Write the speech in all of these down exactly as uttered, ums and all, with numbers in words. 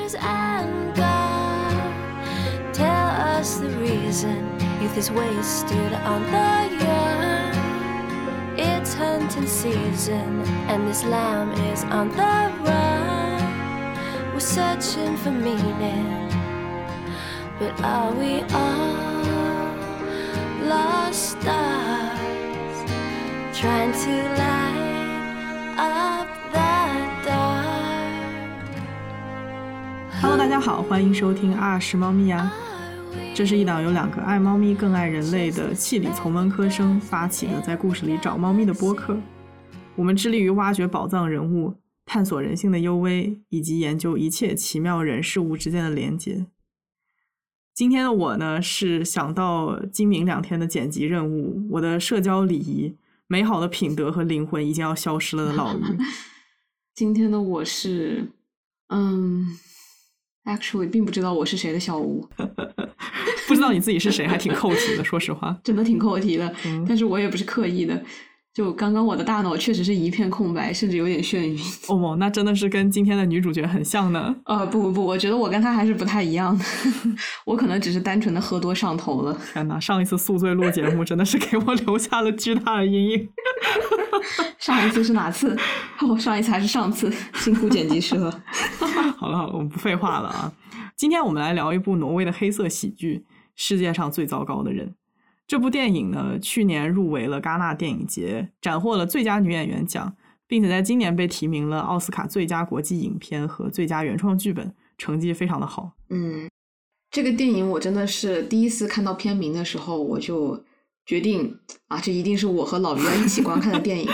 years and gone. Tell us the reason youth is wasted on the young. It's hunting season and this lamb is on the run. We're searching for meaning, but are we all lost stars trying to light up that dark? Hello， 大家好，欢迎收听啊是猫咪呀。这是一档由两个爱猫咪更爱人类的气理从文科生发起的在故事里找猫咪的播客。我们致力于挖掘宝藏人物，探索人性的幽微，以及研究一切奇妙人事物之间的连结。今天的我呢，是想到今明两天的剪辑任务，我的社交礼仪、美好的品德和灵魂已经要消失了的老于。 今天的我是嗯 actually 并不知道我是谁的小吴。 不知道你自己是谁还挺扣题的，说实话真的挺扣题的、 嗯、 但是我也不是刻意的，就刚刚我的大脑确实是一片空白，甚至有点眩晕。 哦，那真的是跟今天的女主角很像呢。 呃，不不不，我觉得我跟她还是不太一样的。我可能只是单纯的喝多上头了。 天哪，上一次宿醉录节目真的是给我留下了巨大的阴影。 上一次是哪次？哦，上一次还是上次，辛苦剪辑师了。 好了好了，我们不废话了啊。今天我们来聊一部挪威的黑色喜剧，世界上最糟糕的人。这部电影呢，去年入围了戛纳电影节，斩获了最佳女演员奖，并且在今年被提名了奥斯卡最佳国际影片和最佳原创剧本，成绩非常的好。 嗯，这个电影我真的是第一次看到片名的时候，我就决定啊，这一定是我和老于一起观看的电影。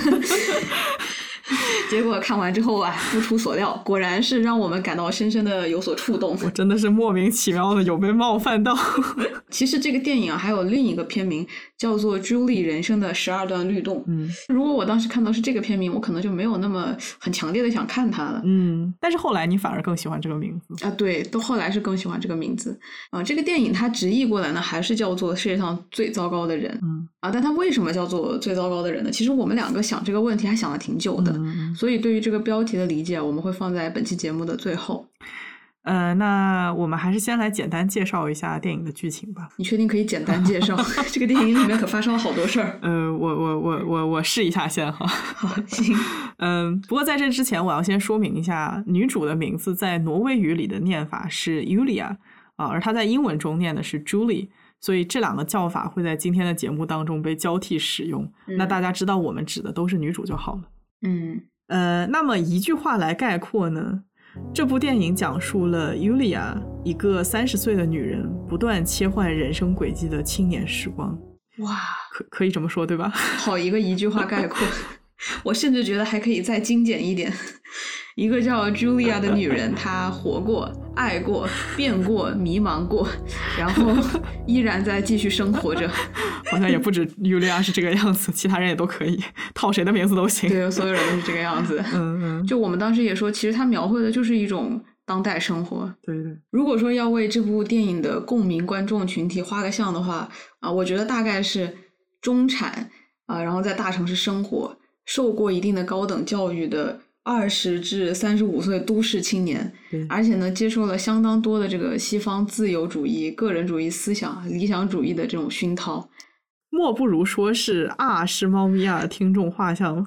结果看完之后啊，不出所料，果然是让我们感到深深的有所触动。 我真的是莫名其妙的有被冒犯到。 其实这个电影啊，还有另一个片名叫做《Julie 人生的十二段律动》。嗯，如果我当时看到是这个片名，我可能就没有那么很强烈的想看它了。 嗯，但是后来你反而更喜欢这个名字啊？对，都后来是更喜欢这个名字啊。这个电影它直译过来呢，还是叫做世界上最糟糕的人。嗯啊，但它为什么叫做最糟糕的人呢？其实我们两个想这个问题还想了挺久的。嗯，所以对于这个标题的理解，我们会放在本期节目的最后。 呃，那我们还是先来简单介绍一下电影的剧情吧。 你确定可以简单介绍？这个电影里面可发生了好多事儿。 呃，我我我我我试一下先哈。 好，行。 嗯，不过在这之前，我要先说明一下，女主的名字在挪威语里的念法是 Julia 啊，而她在英文中念的是 Julie， 所以这两个叫法会在今天的节目当中被交替使用。嗯、那大家知道我们指的都是女主就好了。 嗯。 呃，那么一句话来概括呢，这部电影讲述了 Julia 一个三十岁的女人不断切换人生轨迹的青年时光。 哇， 可可以这么说对吧？ 好一个一句话概括。我甚至觉得还可以再精简一点。一个叫 Julia 的女人，她活过、爱过、变过、迷茫过，然后依然在继续生活着。 好像也不止 Julia 是这个样子，其他人也都可以，套谁的名字都行。 对，所有人都是这个样子。 嗯嗯。 就我们当时也说，其实她描绘的就是一种当代生活。 对对。 如果说要为这部电影的共鸣观众群体画个像的话，啊，我觉得大概是中产啊，然后在大城市生活，受过一定的高等教育的二十至三十五岁都市青年，而且呢，接受了相当多的这个西方自由主义、个人主义思想、理想主义的这种熏陶。 莫不如说是啊是猫咪啊的听众画像。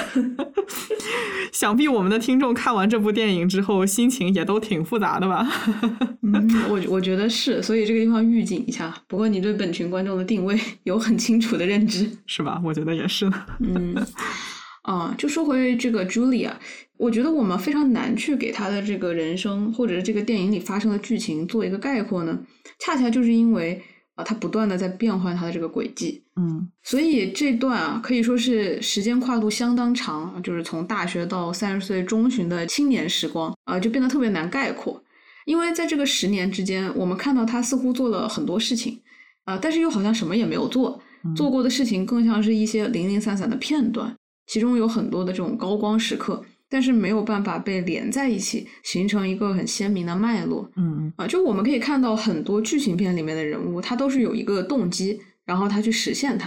想必我们的听众看完这部电影之后心情也都挺复杂的吧。 嗯，我我觉得是，所以这个地方预警一下。不过你对本群观众的定位有很清楚的认知， 是吧？我觉得也是。 嗯，啊，就说回这个 Julia， 我觉得我们非常难去给她的这个人生或者是这个电影里发生的剧情做一个概括呢，恰恰就是因为啊，他不断的在变换他的这个轨迹。 嗯， 所以这段啊可以说是时间跨度相当长，就是从大学到三十岁中旬的青年时光啊，就变得特别难概括。因为在这个十年之间，我们看到他似乎做了很多事情啊，但是又好像什么也没有做，做过的事情更像是一些零零散散的片段，其中有很多的这种高光时刻，但是没有办法被连在一起，形成一个很鲜明的脉络。 嗯啊，就我们可以看到很多剧情片里面的人物，他都是有一个动机，然后他去实现它。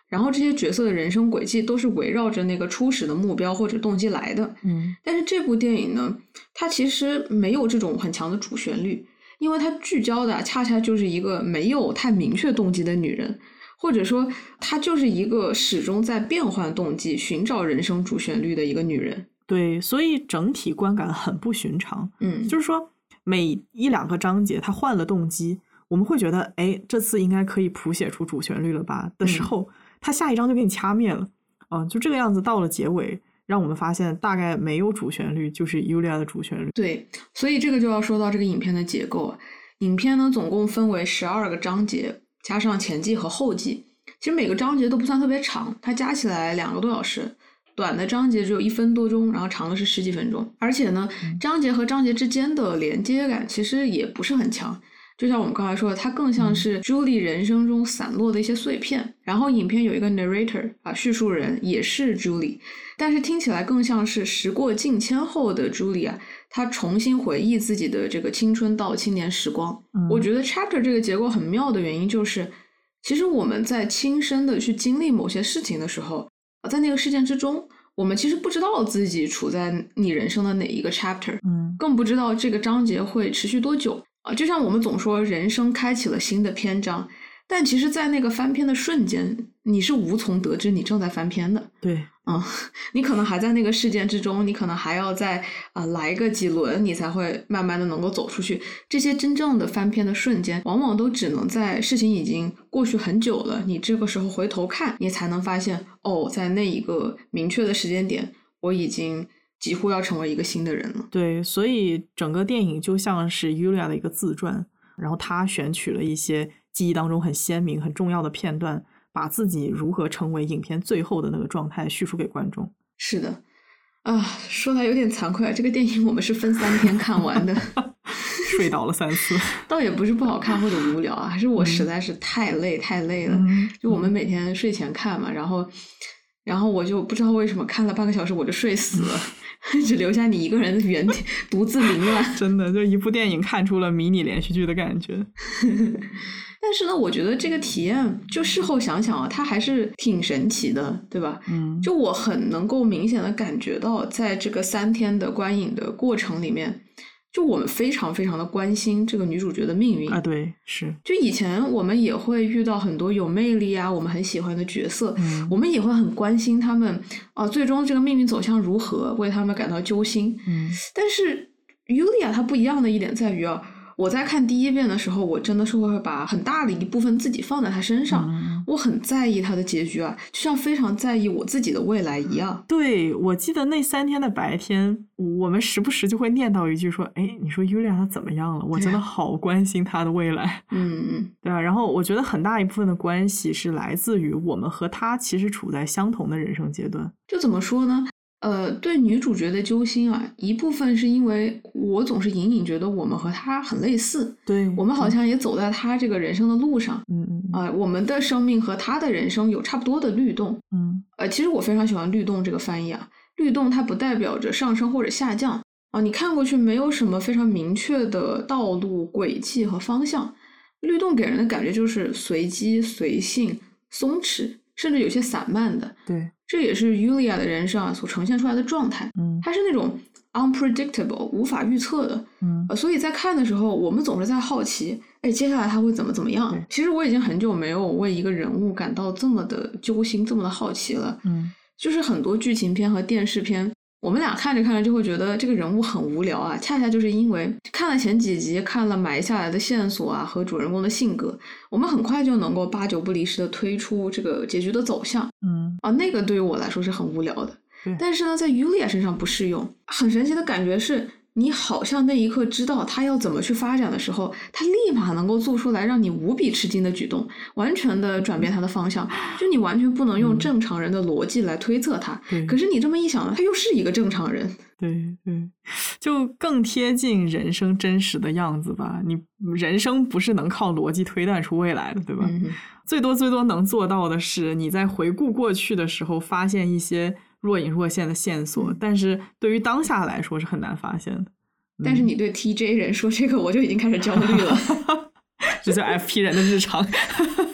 然后这些角色的人生轨迹都是围绕着那个初始的目标或者动机来的。 嗯， 但是这部电影呢，它其实没有这种很强的主旋律，因为它聚焦的恰恰就是一个没有太明确动机的女人，或者说她就是一个始终在变换动机寻找人生主旋律的一个女人。 对，所以整体观感很不寻常。 嗯， 就是说每一两个章节她换了动机，我们会觉得哎，这次应该可以谱写出主旋律了吧的时候，她、嗯、下一章就给你掐灭了。嗯，就这个样子，到了结尾让我们发现大概没有主旋律，就是 Yulia 的主旋律。 对，所以这个就要说到这个影片的结构。影片呢总共分为十二个章节，加上前记和后记，其实每个章节都不算特别长，它加起来两个多小时，短的章节只有一分多钟，然后长的是十几分钟。而且呢、嗯、章节和章节之间的连接感其实也不是很强，就像我们刚才说的，它更像是 Julie 人生中散落的一些碎片、嗯、然后影片有一个 narrator 啊，叙述人也是 Julie， 但是听起来更像是时过境迁后的 Julie 啊，她重新回忆自己的这个青春到青年时光、嗯、我觉得 chapter 这个结构很妙的原因就是其实我们在亲身的去经历某些事情的时候，在那个事件之中，我们其实不知道自己处在你人生的哪一个 chapter， 嗯，更不知道这个章节会持续多久啊。就像我们总说人生开启了新的篇章，但其实在那个翻篇的瞬间，你是无从得知你正在翻篇的。 对， 嗯，你可能还在那个事件之中，你可能还要再啊、呃、来个几轮，你才会慢慢的能够走出去。这些真正的翻篇的瞬间，往往都只能在事情已经过去很久了，你这个时候回头看，你才能发现，哦，在那一个明确的时间点，我已经几乎要成为一个新的人了。 对，所以整个电影就像是 Yulia 的一个自传，然后他选取了一些记忆当中很鲜明很重要的片段，把自己如何成为影片最后的那个状态叙述给观众。 是的啊，说来有点惭愧啊，这个电影我们是分三天看完的睡倒了三次倒也不是不好看或者無聊啊，还是我实在是太累、嗯、太累了、嗯、就我们每天睡前看嘛，然后然后我就不知道为什么看了半个小时我就睡死了只留下你一个人原地独自凌乱真的就一部电影看出了迷你连续剧的感觉但是呢我觉得这个体验就事后想想啊，它还是挺神奇的，对吧？嗯，就我很能够明显的感觉到在这个三天的观影的过程里面，就我们非常非常的关心这个女主角的命运啊。对，是就以前我们也会遇到很多有魅力啊我们很喜欢的角色、嗯、我们也会很关心他们啊，最终这个命运走向如何，为他们感到揪心。嗯，但是 Yulia 她不一样的一点在于啊，我在看第一遍的时候，我真的是会把很大的一部分自己放在她身上、嗯、我很在意她的结局啊，就像非常在意我自己的未来一样。 对，我记得那三天的白天，我们时不时就会念叨一句说，哎，你说 Yulia 她怎么样了？我真的好关心她的未来。嗯，对啊。然后我觉得很大一部分的关系是来自于我们和她其实处在相同的人生阶段。 就怎么说呢？呃，对女主角的揪心啊，一部分是因为我总是隐隐觉得我们和她很类似， 对， 我们好像也走在她这个人生的路上，嗯嗯，啊、呃，我们的生命和她的人生有差不多的律动，嗯，呃，其实我非常喜欢律动这个翻译啊，律动它不代表着上升或者下降啊，你看过去没有什么非常明确的道路轨迹和方向，律动给人的感觉就是随机、随性、松弛，甚至有些散漫的， 对。 这也是 Yulia 的人生啊所呈现出来的状态，嗯，它是那种 unpredictable 无法预测的，嗯、呃，所以在看的时候我们总是在好奇，哎，接下来他会怎么怎么样。其实我已经很久没有为一个人物感到这么的揪心，这么的好奇了，嗯，就是很多剧情片和电视片我们俩看着看着就会觉得这个人物很无聊啊，恰恰就是因为看了前几集，看了埋下来的线索啊和主人公的性格，我们很快就能够八九不离十的推出这个结局的走向。嗯，啊，那个对于我来说是很无聊的。但是呢，在 Yulia 身上不适用。很神奇的感觉是，你好像那一刻知道他要怎么去发展的时候，他立马能够做出来让你无比吃惊的举动，完全的转变他的方向，就你完全不能用正常人的逻辑来推测他、嗯、可是你这么一想，他又是一个正常人。 对对，就更贴近人生真实的样子吧。你人生不是能靠逻辑推断出未来的，对吧、嗯、最多最多能做到的是你在回顾过去的时候发现一些若隐若现的线索、嗯、但是对于当下来说是很难发现的。 但是你对 T J 人说这个我就已经开始焦虑了这叫 F P 人的日常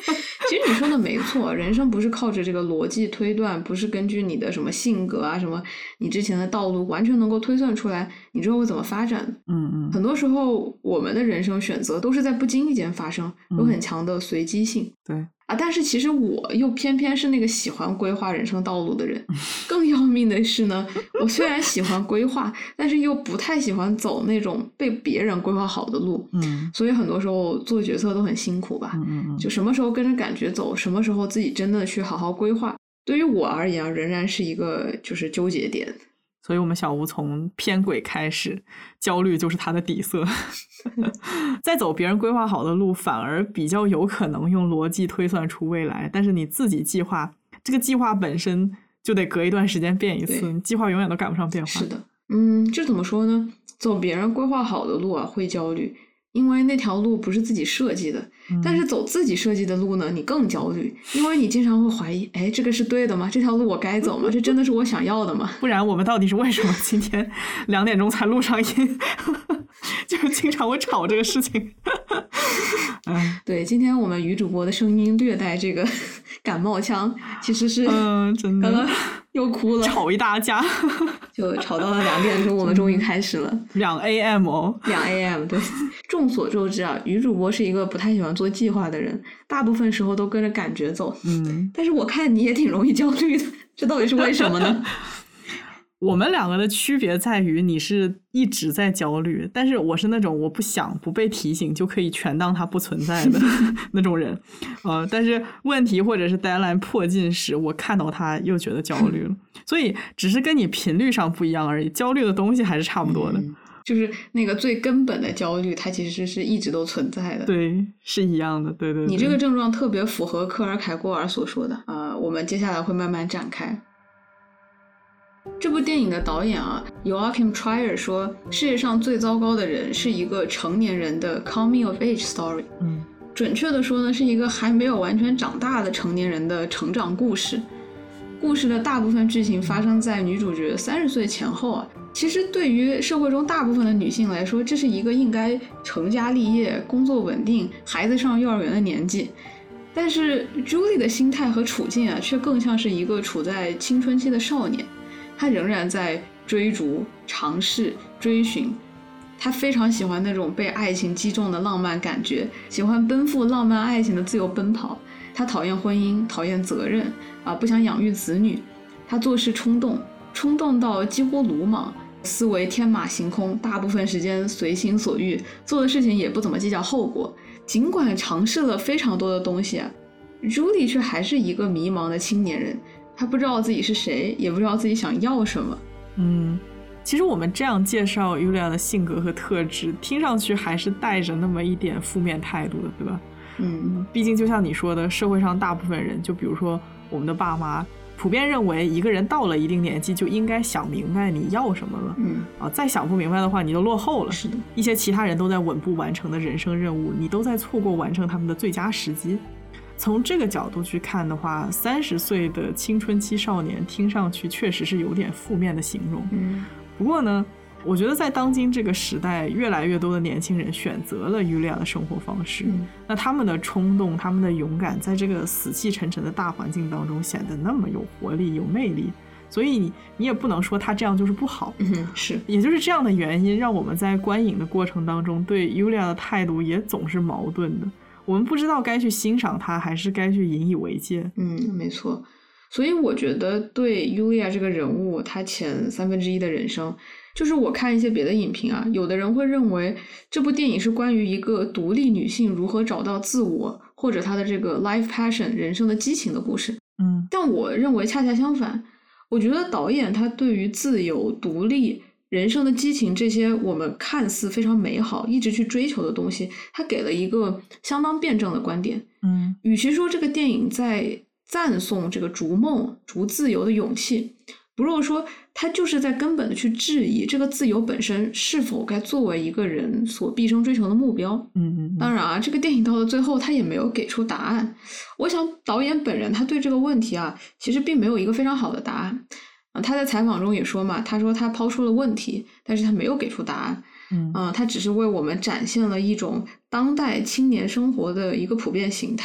其实你说的没错，人生不是靠着这个逻辑推断，不是根据你的什么性格啊，什么你之前的道路完全能够推算出来你之后会怎么发展。 嗯嗯， 很多时候我们的人生选择都是在不经意间发生，有很强的随机性。 嗯、对啊，但是其实我又偏偏是那个喜欢规划人生道路的人。更要命的是呢，我虽然喜欢规划，但是又不太喜欢走那种被别人规划好的路。 嗯， 所以很多时候做决策都很辛苦吧。 嗯嗯， 就什么时候跟着感觉走，什么时候自己真的去好好规划，对于我而言仍然是一个就是纠结点。 所以我们小吴从偏轨开始，焦虑就是他的底色。再走别人规划好的路，反而比较有可能用逻辑推算出未来，但是你自己计划，这个计划本身就得隔一段时间变一次，计划永远都赶不上变化。 是的，嗯，这怎么说呢？走别人规划好的路啊，会焦虑，因为那条路不是自己设计的。嗯、但是走自己设计的路呢，你更焦虑，因为你经常会怀疑，哎，这个是对的吗？这条路我该走吗？这真的是我想要的吗？ 不然我们到底是为什么今天两点钟才录上音？就经常会吵这个事情。嗯， 对，今天我们女主播的声音略带这个感冒腔，其实是嗯，真的， 刚刚又哭了， 吵一大架， 就吵到了两点钟，我们终于开始了。 两 A M 哦， 两 A M 对。众所周知啊，女主播是一个不太喜欢做计划的人，大部分时候都跟着感觉走。 嗯， 但是我看你也挺容易焦虑的，这到底是为什么呢？ 我们两个的区别在于你是一直在焦虑，但是我是那种我不想不被提醒就可以全当它不存在的那种人。呃，但是问题或者是 deadline 迫近时，我看到它又觉得焦虑了。所以只是跟你频率上不一样而已，焦虑的东西还是差不多的。 嗯，就是那个最根本的焦虑，它其实是一直都存在的。 对，是一样的。对对对， 你这个症状特别符合克尔凯郭尔所说的啊、呃，我们接下来会慢慢展开。这部电影的导演啊 Joachim Trier 说，世界上最糟糕的人是一个成年人的 coming of age story。 嗯， 准确的说呢，是一个还没有完全长大的成年人的成长故事。故事的大部分剧情发生在女主角三十岁前后啊。其实对于社会中大部分的女性来说，这是一个应该成家立业、工作稳定、孩子上幼儿园的年纪。但是 Julie 的心态和处境啊，却更像是一个处在青春期的少年。他仍然在追逐、尝试、追寻，他非常喜欢那种被爱情击中的浪漫感觉，喜欢奔赴浪漫爱情的自由奔跑。他讨厌婚姻，讨厌责任啊，不想养育子女。他做事冲动，冲动到几乎鲁莽，思维天马行空，大部分时间随心所欲，做的事情也不怎么计较后果。尽管尝试了非常多的东西啊， Julie 却还是一个迷茫的青年人。他不知道自己是谁，也不知道自己想要什么。 嗯，其实我们这样介绍 Yulia 的性格和特质，听上去还是带着那么一点负面态度的，对吧？ 嗯， 毕竟就像你说的，社会上大部分人，就比如说我们的爸妈，普遍认为一个人到了一定年纪就应该想明白你要什么了。 嗯啊，再想不明白的话，你都落后了。 是的， 一些其他人都在稳步完成的人生任务，你都在错过完成他们的最佳时机。从这个角度去看的话，三十岁的青春期少年听上去确实是有点负面的形容。 嗯， 不过呢，我觉得在当今这个时代，越来越多的年轻人选择了Yulia的生活方式。 嗯， 那他们的冲动，他们的勇敢，在这个死气沉沉的大环境当中显得那么有活力、有魅力。所以你也不能说他这样就是不好。 嗯，是， 也就是这样的原因，让我们在观影的过程当中对Yulia的态度也总是矛盾的。我们不知道该去欣赏他，还是该去引以为戒。 嗯，没错。所以我觉得对 Yulia 这个人物，他前三分之一的人生，就是我看一些别的影评啊，有的人会认为这部电影是关于一个独立女性如何找到自我，或者她的这个 life passion 人生的激情的故事。 嗯， 但我认为恰恰相反，我觉得导演他对于自由、独立、人生的激情这些我们看似非常美好一直去追求的东西，他给了一个相当辩证的观点。 嗯， 与其说这个电影在赞颂这个逐梦逐自由的勇气，不如说他就是在根本的去质疑这个自由本身是否该作为一个人所毕生追求的目标。 嗯嗯， 当然啊，这个电影到了最后他也没有给出答案。我想导演本人他对这个问题啊，其实并没有一个非常好的答案。他在采访中也说嘛，他说他抛出了问题，但是他没有给出答案。 嗯、 呃，他只是为我们展现了一种当代青年生活的一个普遍形态。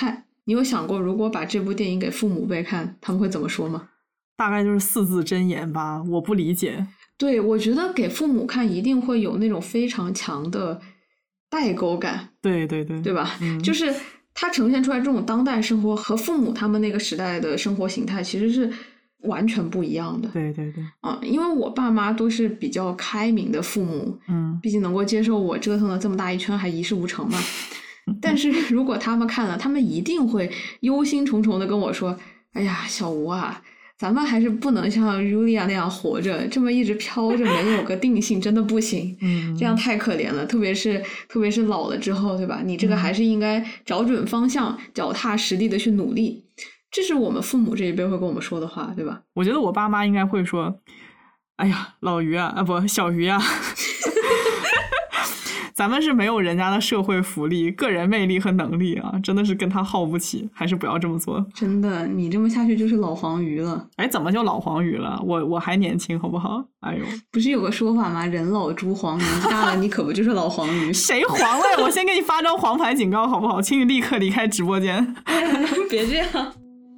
你有想过如果把这部电影给父母辈看，他们会怎么说吗？ 大概就是四字真言吧，我不理解。 对，我觉得给父母看一定会有那种非常强的代沟感。 对对对， 对吧？ 嗯， 就是它呈现出来这种当代生活和父母他们那个时代的生活形态其实是完全不一样的。 对对对， 啊，因为我爸妈都是比较开明的父母， 嗯， 毕竟能够接受我折腾了这么大一圈还一事无成嘛。但是如果他们看了，他们一定会忧心忡忡的跟我说：“哎呀，小吴啊，咱们还是不能像 Julia 那样活着，这么一直飘着没有个定性，真的不行， 嗯， 这样太可怜了。特别是特别是老了之后，对吧？你这个还是应该找准方向，脚踏实地的去努力。”这是我们父母这一辈会跟我们说的话，对吧？ 我觉得我爸妈应该会说：“哎呀，老于啊，啊不，小于啊。”咱们是没有人家的社会福利、个人魅力和能力啊，真的是跟他耗不起，还是不要这么做。 真的，你这么下去就是老黄鱼了。 哎，怎么就老黄鱼了？我我还年轻，好不好？哎呦， 不是有个说法吗？人老珠黄，年纪大了你可不就是老黄鱼？ 谁黄了？我先给你发张黄牌警告，好不好？请你立刻离开直播间。 别这样。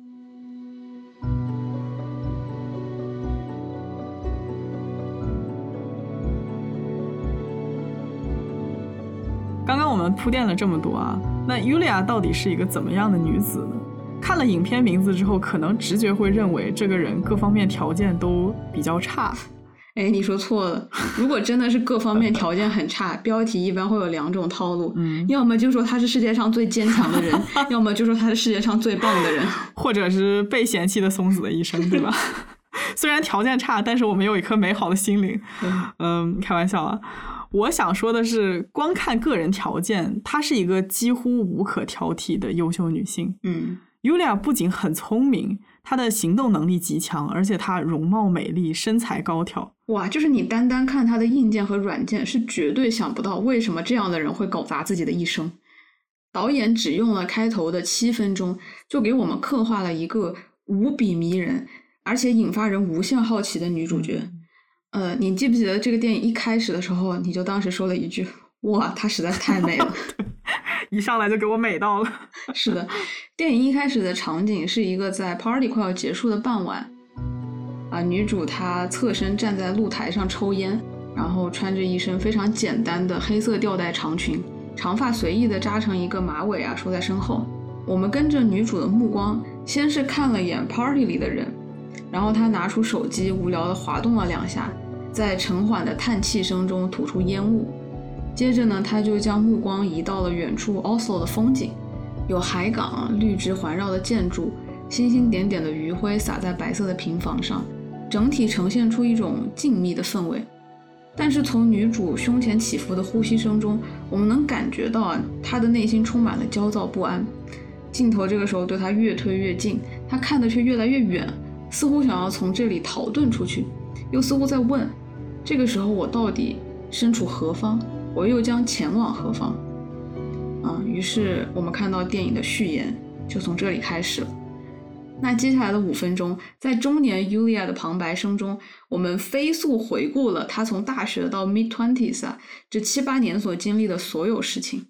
刚刚我们铺垫了这么多啊，那 Julia 到底是一个怎么样的女子呢？看了影片名字之后，可能直觉会认为这个人各方面条件都比较差。 哎，你说错了。如果真的是各方面条件很差，标题一般会有两种套路，嗯，要么就说他是世界上最坚强的人，要么就说他是世界上最棒的人， 或者是被嫌弃的松子的一生，对吧？虽然条件差，但是我们有一颗美好的心灵。嗯，嗯，开玩笑啊。我想说的是，光看个人条件，她是一个几乎无可挑剔的优秀女性。 嗯 Julia 不仅很聪明，她的行动能力极强，而且她容貌美丽，身材高挑。 哇，就是你单单看她的硬件和软件，是绝对想不到为什么这样的人会搞砸自己的一生。导演只用了开头的七分钟，就给我们刻画了一个无比迷人，而且引发人无限好奇的女主角。呃，你记不记得这个电影一开始的时候，你就当时说了一句：“哇，她实在是太美了。” 一上来就给我美到了。 是的，电影一开始的场景是一个在 party 快要结束的傍晚，啊，女主她侧身站在露台上抽烟，然后穿着一身非常简单的黑色吊带长裙，长发随意的扎成一个马尾啊，收在身后。我们跟着女主的目光，先是看了眼 party 里的人，然后她拿出手机无聊的滑动了两下，在沉缓的叹气声中吐出烟雾。接着呢，他就将目光移到了远处 Oslo 的风景，有海港、绿植环绕的建筑，星星点点的余晖洒在白色的平房上，整体呈现出一种静谧的氛围。但是从女主胸前起伏的呼吸声中，我们能感觉到啊，她的内心充满了焦躁不安。镜头这个时候对她越推越近，她看得却越来越远，似乎想要从这里逃遁出去，又似乎在问：这个时候我到底身处何方？我又将前往何方？啊，于是我们看到电影的序言就从这里开始了。那接下来的五分钟，在中年 Julia 的旁白声中，我们飞速回顾了她从大学到 mid twenties 啊这七八年所经历的所有事情。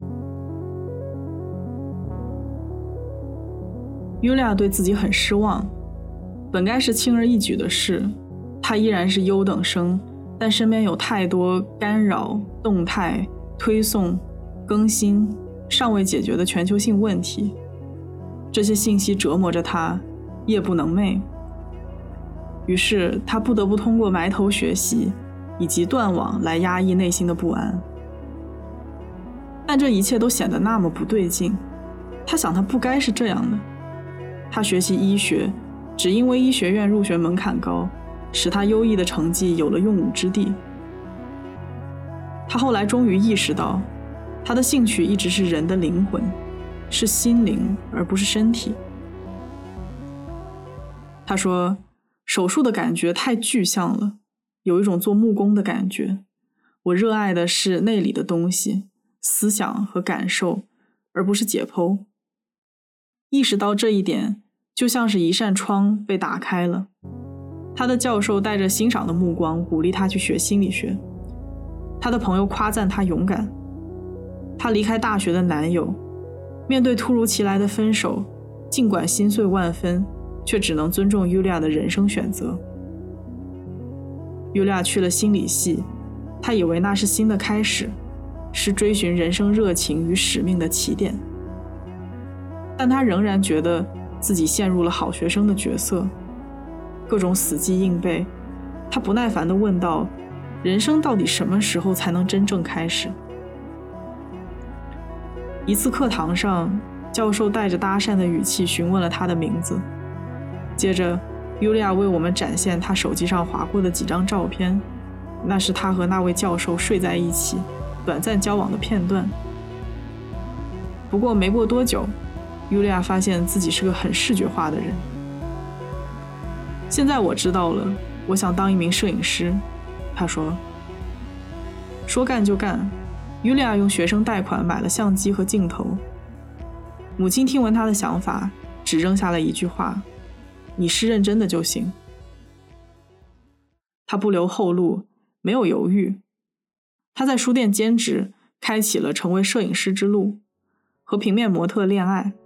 Julia 对自己很失望，本该是轻而易举的事，她依然是优等生。但身边有太多干扰、动态、推送、更新尚未解决的全球性问题，这些信息折磨着他，夜不能寐。于是他不得不通过埋头学习以及断网来压抑内心的不安。但这一切都显得那么不对劲，他想他不该是这样的。他学习医学，只因为医学院入学门槛高，使他优异的成绩有了用武之地。他后来终于意识到，他的兴趣一直是人的灵魂，是心灵而不是身体。他说，手术的感觉太具象了，有一种做木工的感觉。我热爱的是内里的东西，思想和感受，而不是解剖。意识到这一点，就像是一扇窗被打开了。他的教授带着欣赏的目光鼓励他去学心理学，他的朋友夸赞他勇敢。他离开大学的男友， 面对突如其来的分手，尽管心碎万分，却只能尊重 Yulia 的人生选择。Yulia 去了心理系，她以为那是新的开始，是追寻人生热情与使命的起点。但她仍然觉得自己陷入了好学生的角色，各种死记硬背。她不耐烦地问道：人生到底什么时候才能真正开始？一次课堂上，教授带着搭讪的语气询问了她的名字，接着Yulia 为我们展现她手机上划过的几张照片，那是她和那位教授睡在一起短暂交往的片段。不过没过多久，Yulia 发现自己是个很视觉化的人。现在我知道了，我想当一名摄影师，她说。说干就干，Yulia 用学生贷款买了相机和镜头。母亲听闻她的想法，只扔下了一句话：你是认真的就行。她不留后路，没有犹豫。她在书店兼职，开启了成为摄影师之路，和平面模特恋爱。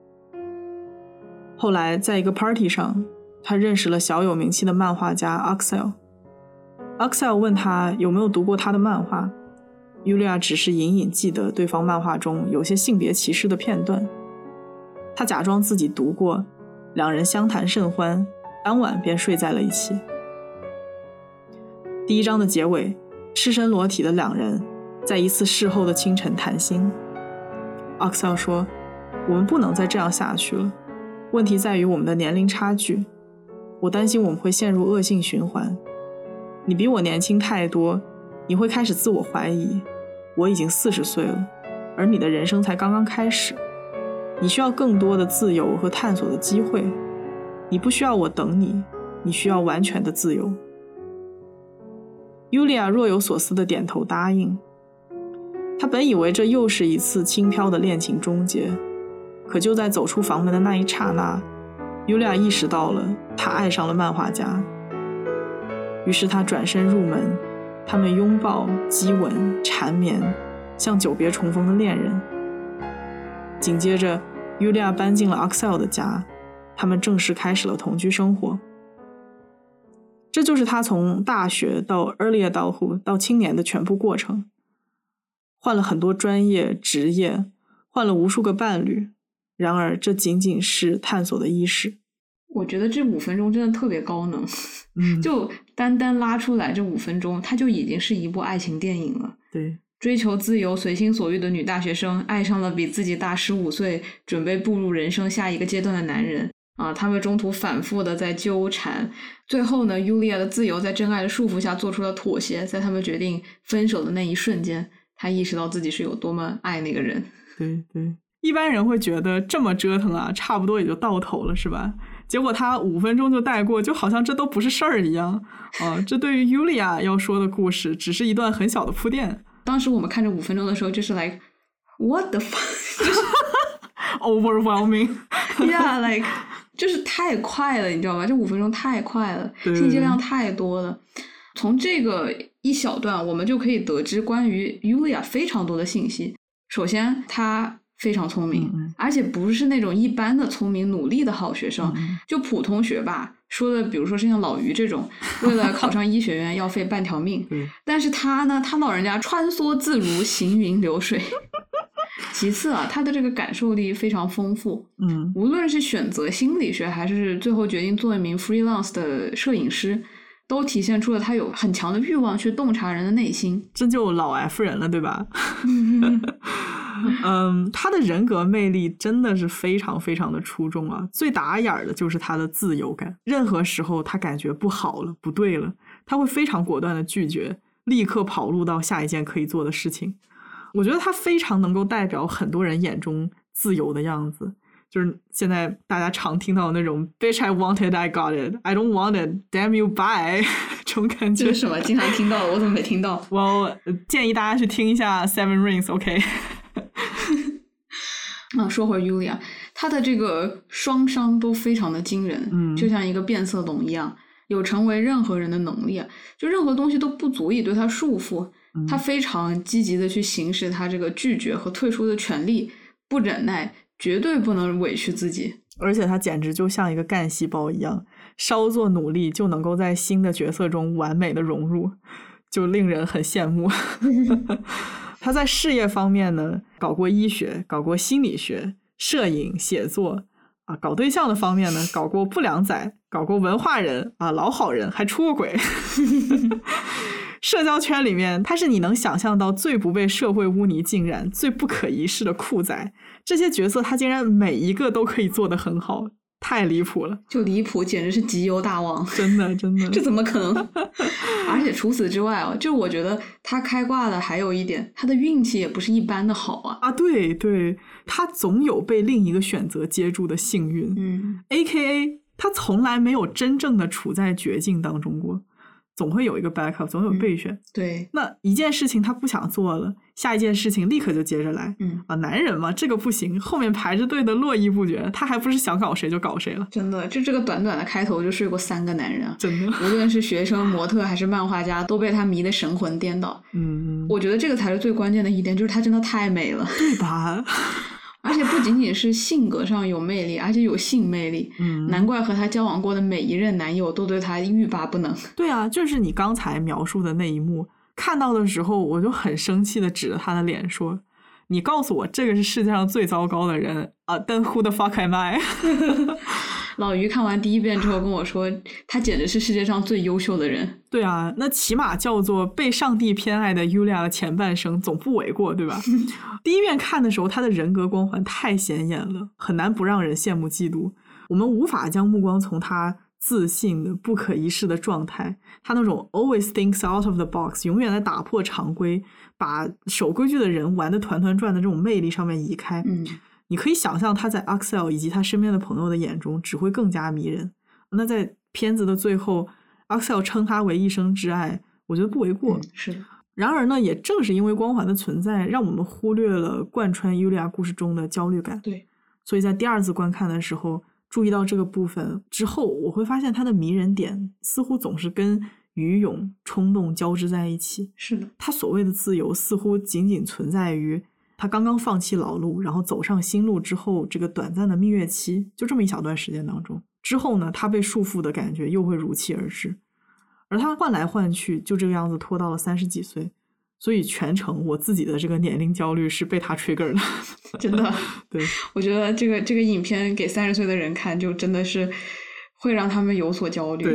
后来在一个 party 上，她认识了小有名气的漫画家 Axel。Axel 问她有没有读过他的漫画， Yulia 只是隐隐记得对方漫画中有些性别歧视的片段。她假装自己读过，两人相谈甚欢，当晚便睡在了一起。第一章的结尾，赤身裸体的两人在一次事后的清晨谈心。Axel 说：我们不能再这样下去了，问题在于我们的年龄差距，我担心我们会陷入恶性循环。你比我年轻太多，你会开始自我怀疑，我已经四十岁了，而你的人生才刚刚开始。你需要更多的自由和探索的机会，你不需要我等你，你需要完全的自由。Yulia 若有所思地点头答应。她本以为这又是一次轻飘的恋情终结，可就在走出房门的那一刹那， Yulia 意识到了她爱上了漫画家。于是她转身入门，他们拥抱、激吻、缠绵，像久别重逢的恋人。紧接着 Yulia 搬进了 Axel 的家，他们正式开始了同居生活。这就是他从大学到 early adulthood 到青年的全部过程，换了很多专业职业，换了无数个伴侣，然而这仅仅是探索的伊始。 我觉得这五分钟真的特别高能， 嗯， 就单单拉出来这五分钟，它就已经是一部爱情电影了。 对， 追求自由、随心所欲的女大学生爱上了比自己大十五岁、准备步入人生下一个阶段的男人啊，他们中途反复的在纠缠，最后呢 Yulia 的自由在真爱的束缚下做出了妥协，在他们决定分手的那一瞬间，他意识到自己是有多么爱那个人。 对对，一般人会觉得这么折腾啊，差不多也就到头了，是吧？结果他五分钟就带过，就好像这都不是事儿一样啊！这对于 Yulia 要说的故事，只是一段很小的铺垫。 当时我们看这五分钟的时候，就是 like what the fuck， 就是 overwhelming yeah like 就是太快了，你知道吧？这五分钟太快了，信息量太多了。从这个一小段，我们就可以得知关于 Yulia 非常多的信息。首先，她非常聪明， 嗯嗯， 而且不是那种一般的聪明努力的好学生， 嗯， 就普通学霸说的，比如说是像老于这种为了考上医学院要费半条命但是他呢，他老人家穿梭自如，行云流水其次啊，他的这个感受力非常丰富， 嗯， 无论是选择心理学还是最后决定做一名 freelance 的摄影师，都体现出了他有很强的欲望去洞察人的内心。 这就老 F 人了，对吧？嗯，他的人格魅力真的是非常非常的出众啊！最打眼的就是他的自由感，任何时候他感觉不好了、不对了，他会非常果断的拒绝，立刻跑路到下一件可以做的事情。我觉得他非常能够代表很多人眼中自由的样子，就是现在大家常听到的那种 bitch I want it, I got it, I don't want it, damn you, bye 这种感觉。 这是什么？经常听到，我怎么没听到？ 我、well, 建议大家去听一下 Seven Rings, OK 啊，说回 Yulia， 她的这个双商都非常的惊人， 嗯， 就像一个变色龙一样，有成为任何人的能力，就任何东西都不足以对她束缚。她非常积极的去行使她这个拒绝和退出的权利， 不忍耐，绝对不能委屈自己。 而且他简直就像一个干细胞一样，稍作努力就能够在新的角色中完美的融入，就令人很羡慕。他在事业方面呢，搞过医学，搞过心理学，摄影，写作啊，搞对象的方面呢，搞过不良仔，搞过文化人啊，老好人，还出过轨。社交圈里面，他是你能想象到最不被社会污泥浸染、最不可一世的酷仔。这些角色他竟然每一个都可以做得很好，太离谱了， 就离谱，简直是集邮大王， 真的真的， 这怎么可能？而且除此之外啊，就我觉得他开挂的还有一点，他的运气也不是一般的好啊。 啊，对对，他总有被另一个选择接住的幸运。 嗯 ，A K A 他从来没有真正的处在绝境当中过。总会有一个 backup， 总有备选、嗯、 对， 那一件事情他不想做了，下一件事情立刻就接着来。 嗯啊，男人嘛，这个不行，后面排着队的络绎不绝，他还不是想搞谁就搞谁了。 真的，就这个短短的开头就睡过三个男人啊！ 真的， 无论是学生、模特还是漫画家，都被他迷得神魂颠倒。 嗯， 我觉得这个才是最关键的一点，就是他真的太美了， 对吧？ 而且不仅仅是性格上有魅力，而且有性魅力。 嗯， 难怪和他交往过的每一任男友都对他欲罢不能。 对啊，就是你刚才描述的那一幕，看到的时候我就很生气的指着他的脸说，你告诉我这个是世界上最糟糕的人啊 then who the fuck am I？ 老于看完第一遍之后跟我说，他简直是世界上最优秀的人。 对啊，那起码叫做被上帝偏爱的 Yulia 的前半生总不为过，对吧？第一遍看的时候，他的人格光环太显眼了，很难不让人羡慕嫉妒。我们无法将目光从他自信的不可一世的状态，他那种 always thinks out of the box， 永远在打破常规，把守规矩的人玩得团团转的这种魅力上面移开。 嗯， 你可以想象他在 Axel 以及他身边的朋友的眼中只会更加迷人。那在片子的最后 Axel 称他为一生之爱，我觉得不为过、 嗯、是的。 然而呢，也正是因为光环的存在，让我们忽略了贯穿 Yulia 故事中的焦虑感。 对， 所以在第二次观看的时候注意到这个部分之后，我会发现他的迷人点似乎总是跟愚勇冲动交织在一起。 是的， 他所谓的自由似乎仅仅存在于他刚刚放弃老路，然后走上新路之后这个短暂的蜜月期，就这么一小段时间当中。之后呢，他被束缚的感觉又会如期而至，而他换来换去就这个样子拖到了三十几岁。所以全程我自己的这个年龄焦虑是被他 trigger 的。 真的。 对， 我觉得这个这个影片给三十岁的人看，就真的是会让他们有所焦虑。 对，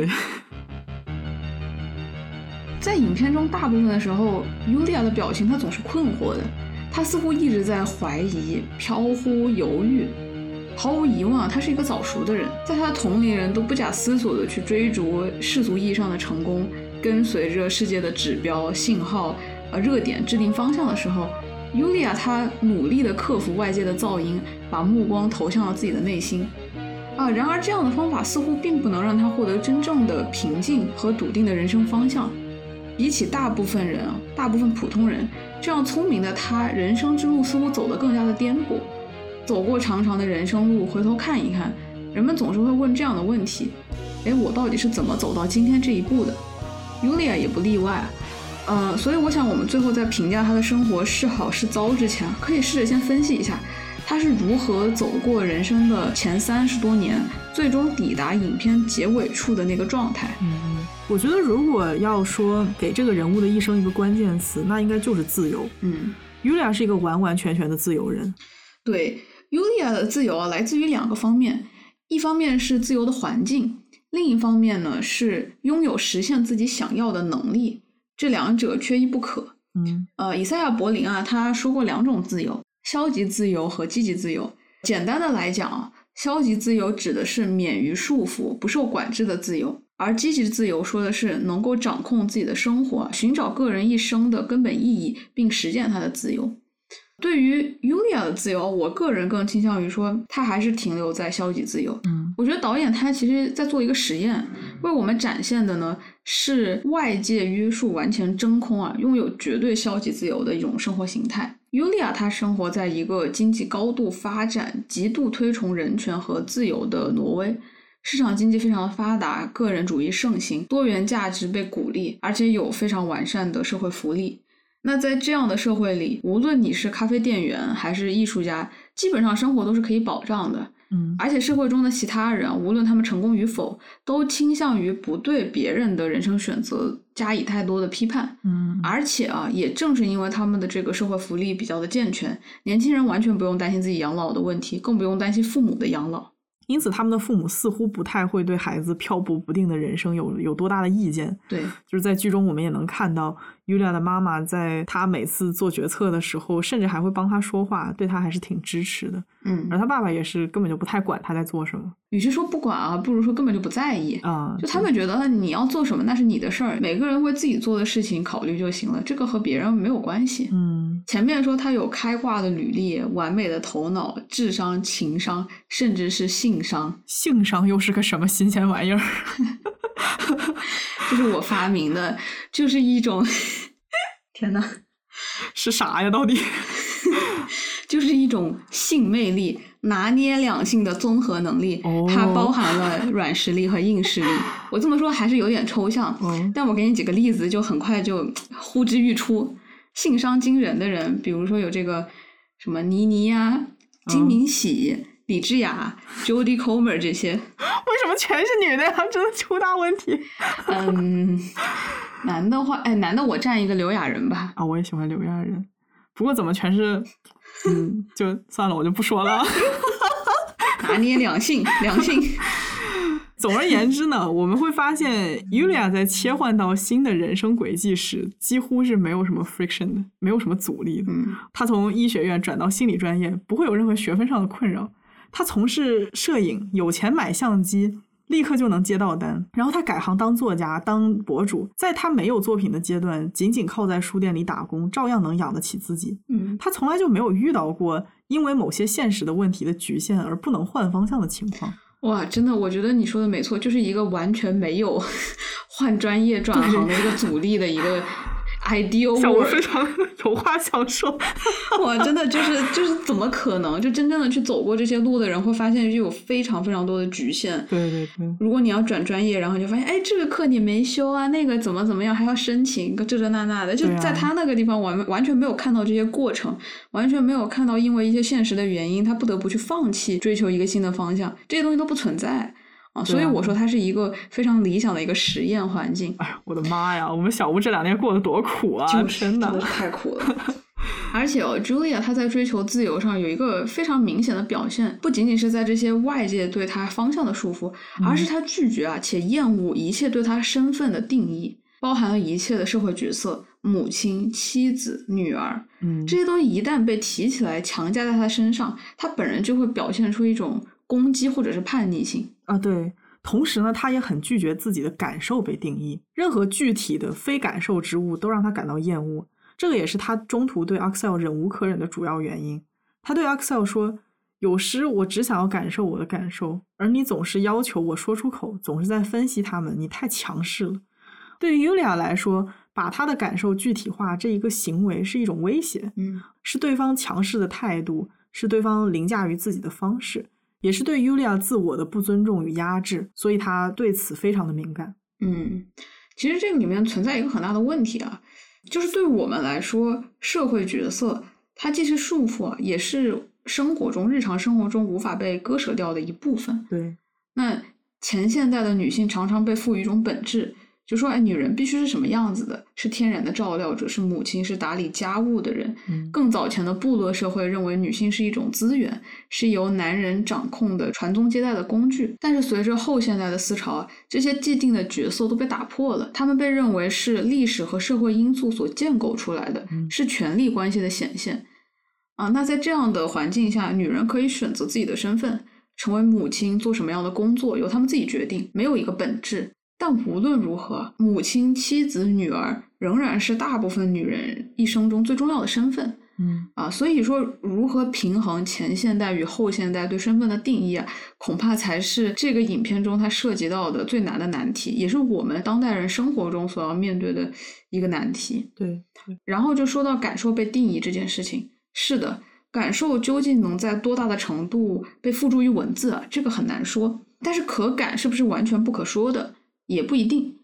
在影片中大部分的时候 Yulia 的表情她总是困惑的，她似乎一直在怀疑、飘忽、犹豫。毫无疑问啊，他是一个早熟的人，在他的同龄人都不假思索的去追逐世俗意义上的成功，跟随着世界的指标、信号、呃热点制定方向的时候， Yulia 她努力的克服外界的噪音，把目光投向了自己的内心。啊，然而这样的方法似乎并不能让他获得真正的平静和笃定的人生方向。比起大部分人啊，大部分普通人，这样聪明的他，人生之路似乎走得更加的颠簸。走过长长的人生路，回头看一看，人们总是会问这样的问题：哎，我到底是怎么走到今天这一步的？ Yulia 也不例外。呃，所以我想我们最后在评价他的生活是好是糟之前，可以试着先分析一下他是如何走过人生的前三十多年，最终抵达影片结尾处的那个状态。 嗯，我觉得如果要说给这个人物的一生一个关键词，那应该就是自由。 嗯 Yulia 是一个完完全全的自由人。 对， Yulia 的自由啊，来自于两个方面，一方面是自由的环境，另一方面呢是拥有实现自己想要的能力，这两者缺一不可。 嗯， 呃，以赛亚柏林啊，他说过两种自由，消极自由和积极自由。简单的来讲啊，消极自由指的是免于束缚、不受管制的自由，而积极自由说的是能够掌控自己的生活，寻找个人一生的根本意义，并实践它的自由。对于 Yulia 的自由，我个人更倾向于说他还是停留在消极自由。 嗯， 我觉得导演他其实在做一个实验，为我们展现的呢是外界约束完全真空啊，拥有绝对消极自由的一种生活形态。Yulia 她生活在一个经济高度发展、极度推崇人权和自由的挪威，市场经济非常的发达，个人主义盛行，多元价值被鼓励，而且有非常完善的社会福利。 那在这样的社会里，无论你是咖啡店员还是艺术家，基本上生活都是可以保障的。 嗯， 而且社会中的其他人，无论他们成功与否，都倾向于不对别人的人生选择加以太多的批判。 嗯， 而且啊，也正是因为他们的这个社会福利比较的健全，年轻人完全不用担心自己养老的问题，更不用担心父母的养老。 因此他们的父母似乎不太会对孩子漂泊不定的人生有有多大的意见。 对， 就是在剧中我们也能看到Yulia的妈妈在她每次做决策的时候，甚至还会帮她说话，对她还是挺支持的。 嗯， 而她爸爸也是根本就不太管她在做什么。 与其说不管啊，不如说根本就不在意啊、 就他们觉得你要做什么那是你的事儿，每个人为自己做的事情考虑就行了，这个和别人没有关系。 嗯， 前面说他有开挂的履历，完美的头脑，智商、情商，甚至是性商。 性商又是个什么新鲜玩意儿？ 这是我发明的，就是一种天哪， 是啥呀到底？ 就是一种性魅力，拿捏两性的综合能力、 哦、 它包含了软实力和硬实力。我这么说还是有点抽象、 哦、 但我给你几个例子就很快就呼之欲出。性商惊人的人，比如说有这个什么倪妮呀、金敏喜、哦、李智雅、Jodie Comer 这些。 为什么全是女的呀？真的出大问题。 嗯，男的话，哎，男的我占一个刘亚仁吧。 啊，我也喜欢刘亚仁，不过怎么全是，嗯，就算了，我就不说了。 拿捏两性，两性。 总而言之呢，我们会发现 Yulia 在切换到新的人生轨迹时，几乎是没有什么 friction 的，没有什么阻力的。 嗯， 她从医学院转到心理专业，不会有任何学分上的困扰。他从事摄影，有钱买相机，立刻就能接到单。然后他改行当作家，当博主，在他没有作品的阶段，仅仅靠在书店里打工，照样能养得起自己。 嗯， 他从来就没有遇到过因为某些现实的问题的局限而不能换方向的情况。 哇，真的，我觉得你说的没错，就是一个完全没有换专业转行的一个阻力的一个ideal world。 小吴非常有话想说。 哇，真的就是就是怎么可能就真正的去走过这些路的人会发现就有非常非常多的局限。 对对对， 如果你要转专业，然后你就发现哎，这个课你没修啊，那个怎么怎么样还要申请个这这那那的，就在他那个地方完完全没有看到这些过程，完全没有看到因为一些现实的原因他不得不去放弃追求一个新的方向，这些东西都不存在啊，所以我说它是一个非常理想的一个实验环境。 哎呀，我的妈呀，我们小吴这两年过得多苦啊！ 就是真的真的太苦了。而且哦 Julia 她在追求自由上有一个非常明显的表现，不仅仅是在这些外界对她方向的束缚，而是她拒绝啊且厌恶一切对她身份的定义，包含了一切的社会角色，母亲、妻子、女儿， 嗯， 这些东西一旦被提起来强加在她身上，她本人就会表现出一种攻击或者是叛逆性啊。对，同时呢，她也很拒绝自己的感受被定义，任何具体的非感受之物都让她感到厌恶。这个也是他中途对 Axel 忍无可忍的主要原因。他对 Axel 说，有时我只想要感受我的感受，而你总是要求我说出口，总是在分析他们，你太强势了。对于 Yulia 来说，把他的感受具体化这一个行为是一种威胁， 嗯， 是对方强势的态度，是对方凌驾于自己的方式，也是对 Yulia 自我的不尊重与压制，所以他对此非常的敏感。 嗯，其实这个里面存在一个很大的问题啊，就是对我们来说，社会角色它既是束缚，也是生活中日常生活中无法被割舍掉的一部分。 对， 那前现代的女性常常被赋予一种本质，就说哎，女人必须是什么样子的，是天然的照料者，是母亲，是打理家务的人。 嗯， 更早前的部落社会认为女性是一种资源，是由男人掌控的传宗接代的工具。但是随着后现代的思潮，这些既定的角色都被打破了，他们被认为是历史和社会因素所建构出来的， 嗯， 是权力关系的显现啊。那在这样的环境下，女人可以选择自己的身份，成为母亲，做什么样的工作由他们自己决定，没有一个本质。但无论如何，母亲、妻子、女儿仍然是大部分女人一生中最重要的身份。 嗯啊，所以说如何平衡前现代与后现代对身份的定义啊，恐怕才是这个影片中它涉及到的最难的难题，也是我们当代人生活中所要面对的一个难题。 对， 然后就说到感受被定义这件事情，是的，感受究竟能在多大的程度被付诸于文字啊，这个很难说。但是可感是不是完全不可说的，也不一定。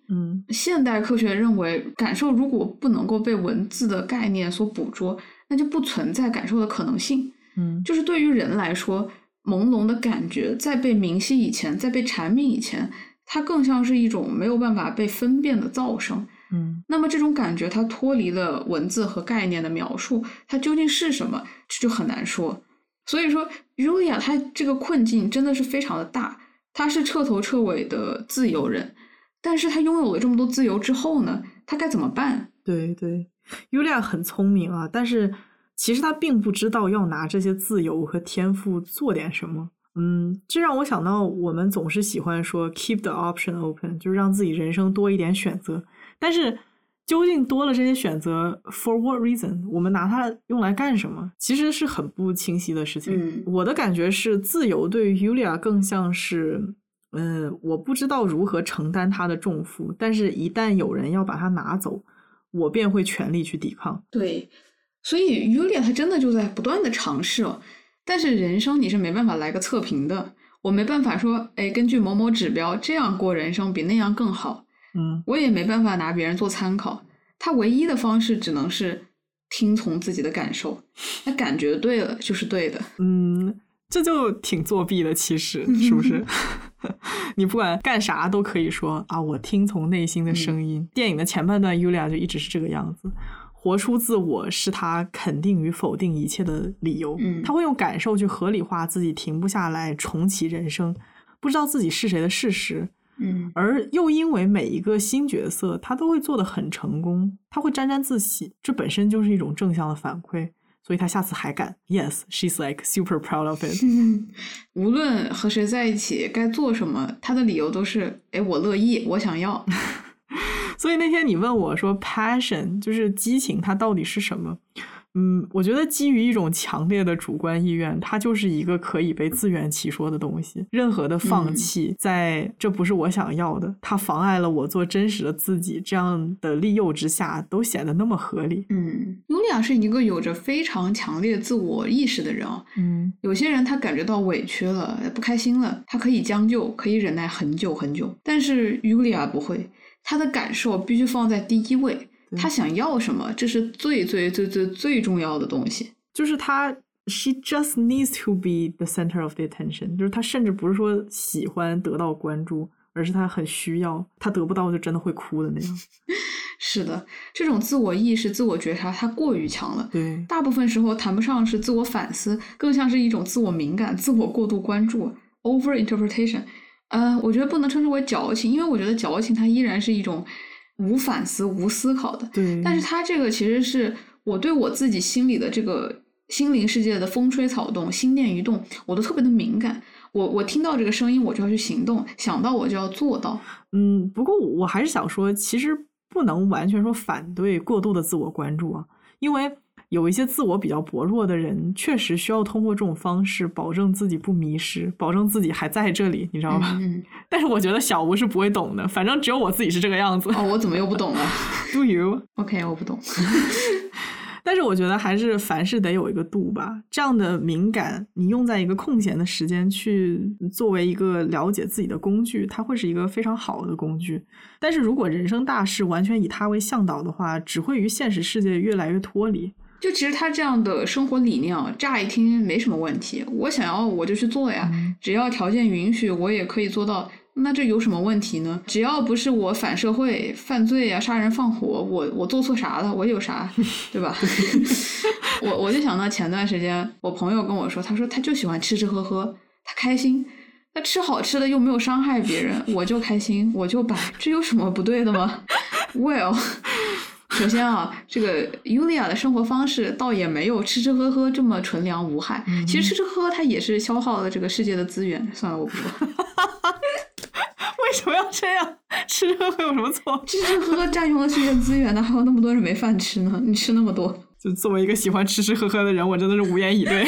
嗯， 现代科学认为感受如果不能够被文字的概念所捕捉，那就不存在感受的可能性。 嗯， 就是对于人来说，朦胧的感觉在被明晰以前，在被阐明以前，它更像是一种没有办法被分辨的噪声。 嗯， 那么这种感觉它脱离了文字和概念的描述，它究竟是什么，这就很难说。所以说 Yulia 她这个困境真的是非常的大，她是彻头彻尾的自由人，但是她拥有了这么多自由之后呢，她该怎么办？ 对对 Yulia 很聪明啊，但是其实她并不知道要拿这些自由和天赋做点什么。嗯，这让我想到我们总是喜欢说 keep the option open， 就是让自己人生多一点选择，但是究竟多了这些选择 for what reason， 我们拿它用来干什么，其实是很不清晰的事情。 嗯， 我的感觉是自由对于 Yulia 更像是嗯、呃，我不知道如何承担它的重负，但是一旦有人要把它拿走，我便会全力去抵抗。 对，所以 Yulia 她真的就在不断的尝试哦。但是人生你是没办法来个测评的，我没办法说，哎，根据某某指标这样过人生比那样更好。 嗯， 我也没办法拿别人做参考，他唯一的方式只能是听从自己的感受，他感觉对了就是对的。 嗯，这就挺作弊的，其实是不是？你不管干啥都可以说啊，我听从内心的声音。嗯、电影的前半段 Yulia 就一直是这个样子。活出自我是他肯定与否定一切的理由。 嗯， 他会用感受去合理化自己停不下来重启人生不知道自己是谁的事实。 嗯， 而又因为每一个新角色他都会做得很成功，他会沾沾自喜，这本身就是一种正向的反馈，所以他下次还敢 Yes, she's like super proud of it、 嗯、无论和谁在一起该做什么，他的理由都是哎，我乐意，我想要。 所以那天你问我说 passion 就是激情它到底是什么，嗯，我觉得基于一种强烈的主观意愿，它就是一个可以被自圆其说的东西。任何的放弃、嗯、在这不是我想要的，它妨碍了我做真实的自己这样的利诱之下都显得那么合理。 嗯，Yulia是一个有着非常强烈自我意识的人啊。 嗯， 有些人他感觉到委屈了不开心了，他可以将就可以忍耐很久很久，但是 Yulia 不会，他的感受必须放在第一位，他想要什么，这是最最最最最重要的东西。 就是他 she just needs to be the center of the attention， 就是他甚至不是说喜欢得到关注，而是他很需要，他得不到就真的会哭的那样。 是的，这种自我意识自我觉察它过于强了， 对， 大部分时候谈不上是自我反思，更像是一种自我敏感自我过度关注 over interpretation。呃，我觉得不能称之为矫情，因为我觉得矫情它依然是一种无反思无思考的。 对， 但是它这个其实是我对我自己心里的这个心灵世界的风吹草动心念一动我都特别的敏感，我我听到这个声音我就要去行动，想到我就要做到。 嗯，不过我还是想说其实不能完全说反对过度的自我关注啊，因为有一些自我比较薄弱的人确实需要通过这种方式保证自己不迷失，保证自己还在这里，你知道吧？ 嗯， 但是我觉得小吴是不会懂的，反正只有我自己是这个样子。 哦，我怎么又不懂了 Do you? OK， 我不懂。 但是我觉得还是凡事得有一个度吧，这样的敏感你用在一个空闲的时间去作为一个了解自己的工具，它会是一个非常好的工具。但是如果人生大事完全以它为向导的话，只会与现实世界越来越脱离。 就其实他这样的生活理念啊，乍一听没什么问题，我想要我就去做呀、嗯、只要条件允许我也可以做到，那这有什么问题呢？只要不是我反社会犯罪啊杀人放火，我我做错啥了，我有啥对吧？我我就想到前段时间我朋友跟我说，他说他就喜欢吃吃喝喝，他开心，他吃好吃的又没有伤害别人，我就开心我就摆，这有什么不对的吗？ Well，首先啊，这个 Yulia 的生活方式倒也没有吃吃喝喝这么纯良无害、嗯、其实吃吃喝喝它也是消耗了这个世界的资源。算了，我不说。 为什么要这样？吃吃喝喝有什么错？ 吃吃喝喝占用了世界资源呢，还有那么多人没饭吃呢，你吃那么多。 就作为一个喜欢吃吃喝喝的人，我真的是无言以对。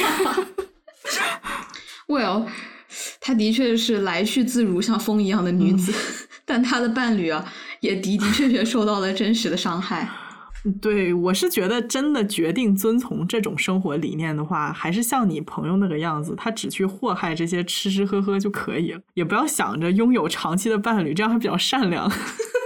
Well， 她的确是来去自如像风一样的女子、嗯、但她的伴侣啊也的的确确受到了真实的伤害。 对，我是觉得真的决定遵从这种生活理念的话，还是像你朋友那个样子，他只去祸害这些吃吃喝喝就可以了，也不要想着拥有长期的伴侣，这样还比较善良。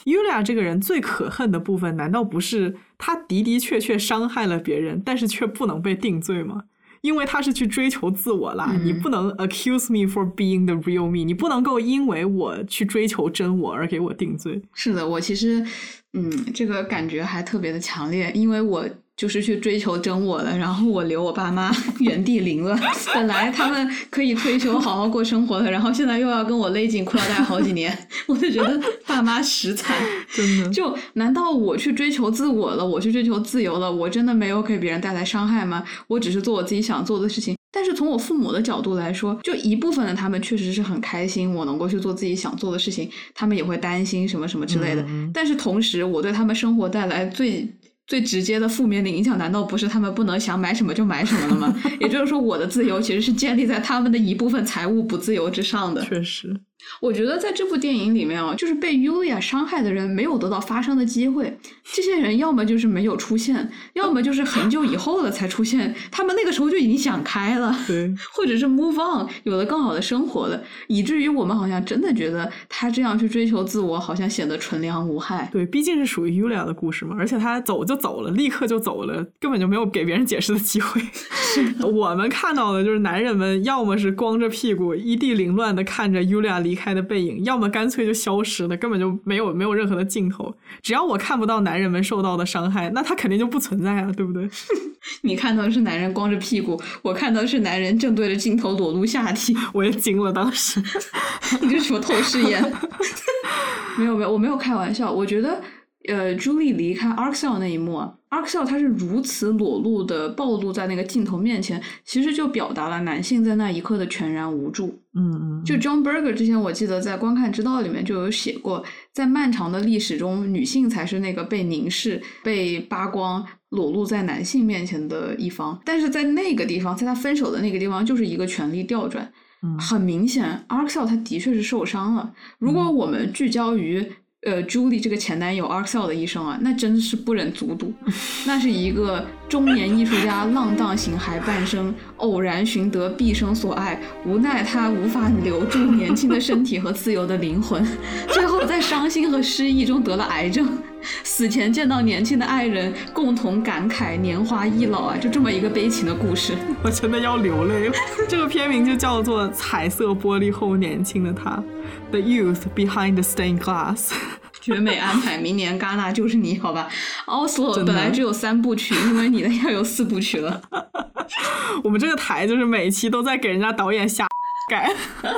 Yulia 这个人最可恨的部分难道不是他的的确确伤害了别人，但是却不能被定罪吗？因为他是去追求自我啦、嗯、你不能 accuse me for being the real me， 你不能够因为我去追求真我而给我定罪。 是的，我其实嗯，这个感觉还特别的强烈，因为我就是去追求真我了，然后我留我爸妈原地凌乱。本来他们可以退休好好过生活的，然后现在又要跟我勒紧裤腰带好几年，我就觉得爸妈实惨。 真的， 就难道我去追求自我了，我去追求自由了，我真的没有给别人带来伤害吗？我只是做我自己想做的事情。但是从我父母的角度来说，就一部分的他们确实是很开心我能够去做自己想做的事情，他们也会担心什么什么之类的、嗯、但是同时我对他们生活带来最最直接的负面的影响，难道不是他们不能想买什么就买什么了吗？也就是说我的自由其实是建立在他们的一部分财务不自由之上的。 确实， 我觉得在这部电影里面啊，就是被 Yulia 伤害的人没有得到发声的机会，这些人要么就是没有出现，要么就是很久以后了才出现，他们那个时候就已经想开了， 对， 或者是 move on， 有了更好的生活了，以至于我们好像真的觉得他这样去追求自我好像显得纯良无害。 对，毕竟是属于 Yulia 的故事嘛，而且他走就走了，立刻就走了，根本就没有给别人解释的机会。我们看到的就是男人们要么是光着屁股一地凌乱的看着 Yulia 离开的背影，要么干脆就消失了，根本就没有没有任何的镜头。只要我看不到男人们受到的伤害，那他肯定就不存在啊，对不对？ 你看到的是男人光着屁股，我看到的是男人正对着镜头裸露下体， 我也惊了当时。 你这是什么透视眼？没有没有，我没有开玩笑。我觉得呃，朱莉离开 Arxel 那一幕啊 Arxel 他是如此裸露的暴露在那个镜头面前，其实就表达了男性在那一刻的全然无助。 嗯嗯， 就 John Berger 之前我记得在观看之道里面就有写过，在漫长的历史中，女性才是那个被凝视、被扒光、裸露在男性面前的一方，但是在那个地方，在他分手的那个地方，就是一个权力调转。 嗯， 很明显 Arxel 他的确是受伤了。如果我们聚焦于呃 Julie 这个前男友 Arxel 的一生啊，那真是不忍卒睹。那是一个中年艺术家浪荡形骸半生，偶然寻得毕生所爱，无奈他无法留住年轻的身体和自由的灵魂，最后在伤心和失意中得了癌症，死前见到年轻的爱人，共同感慨年华易老啊，就这么一个悲情的故事。 我真的要流泪了。这个片名就叫做《彩色玻璃后年轻的他》 The Youth Behind the Stained Glass。 绝美安排，明年戛纳就是你，好吧。奥斯洛本来只有三部曲，因为你的要有四部曲了。 我们这个台就是每一期都在给人家导演瞎改。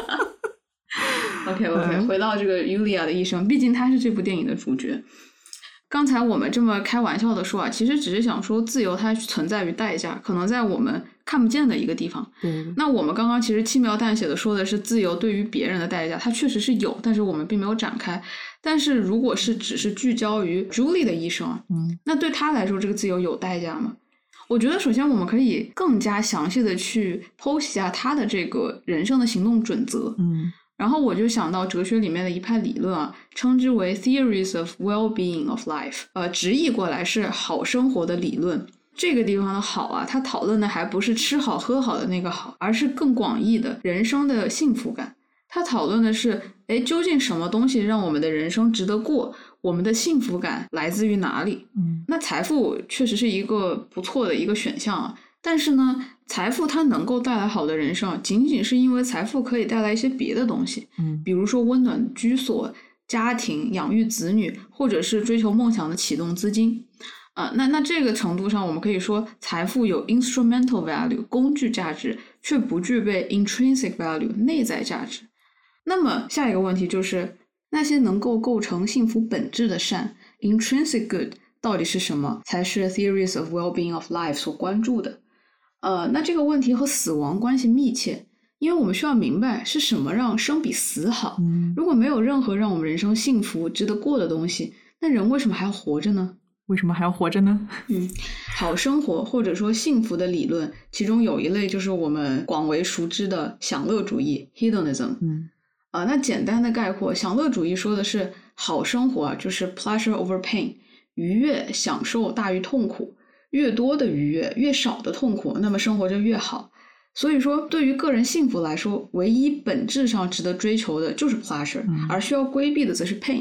OK OK， 回到这个 Yulia 的一生，毕竟她是这部电影的主角。刚才我们这么开玩笑的说啊，其实只是想说自由它存在于代价，可能在我们看不见的一个地方。 嗯， 那我们刚刚其实轻描淡写的说的是自由对于别人的代价，它确实是有，但是我们并没有展开。但是如果是只是聚焦于 Julie 的一生， 嗯， 那对她来说这个自由有代价吗？我觉得首先我们可以更加详细的去剖析一下她的这个人生的行动准则。 嗯， 然后我就想到哲学里面的一派理论啊，称之为 theories of well-being of life， 呃，直译过来是好生活的理论。这个地方的好啊，它讨论的还不是吃好喝好的那个好，而是更广义的人生的幸福感。它讨论的是，诶，究竟什么东西让我们的人生值得过？我们的幸福感来自于哪里？ 嗯， 那财富确实是一个不错的一个选项啊。但是呢，财富它能够带来好的人生，仅仅是因为财富可以带来一些别的东西， 嗯， 比如说温暖居所、家庭、养育子女，或者是追求梦想的启动资金。啊、呃，那那这个程度上，我们可以说财富有 instrumental value 工具价值，却不具备 intrinsic value 内在价值。那么下一个问题就是，那些能够构成幸福本质的善 intrinsic good 到底是什么，才是 theories of well-being of life 所关注的？呃，那这个问题和死亡关系密切，因为我们需要明白是什么让生比死好。 嗯， 如果没有任何让我们人生幸福值得过的东西，那人为什么还要活着呢？ 为什么还要活着呢？ 嗯，好生活或者说幸福的理论，其中有一类就是我们广为熟知的享乐主义 hedonism。 嗯， 啊，那简单的概括，享乐主义说的是好生活啊，就是 pleasure over pain， 愉悦享受大于痛苦，越多的愉悦越少的痛苦，那么生活就越好。所以说对于个人幸福来说，唯一本质上值得追求的就是 pleasure， 嗯， 而需要规避的则是 pain。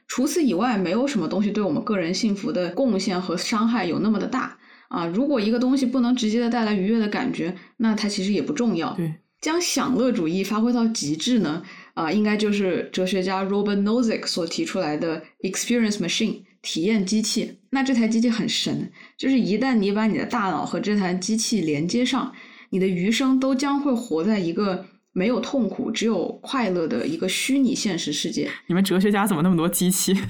除此以外，没有什么东西对我们个人幸福的贡献和伤害有那么的大啊。如果一个东西不能直接的带来愉悦的感觉，那它其实也不重要。 对， 将享乐主义发挥到极致呢，啊，应该就是哲学家 Robert Nozick 所提出来的 experience machine 体验机器。那这台机器很神，就是一旦你把你的大脑和这台机器连接上，你的余生都将会活在一个没有痛苦只有快乐的一个虚拟现实世界。 你们哲学家怎么那么多机器？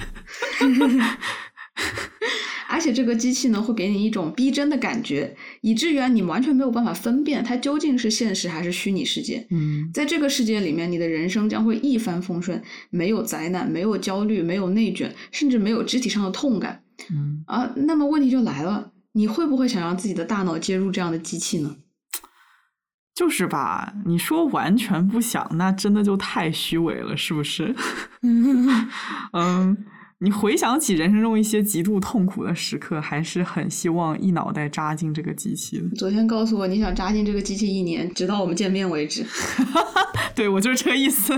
而且这个机器呢，会给你一种逼真的感觉，以至于你完全没有办法分辨它究竟是现实还是虚拟世界。 嗯， 在这个世界里面，你的人生将会一帆风顺，没有灾难，没有焦虑，没有内卷，甚至没有肢体上的痛感。 嗯啊，那么问题就来了，你会不会想让自己的大脑接入这样的机器呢？ 就是吧，你说完全不想，那真的就太虚伪了，是不是？嗯，你回想起人生中一些极度痛苦的时刻，还是很希望一脑袋扎进这个机器的。 昨天告诉我你想扎进这个机器一年，直到我们见面为止。 对，我就是这个意思。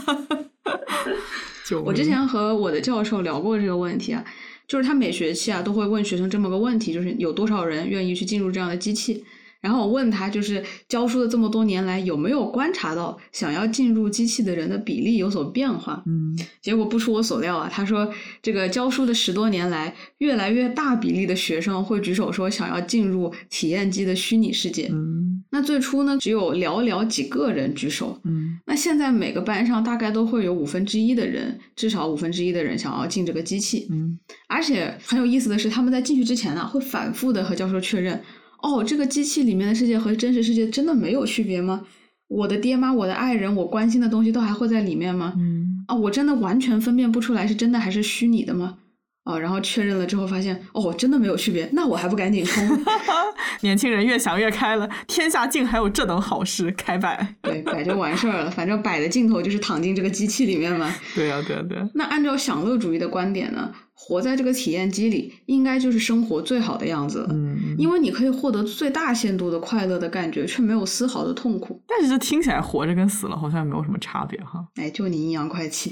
我之前和我的教授聊过这个问题啊，就是他每学期啊都会问学生这么个问题，就是有多少人愿意去进入这样的机器。然后我问他，就是教书的这么多年来，有没有观察到想要进入机器的人的比例有所变化？ 嗯， 结果不出我所料啊，他说这个教书的十多年来，越来越大比例的学生会举手说想要进入体验机的虚拟世界。 嗯， 那最初呢，只有寥寥几个人举手。 嗯， 那现在每个班上大概都会有五分之一的人，至少五分之一的人想要进这个机器。 嗯， 而且很有意思的是，他们在进去之前呢、啊，会反复的和教授确认。哦，这个机器里面的世界和真实世界真的没有区别吗？我的爹妈、我的爱人、我关心的东西都还会在里面吗？ 嗯， 啊，我真的完全分辨不出来是真的还是虚拟的吗？啊，然后确认了之后发现，哦，真的没有区别，那我还不赶紧冲！ 年轻人越想越开了，天下竟还有这等好事，开摆。 对，摆就完事儿了，反正摆的尽头就是躺进这个机器里面嘛。 对啊，对啊，对啊。 那按照享乐主义的观点呢，活在这个体验机里，应该就是生活最好的样子了。 嗯， 因为你可以获得最大限度的快乐的感觉，却没有丝毫的痛苦。 但是这听起来活着跟死了好像没有什么差别哈。 哎，就你阴阳怪气。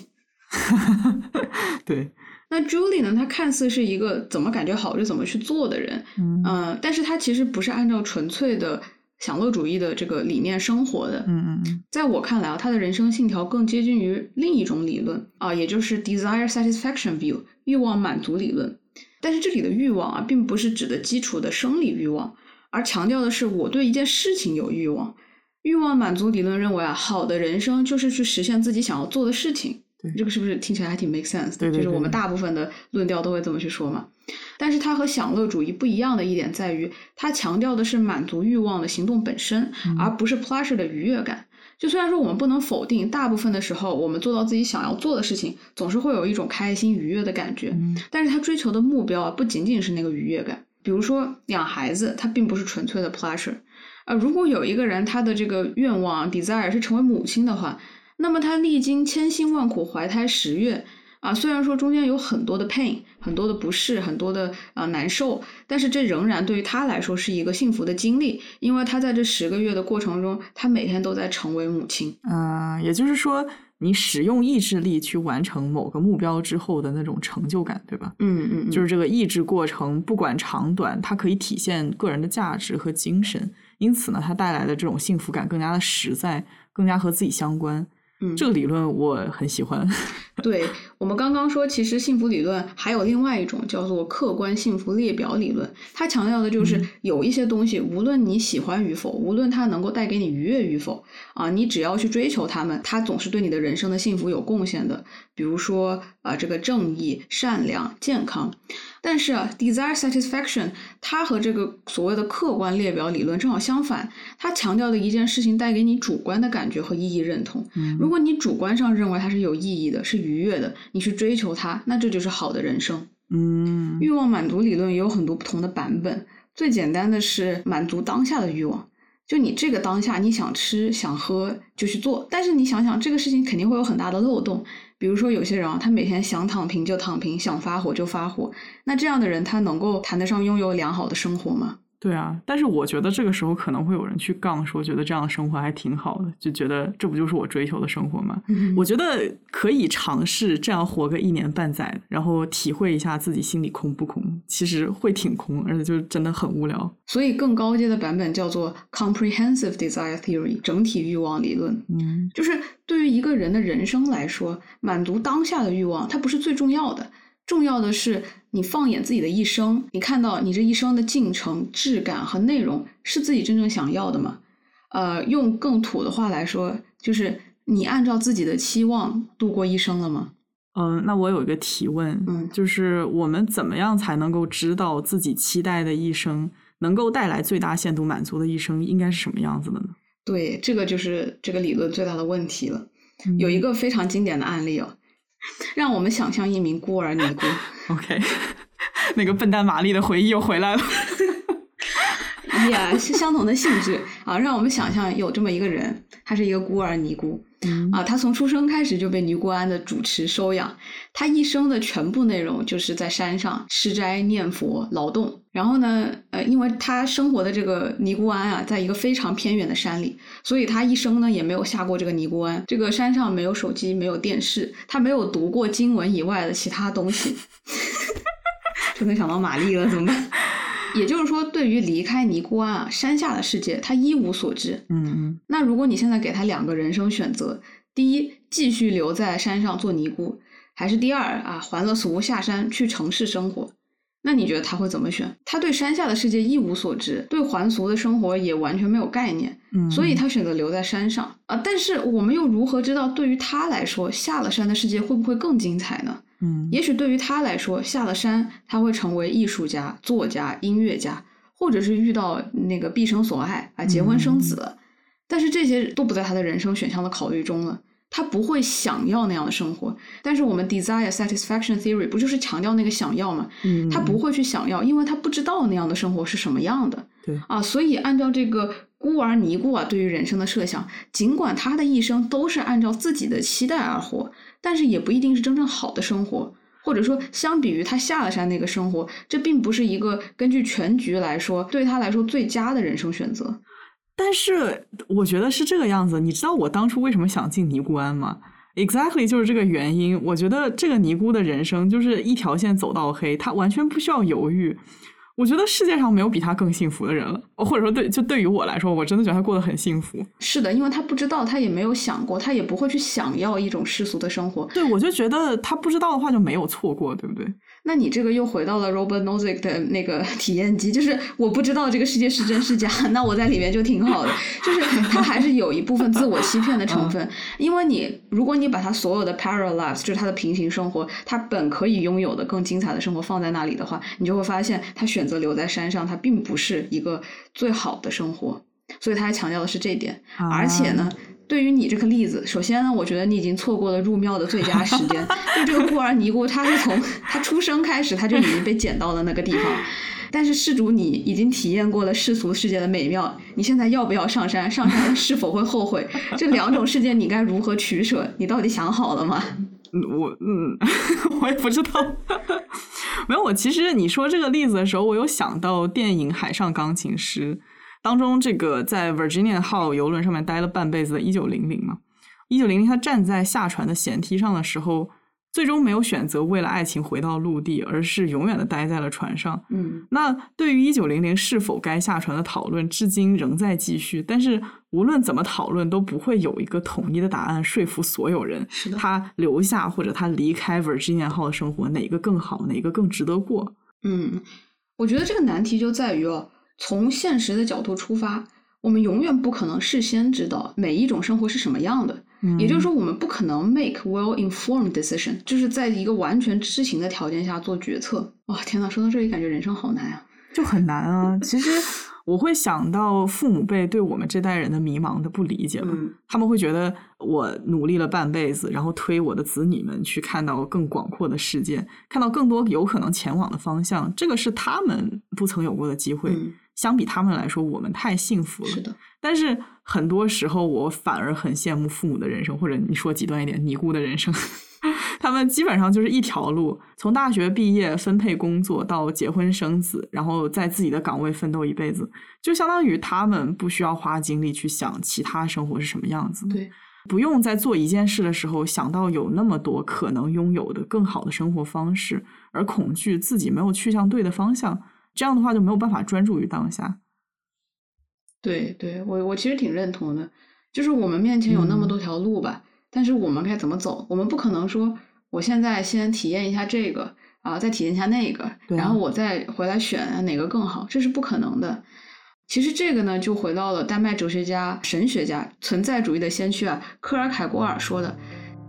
对。 那 Julie 呢，她看似是一个怎么感觉好就怎么去做的人， 嗯、 呃，但是她其实不是按照纯粹的享乐主义的这个理念生活的。 嗯嗯， 在我看来啊，她的人生信条更接近于另一种理论啊，也就是 desire satisfaction view 欲望满足理论。但是这里的欲望啊，并不是指的基础的生理欲望，而强调的是我对一件事情有欲望。欲望满足理论认为啊，好的人生就是去实现自己想要做的事情。这个是不是听起来还挺 make sense 的？ 对对对， 就是我们大部分的论调都会这么去说嘛。但是它和享乐主义不一样的一点在于，它强调的是满足欲望的行动本身， 嗯、 而不是 pleasure 的愉悦感。就虽然说我们不能否定，大部分的时候我们做到自己想要做的事情，总是会有一种开心愉悦的感觉。 嗯、 但是他追求的目标啊，不仅仅是那个愉悦感。比如说养孩子，它并不是纯粹的 pleasure。呃，如果有一个人他的这个愿望 desire 是成为母亲的话，那么他历经千辛万苦怀胎十月啊，虽然说中间有很多的 pain， 很多的不适，很多的啊难受，但是这仍然对于他来说是一个幸福的经历，因为他在这十个月的过程中，他每天都在成为母亲。 嗯、呃，也就是说，你使用意志力去完成某个目标之后的那种成就感，对吧？ 嗯嗯， 就是这个意志过程，不管长短，它可以体现个人的价值和精神，因此呢，它带来的这种幸福感更加的实在，更加和自己相关。 嗯， 这个理论我很喜欢。 对，我们刚刚说，其实幸福理论还有另外一种叫做客观幸福列表理论，它强调的就是有一些东西，无论你喜欢与否，无论它能够带给你愉悦与否啊，你只要去追求它们，它总是对你的人生的幸福有贡献的。比如说啊，这个正义、善良、健康。但是啊 desire satisfaction 它和这个所谓的客观列表理论正好相反，它强调的一件事情带给你主观的感觉和意义认同。 嗯、 如果你主观上认为它是有意义的，是愉悦的，你去追求它，那这就是好的人生。 嗯， 欲望满足理论也有很多不同的版本，最简单的是满足当下的欲望，就你这个当下你想吃想喝就去做，但是你想想这个事情肯定会有很大的漏洞。比如说有些人啊，他每天想躺平就躺平，想发火就发火，那这样的人他能够谈得上拥有良好的生活吗？ 对啊，但是我觉得这个时候可能会有人去杠说觉得这样的生活还挺好的，就觉得这不就是我追求的生活吗？嗯、我觉得可以尝试这样活个一年半载，然后体会一下自己心里空不空，其实会挺空，而且就真的很无聊。 所以更高阶的版本叫做 Comprehensive Desire Theory 整体欲望理论。嗯，就是对于一个人的人生来说，满足当下的欲望它不是最重要的，重要的是你放眼自己的一生，你看到你这一生的进程、质感和内容是自己真正想要的吗？呃，用更土的话来说，就是你按照自己的期望度过一生了吗？ 嗯，那我有一个提问，嗯，就是我们怎么样才能够知道自己期待的一生能够带来最大限度满足的一生应该是什么样子的呢？ 对，这个就是这个理论最大的问题了。嗯、有一个非常经典的案例哦。让我们想象一名孤儿尼姑。 OK， 那个笨蛋玛丽的回忆又回来了。 也、yeah, 是相同的性质啊。让我们想象有这么一个人，他是一个孤儿尼姑、嗯、啊，他从出生开始就被尼姑庵的主持收养，他一生的全部内容就是在山上吃斋念佛劳动。然后呢，呃，因为他生活的这个尼姑庵啊，在一个非常偏远的山里，所以他一生呢也没有下过这个尼姑庵。这个山上没有手机，没有电视，他没有读过经文以外的其他东西。就能想到玛丽了，怎么办？也就是说，对于离开尼姑庵啊，山下的世界，他一无所知。嗯嗯。那如果你现在给他两个人生选择，第一，继续留在山上做尼姑，还是第二啊，还了俗下山去城市生活？那你觉得他会怎么选？他对山下的世界一无所知，对还俗的生活也完全没有概念，嗯，所以他选择留在山上啊。但是我们又如何知道对于他来说，下了山的世界会不会更精彩呢？嗯，也许对于他来说，下了山他会成为艺术家、作家、音乐家，或者是遇到那个毕生所爱啊，结婚生子了。嗯、但是这些都不在他的人生选项的考虑中了。他不会想要那样的生活，但是我们 desire satisfaction theory 不就是强调那个想要吗？嗯，他不会去想要，因为他不知道那样的生活是什么样的。 对啊，所以按照这个孤儿尼姑啊对于人生的设想，尽管他的一生都是按照自己的期待而活，但是也不一定是真正好的生活，或者说相比于他下了山那个生活，这并不是一个根据全局来说对他来说最佳的人生选择。 但是我觉得是这个样子，你知道我当初为什么想进尼姑庵吗？ Exactly 就是这个原因。我觉得这个尼姑的人生就是一条线走到黑，她完全不需要犹豫。我觉得世界上没有比她更幸福的人了，或者说对，就对于我来说，我真的觉得她过得很幸福。 是的，因为她不知道，她也没有想过，她也不会去想要一种世俗的生活。 对，我就觉得她不知道的话就没有错过，对不对？ 那你这个又回到了 Robert Nozick 的那个体验机，就是我不知道这个世界是真是假，那我在里面就挺好的。就是它还是有一部分自我欺骗的成分，因为你如果你把它所有的 parallel lives， 就是它的平行生活，它本可以拥有的更精彩的生活放在那里的话，你就会发现他选择留在山上，它并不是一个最好的生活。所以他还强调的是这一点，啊、而且呢。对于你这个例子，首先呢，我觉得你已经错过了入庙的最佳时间。就这个孤儿尼姑，她是从她出生开始，她就已经被捡到了那个地方。但是施主，你已经体验过了世俗世界的美妙，你现在要不要上山？上山是否会后悔？这两种世界你该如何取舍？你到底想好了吗？ 我嗯，我也不知道。没有，我其实你说这个例子的时候，我有想到电影《海上钢琴师》。当中这个在 Virginia 号邮轮上面待了半辈子的一九零零嘛，一九零零他站在下船的舷梯上的时候，最终没有选择为了爱情回到陆地，而是永远的待在了船上。嗯，那对于一九零零是否该下船的讨论至今仍在继续，但是无论怎么讨论都不会有一个统一的答案说服所有人， 是的， 他留下或者他离开 Virginia 号的生活哪个更好，哪个更值得过。 嗯，我觉得这个难题就在于哦，从现实的角度出发，我们永远不可能事先知道每一种生活是什么样的、嗯、也就是说我们不可能 make well informed decision， 就是在一个完全知情的条件下做决策。哇，天哪，说到这里感觉人生好难啊， 就很难啊。其实我会想到父母辈对我们这代人的迷茫的不理解了、嗯、他们会觉得我努力了半辈子，然后推我的子女们去看到更广阔的世界，看到更多有可能前往的方向，这个是他们不曾有过的机会、嗯，相比他们来说我们太幸福了。 是的， 但是很多时候我反而很羡慕父母的人生，或者你说极端一点尼姑的人生他们基本上就是一条路，从大学毕业分配工作到结婚生子，然后在自己的岗位奋斗一辈子，就相当于他们不需要花精力去想其他生活是什么样子的。 对， 不用在做一件事的时候想到有那么多可能拥有的更好的生活方式，而恐惧自己没有去向对的方向，这样的话就没有办法专注于当下。 对对，我我其实挺认同的，就是我们面前有那么多条路吧、嗯、但是我们该怎么走，我们不可能说我现在先体验一下这个啊，再体验一下那个，然后我再回来选哪个更好，这是不可能的。其实这个呢就回到了丹麦哲学家神学家存在主义的先驱啊科尔凯郭尔说的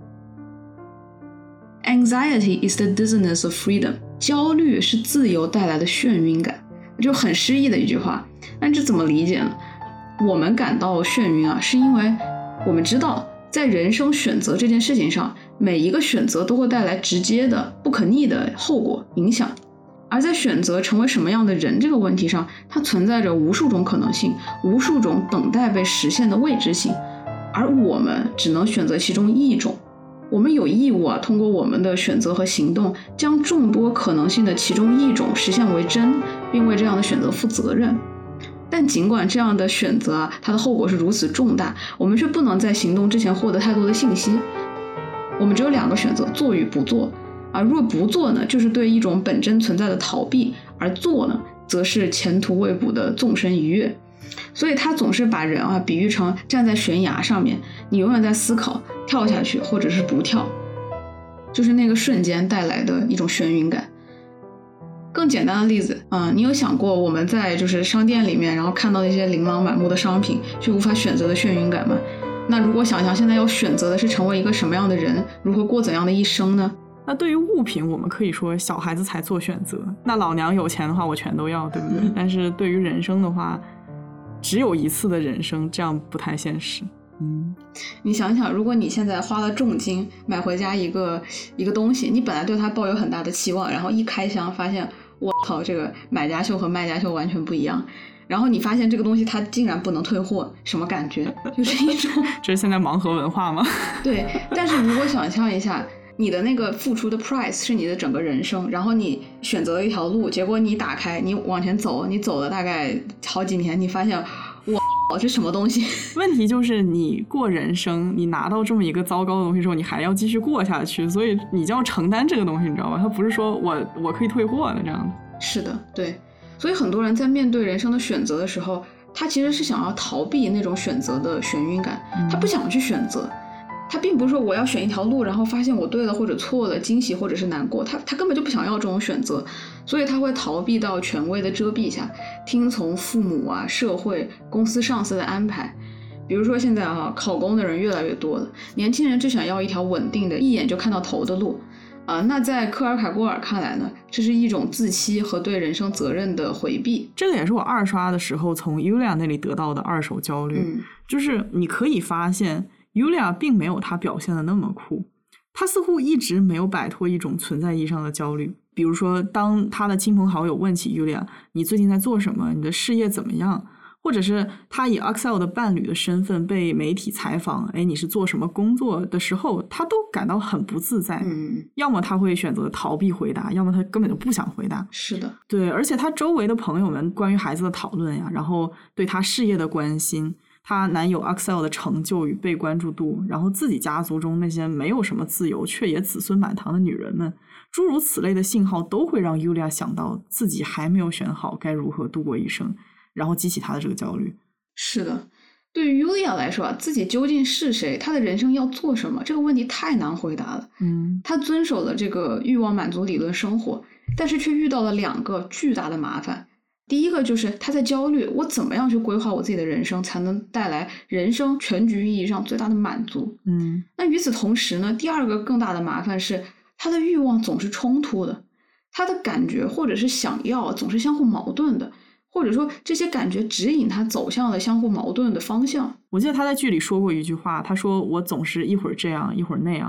Anxiety is the dizziness of freedom， 焦虑是自由带来的眩晕感，就很诗意的一句话。那这怎么理解呢？我们感到眩晕啊，是因为我们知道在人生选择这件事情上，每一个选择都会带来直接的不可逆的后果影响，而在选择成为什么样的人这个问题上，它存在着无数种可能性，无数种等待被实现的未知性，而我们只能选择其中一种。我们有义务啊，通过我们的选择和行动，将众多可能性的其中一种实现为真，并为这样的选择负责任。但尽管这样的选择啊，它的后果是如此重大，我们却不能在行动之前获得太多的信息。我们只有两个选择，做与不做。而若不做呢，就是对一种本真存在的逃避；而做呢，则是前途未卜的纵身一跃。所以他总是把人啊比喻成站在悬崖上面，你永远在思考跳下去或者是不跳，就是那个瞬间带来的一种眩晕感。更简单的例子，嗯，你有想过我们在就是商店里面，然后看到一些琳琅满目的商品，却无法选择的眩晕感吗？那如果想象现在要选择的是成为一个什么样的人，如何过怎样的一生呢？ 那对于物品，我们可以说小孩子才做选择，那老娘有钱的话我全都要，对不对？但是对于人生的话，只有一次的人生，这样不太现实。嗯， 你想想，如果你现在花了重金买回家一个一个东西，你本来对它抱有很大的期望，然后一开箱发现，我靠，这个买家秀和卖家秀完全不一样，然后你发现这个东西它竟然不能退货，什么感觉？就是一种这是现在盲盒文化吗？ 对，但是如果想象一下，你的那个付出的 price 是你的整个人生，然后你选择了一条路，结果你打开你往前走，你走了大概好几年，你发现我这什么东西？ 问题就是你过人生，你拿到这么一个糟糕的东西之后，你还要继续过下去，所以你就要承担这个东西，你知道吧？它不是说我我可以退货的这样的。 是的，对。所以很多人在面对人生的选择的时候，他其实是想要逃避那种选择的眩晕感，他不想去选择。他并不是说我要选一条路，然后发现我对了或者错了，惊喜或者是难过，他他根本就不想要这种选择，所以他会逃避到权威的遮蔽下，听从父母啊、社会、公司上司的安排。比如说现在啊，考公的人越来越多了，年轻人只想要一条稳定的、一眼就看到头的路啊。那在科尔凯郭尔看来呢，这是一种自欺和对人生责任的回避。 这个也是我二刷的时候从 Yulia 那里得到的二手焦虑、嗯、就是你可以发现Yulia 并没有她表现的那么酷，她似乎一直没有摆脱一种存在意义上的焦虑。比如说当她的亲朋好友问起 Yulia 你最近在做什么，你的事业怎么样，或者是她以 Axel 的伴侣的身份被媒体采访，哎，你是做什么工作的时候，她都感到很不自在、嗯、要么她会选择逃避回答，要么她根本就不想回答。 是的， 对，而且她周围的朋友们关于孩子的讨论呀，然后对她事业的关心，她男友 Axel 的成就与被关注度，然后自己家族中那些没有什么自由却也子孙满堂的女人们，诸如此类的信号都会让 Yulia 想到自己还没有选好该如何度过一生，然后激起她的这个焦虑。 是的，对于 Yulia 来说啊，自己究竟是谁，她的人生要做什么，这个问题太难回答了。嗯，她遵守了这个欲望满足理论生活，但是却遇到了两个巨大的麻烦。第一个就是他在焦虑，我怎么样去规划我自己的人生才能带来人生全局意义上最大的满足。嗯，那与此同时呢，第二个更大的麻烦是他的欲望总是冲突的，他的感觉或者是想要总是相互矛盾的，或者说这些感觉指引他走向了相互矛盾的方向。 我记得他在剧里说过一句话，他说我总是一会儿这样一会儿那样，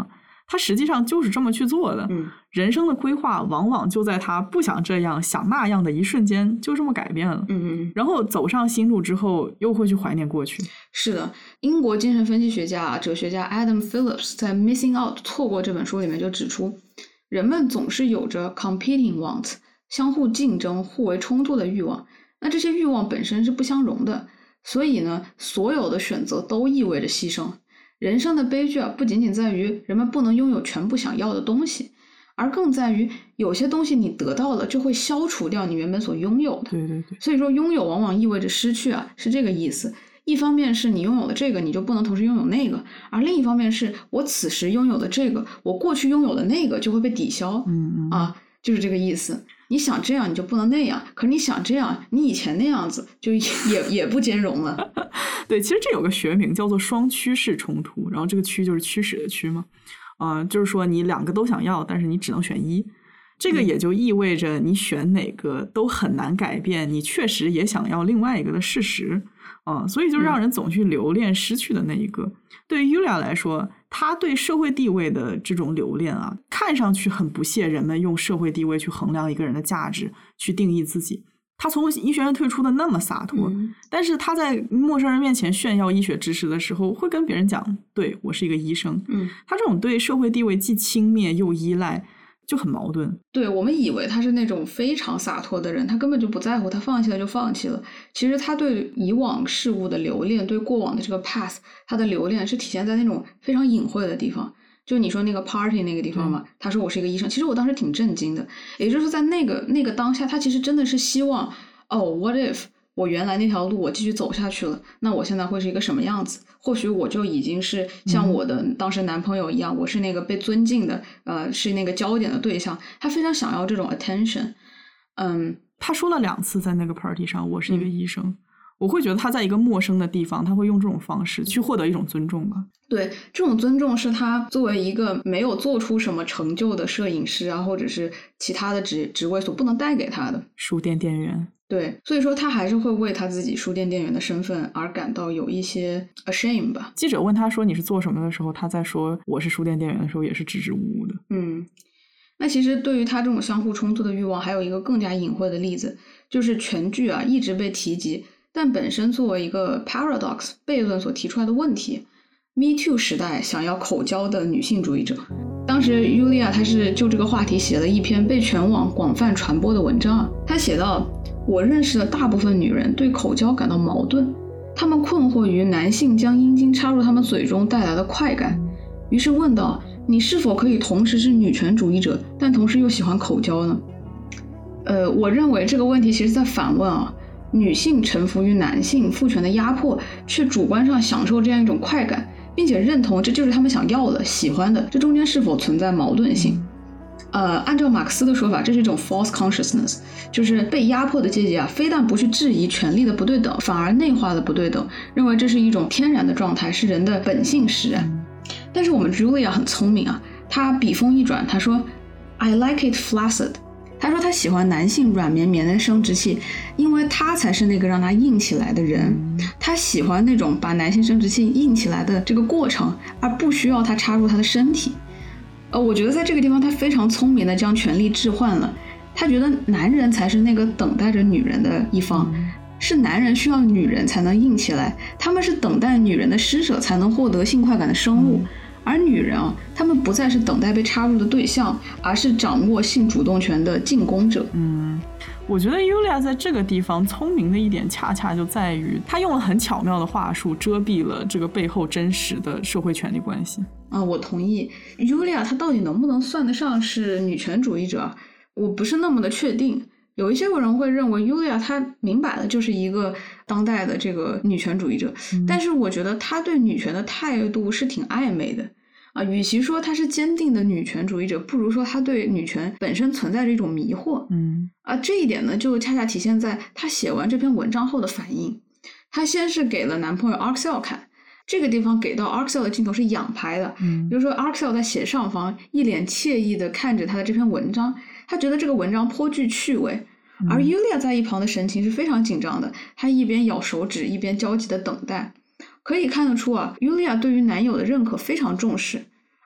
他实际上就是这么去做的。 嗯， 人生的规划往往就在他不想这样想那样的一瞬间就这么改变了。 嗯嗯， 然后走上新路之后又会去怀念过去。 是的，英国精神分析学家哲学家 Adam Phillips 在 Missing Out 错过这本书里面就指出，人们总是有着 competing wants 相互竞争互为冲突的欲望，那这些欲望本身是不相容的，所以呢所有的选择都意味着牺牲。人生的悲剧啊，不仅仅在于人们不能拥有全部想要的东西，而更在于有些东西你得到了就会消除掉你原本所拥有的。 对对对， 所以说拥有往往意味着失去啊，是这个意思。一方面是你拥有了这个，你就不能同时拥有那个，而另一方面是我此时拥有的这个，我过去拥有的那个就会被抵消。 嗯嗯啊，就是这个意思。你想这样你就不能那样，可是你想这样你以前那样子就也也不兼容了。 对，其实这有个学名叫做双趋势冲突，然后这个趋就是驱使的驱嘛，呃，就是说你两个都想要，但是你只能选一，这个也就意味着你选哪个都很难改变你确实也想要另外一个的事实。啊、呃，所以就让人总去留恋失去的那一个。嗯、对于 Yulia 来说，她对社会地位的这种留恋啊，看上去很不屑人们用社会地位去衡量一个人的价值，去定义自己。他从医学院退出的那么洒脱、嗯、但是他在陌生人面前炫耀医学知识的时候会跟别人讲，对，我是一个医生。 嗯， 他这种对社会地位既轻蔑又依赖就很矛盾。 对，我们以为他是那种非常洒脱的人，他根本就不在乎，他放弃了就放弃了。其实他对以往事物的留恋，对过往的这个 past 他的留恋是体现在那种非常隐晦的地方。就你说那个 party 那个地方嘛、嗯、他说我是一个医生，其实我当时挺震惊的。也就是在那个那个当下，他其实真的是希望哦 what if 我原来那条路我继续走下去了，那我现在会是一个什么样子，或许我就已经是像我的当时男朋友一样、嗯、我是那个被尊敬的呃，是那个焦点的对象。他非常想要这种 attention。 嗯， 他说了两次在那个 party 上我是一个医生、嗯，我会觉得他在一个陌生的地方他会用这种方式去获得一种尊重吧。 对，这种尊重是他作为一个没有做出什么成就的摄影师啊，或者是其他的职职位所不能带给他的。 书店店员。 对，所以说他还是会为他自己书店店员的身份而感到有一些 ashamed 吧。 记者问他说你是做什么的时候，他在说我是书店店员的时候也是支支吾吾的。 嗯，那其实对于他这种相互冲突的欲望还有一个更加隐晦的例子，就是全剧啊一直被提及，但本身作为一个 paradox 悖论所提出来的问题， Me Too 时代想要口交的女性主义者。当时 Yulia 她是就这个话题写了一篇被全网广泛传播的文章。她写到，我认识的大部分女人对口交感到矛盾，她们困惑于男性将阴茎插入她们嘴中带来的快感，于是问道，你是否可以同时是女权主义者但同时又喜欢口交呢？呃，我认为这个问题其实在反问啊，女性臣服于男性父权的压迫，却主观上享受这样一种快感，并且认同这就是他们想要的喜欢的，这中间是否存在矛盾性？呃，按照马克思的说法，这是一种 false consciousness， 就是被压迫的阶级啊，非但不去质疑权力的不对等，反而内化的不对等，认为这是一种天然的状态，是人的本性使然。但是我们 Julia 很聪明啊，她笔锋一转，她说 I like it flaccid。他说他喜欢男性软绵绵的生殖器，因为他才是那个让他硬起来的人。他喜欢那种把男性生殖器硬起来的这个过程，而不需要他插入他的身体。呃，我觉得在这个地方他非常聪明的将权力置换了。他觉得男人才是那个等待着女人的一方，是男人需要女人才能硬起来，他们是等待女人的施舍才能获得性快感的生物。而女人啊，她们不再是等待被插入的对象，而是掌握性主动权的进攻者。 嗯，我觉得 Yulia 在这个地方聪明的一点恰恰就在于她用了很巧妙的话术遮蔽了这个背后真实的社会权力关系。 啊，我同意。Yulia 她到底能不能算得上是女权主义者，我不是那么的确定。有一些人会认为 Yulia 她明摆的就是一个当代的这个女权主义者、嗯、但是我觉得她对女权的态度是挺暧昧的啊，与其说她是坚定的女权主义者，不如说她对女权本身存在着一种迷惑。 嗯啊，这一点呢就恰恰体现在她写完这篇文章后的反应。她先是给了男朋友 Arxel 看，这个地方给到 Arxel 的镜头是仰拍的， 嗯， 比如说 Arxel 在斜上方一脸惬意的看着他的这篇文章，他觉得这个文章颇具趣味。而 Yulia 在一旁的神情是非常紧张的，她一边咬手指一边焦急的等待。可以看得出啊 Yulia 对于男友的认可非常重视，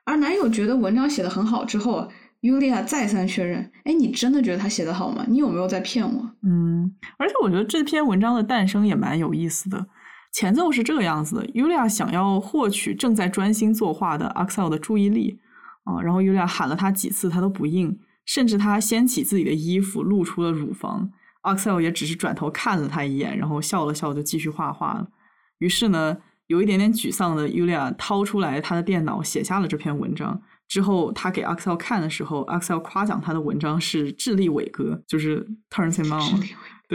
而男友觉得文章写得很好之后，尤利亚再三确认，哎，你真的觉得他写得好吗？你有没有在骗我？ 嗯，而且我觉得这篇文章的诞生也蛮有意思的。前奏是这个样子的，尤利亚想要获取正在专心作画的 Axel 的注意力啊，然后尤利亚喊了他几次他都不应，甚至他掀起自己的衣服露出了乳房， Axel 也只是转头看了他一眼，然后笑了笑就继续画画了。于是呢，有一点点沮丧的尤利亚掏出来他的电脑写下了这篇文章。之后他给 Axel 看的时候， Axel 夸奖他的文章是智力伟哥，就是 turns him on。 对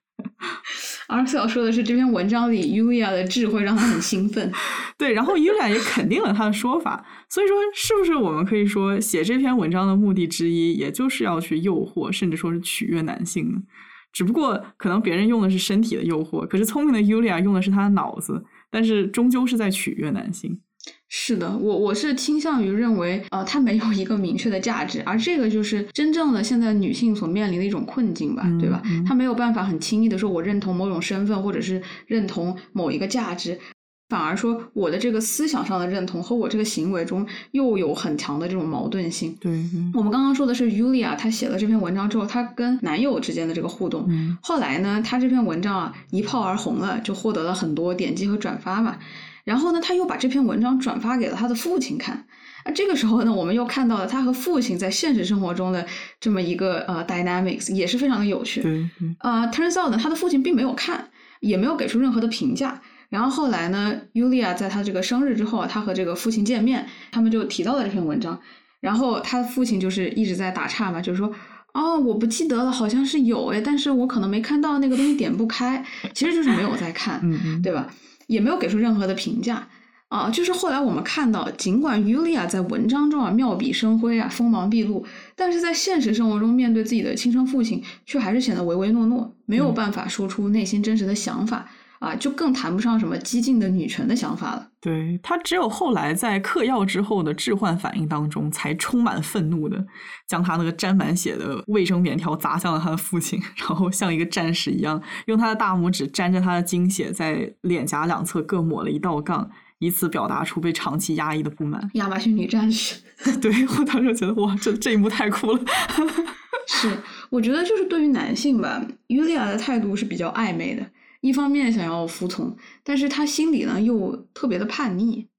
Axel 说的是这篇文章里 Yulia 的智慧让他很兴奋。 对，然后 Yulia 也肯定了他的说法。所以说是不是我们可以说写这篇文章的目的之一也就是要去诱惑甚至说是取悦男性呢？只不过可能别人用的是身体的诱惑，可是聪明的 Yulia 用的是他的脑子，但是终究是在取悦男性。 是的，我我是倾向于认为呃，它没有一个明确的价值，而这个就是真正的现在女性所面临的一种困境吧， 嗯、 对吧？她没有办法很轻易的说我认同某种身份或者是认同某一个价值，反而说我的这个思想上的认同和我这个行为中又有很强的这种矛盾性。 对、嗯、 我们刚刚说的是 Yulia 她写了这篇文章之后她跟男友之间的这个互动、 嗯、 后来呢她这篇文章啊一炮而红了，就获得了很多点击和转发嘛。然后呢他又把这篇文章转发给了他的父亲看，啊，这个时候呢我们又看到了他和父亲在现实生活中的这么一个呃 dynamics 也是非常的有趣。 对， 呃 turns out 呢他的父亲并没有看，也没有给出任何的评价。然后后来呢 Yulia 在他这个生日之后，他和这个父亲见面，他们就提到了这篇文章，然后他父亲就是一直在打岔嘛，就是说哦我不记得了，好像是有诶，但是我可能没看到那个东西点不开，其实就是没有在看嗯嗯对吧，也没有给出任何的评价啊。就是后来我们看到尽管 Yulia 在文章中啊妙笔生辉啊锋芒毕露，但是在现实生活中面对自己的亲生父亲却还是显得唯唯诺诺，没有办法说出内心真实的想法、嗯、啊，就更谈不上什么激进的女权的想法了。 对，他只有后来在嗑药之后的置换反应当中才充满愤怒的将他那个沾满血的卫生棉条砸向了他的父亲，然后像一个战士一样用他的大拇指沾着他的精血在脸颊两侧各抹了一道杠，以此表达出被长期压抑的不满。 亚马逊女战士。 对，我当时觉得哇这这一幕太酷了。 是，我觉得就是对于男性吧，尤利亚的态度是比较暧昧的，一方面想要服从，但是他心里呢又特别的叛逆。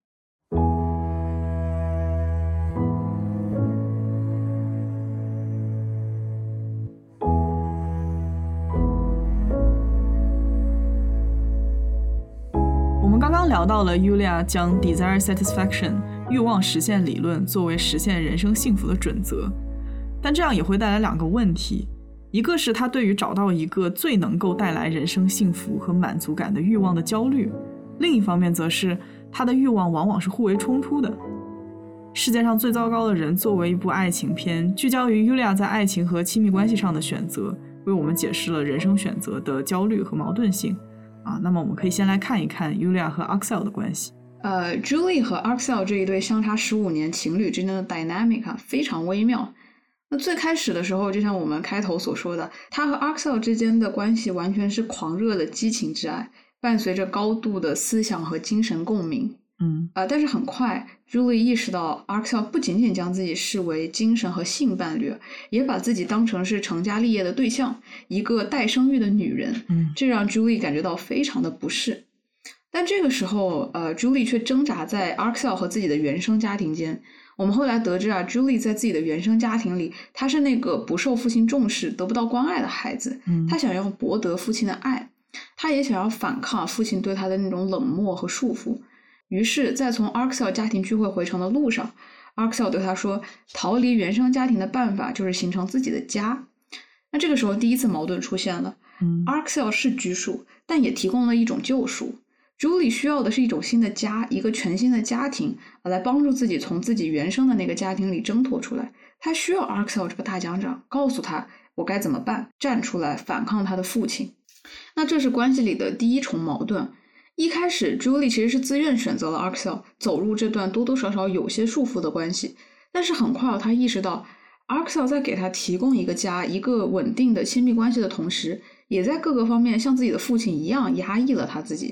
我们刚刚聊到了 Yulia 将 desire satisfaction 欲望实现理论作为实现人生幸福的准则，但这样也会带来两个问题，一个是他对于找到一个最能够带来人生幸福和满足感的欲望的焦虑，另一方面则是他的欲望往往是互为冲突的。世界上最糟糕的人作为一部爱情片，聚焦于 Yulia 在爱情和亲密关系上的选择，为我们解释了人生选择的焦虑和矛盾性啊。那么我们可以先来看一看 Yulia 和 Axel 的关系。 呃 Julie 和 Axel 这一对相差十五年情侣之间的 dynamic 啊非常微妙。那最开始的时候，就像我们开头所说的，他和 Axel 之间的关系完全是狂热的激情之爱，伴随着高度的思想和精神共鸣。 嗯， 呃，但是很快 Julie 意识到 Axel 不仅仅将自己视为精神和性伴侣，也把自己当成是成家立业的对象，一个待生育的女人。 嗯， 这让 Julie 感觉到非常的不适。但这个时候呃 Julie 却挣扎在 Axel 和自己的原生家庭间。我们后来得知啊 Julie 在自己的原生家庭里，她是那个不受父亲重视得不到关爱的孩子。 嗯， 她想要博得父亲的爱，她也想要反抗父亲对她的那种冷漠和束缚。于是在从 Axel 家庭聚会回城的路上， Axel 对她说，逃离原生家庭的办法就是形成自己的家。那这个时候第一次矛盾出现了。 嗯 Axel 是拘束，但也提供了一种救赎。Julie 需要的是一种新的家，一个全新的家庭，来帮助自己从自己原生的那个家庭里挣脱出来。他需要 Axel 这个大讲长告诉他我该怎么办，站出来反抗他的父亲。那这是关系里的第一重矛盾。一开始 Julie 其实是自愿选择了 Axel 走入这段多多少少有些束缚的关系，但是很快他意识到 Axel 在给他提供一个家，一个稳定的亲密关系的同时，也在各个方面像自己的父亲一样压抑了他自己。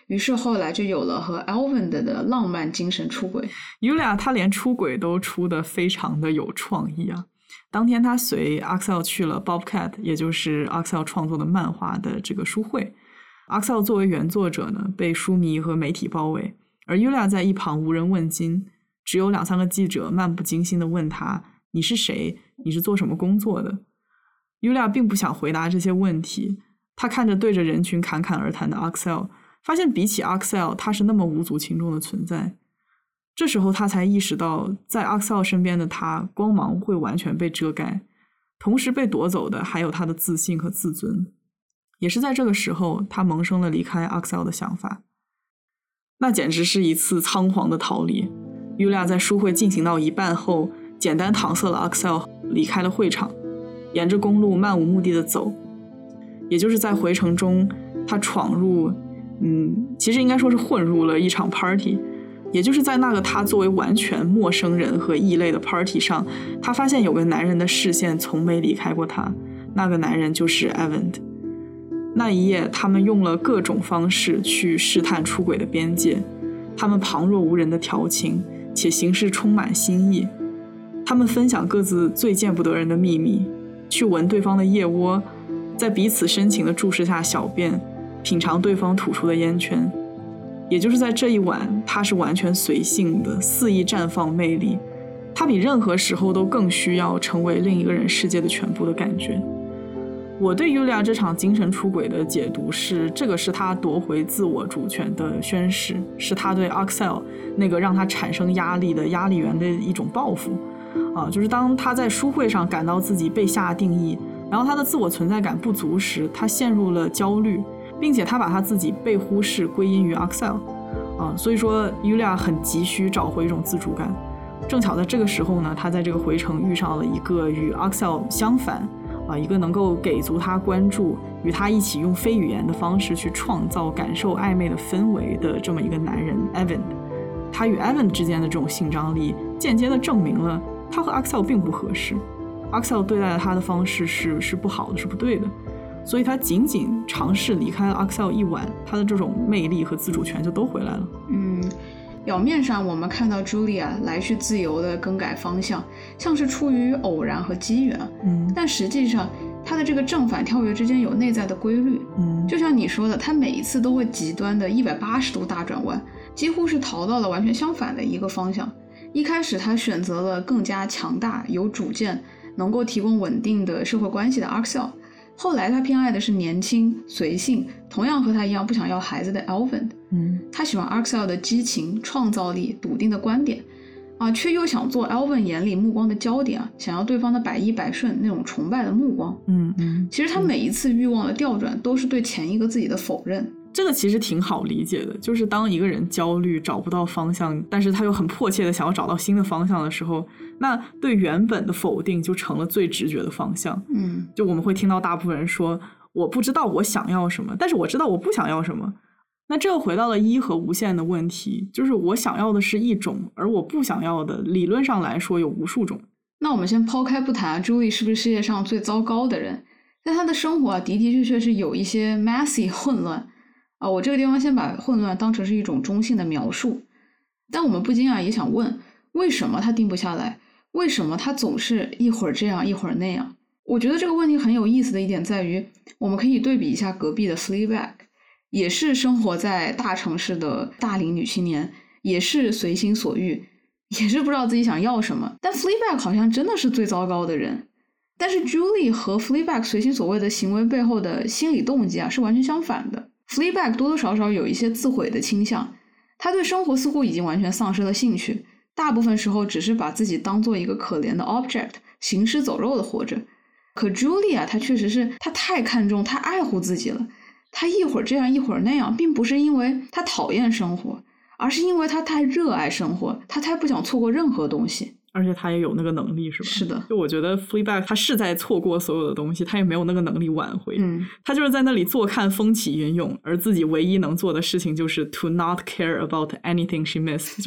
于是后来就有了和 Alvin 的浪漫精神出轨。 Yulia 她连出轨都出得非常的有创意啊。当天她随 Axel 去了 Bobcat， 也就是 Axel 创作的漫画的这个书会。 Axel 作为原作者呢，被书迷和媒体包围，而 Yulia 在一旁无人问津，只有两三个记者漫不经心地问他，你是谁？你是做什么工作的？ Yulia 并不想回答这些问题，她看着对着人群侃侃而谈的 Axel， 发现比起 Axel 他是那么无足轻重的存在。这时候他才意识到，在 Axel 身边的他光芒会完全被遮盖，同时被夺走的还有他的自信和自尊。也是在这个时候，他萌生了离开 Axel 的想法。那简直是一次仓皇的逃离。Yulia 在书会进行到一半后，简单搪塞了 Axel， 离开了会场，沿着公路漫无目的的走。也就是在回程中，他闯入嗯，其实应该说是混入了一场 party。 也就是在那个他作为完全陌生人和异类的 party 上，他发现有个男人的视线从没离开过他，那个男人就是 Evan。 那一夜他们用了各种方式去试探出轨的边界，他们旁若无人的调情，且行事充满新意。他们分享各自最见不得人的秘密，去闻对方的腋窝，在彼此深情的注视下小便，品尝对方吐出的烟圈。也就是在这一晚，他是完全随性的，肆意绽放魅力。他比任何时候都更需要成为另一个人世界的全部的感觉。我对 Yulia 这场精神出轨的解读是，这个是他夺回自我主权的宣示，是他对 Axel 那个让他产生压力的压力源的一种报复。啊，就是当他在书会上感到自己被下定义，然后他的自我存在感不足时，他陷入了焦虑，并且他把他自己被忽视归因于 Axel。啊，所以说 Yulia 很急需找回一种自主感。正巧在这个时候呢，他在这个回程遇上了一个与 Axel 相反，啊，一个能够给足他关注，与他一起用非语言的方式去创造感受暧昧的氛围的这么一个男人 Evan。 他与 Evan 之间的这种性张力间接的证明了他和 Axel 并不合适， Axel 对待他的方式是是不好的，是不对的。所以他仅仅尝试离开了 Axel 一晚，他的这种魅力和自主权就都回来了。 嗯，表面上我们看到 Julia 来去自由的更改方向，像是出于偶然和机缘， 嗯， 但实际上她的这个正反跳跃之间有内在的规律。 嗯， 就像你说的，她每一次都会极端的一百八十度大转弯，几乎是逃到了完全相反的一个方向。一开始她选择了更加强大、有主见、能够提供稳定的社会关系的 Axel，后来他偏爱的是年轻随性，同样和他一样不想要孩子的 Alvin。 嗯， 他喜欢 Axel 的激情、创造力、笃定的观点啊，却又想做 Alvin 眼里目光的焦点啊，想要对方的百依百顺那种崇拜的目光。 嗯嗯， 其实他每一次欲望的调转都是对前一个自己的否认。 这个其实挺好理解的，就是当一个人焦虑找不到方向，但是他又很迫切的想要找到新的方向的时候，那对原本的否定就成了最直觉的方向。 嗯， 就我们会听到大部分人说，我不知道我想要什么，但是我知道我不想要什么。那这又回到了一和无限的问题，就是我想要的是一种，而我不想要的理论上来说有无数种。 那我们先抛开不谈 Julie 是不是世界上最糟糕的人，但她的生活啊的的确确是有一些 messy 混乱啊，我这个地方先把混乱当成是一种中性的描述。但我们不禁啊也想问，为什么他定不下来？为什么他总是一会儿这样一会儿那样？我觉得这个问题很有意思的一点在于，我们可以对比一下隔壁的 Fleabag， 也是生活在大城市的大龄女青年，也是随心所欲，也是不知道自己想要什么，但 Fleabag 好像真的是最糟糕的人。但是 Julie 和 Fleabag 随心所欲的行为背后的心理动机啊是完全相反的。Fleabag 多多少少有一些自毁的倾向，他对生活似乎已经完全丧失了兴趣，大部分时候只是把自己当做一个可怜的 object， 行尸走肉的活着。可 Julia 她确实是她太看重太爱护自己了，她一会儿这样一会儿那样，并不是因为她讨厌生活，而是因为她太热爱生活，她太不想错过任何东西。 而且他也有那个能力，是吧？ 是的， 就我觉得 Fleabag 他是在错过所有的东西，他也没有那个能力挽回。 嗯， 他就是在那里坐看风起云涌，而自己唯一能做的事情就是 to not care about anything she missed， 就是他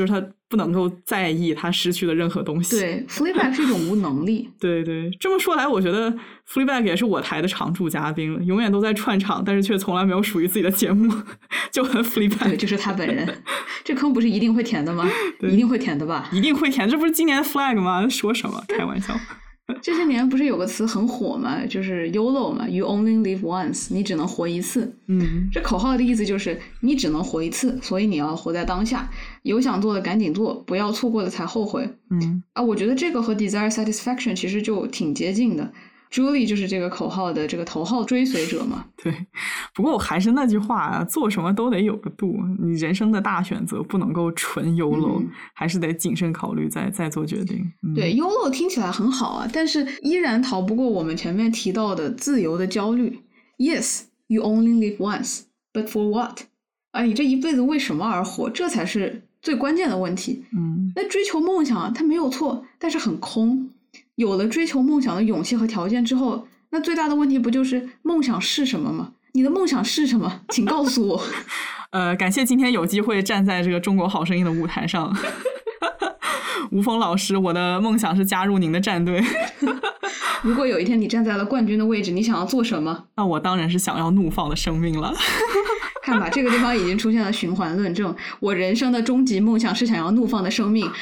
不能够在意他失去的任何东西。 对 Fleabag 是一种无能力。 对对，这么说来我觉得 Fleabag 也是我台的常驻嘉宾了，永远都在串场，但是却从来没有属于自己的节目，就很 Fleabag。 对，就是他本人。这坑不是一定会填的吗？一定会填的吧？ 一定会填，这不是今年的 flag 吗？说什么开玩笑。 这些年不是有个词很火吗？就是 Y O L O 嘛 You only live once， 你只能活一次。 嗯， 这口号的意思就是你只能活一次，所以你要活在当下，有想做的赶紧做，不要错过了才后悔。 嗯啊，我觉得这个和 Desire Satisfaction 其实就挺接近的。Julie 就是这个口号的这个头号追随者嘛。 对，不过我还是那句话啊，做什么都得有个度，你人生的大选择不能够纯 Y O L O，嗯，还是得谨慎考虑再再做决定。嗯， 对 Y O L O 听起来很好啊，但是依然逃不过我们前面提到的自由的焦虑。Yes, you only live once, but for what？ 啊，你这一辈子为什么而活？这才是最关键的问题。 嗯， 那追求梦想它没有错，但是很空。有了追求梦想的勇气和条件之后，那最大的问题不就是梦想是什么吗？你的梦想是什么？请告诉我。 呃，感谢今天有机会站在这个中国好声音的舞台上。吴峰老师，我的梦想是加入您的战队。 如果有一天你站在了冠军的位置，你想要做什么？ 那我当然是想要怒放的生命了。 看吧，这个地方已经出现了循环论证。我人生的终极梦想是想要怒放的生命。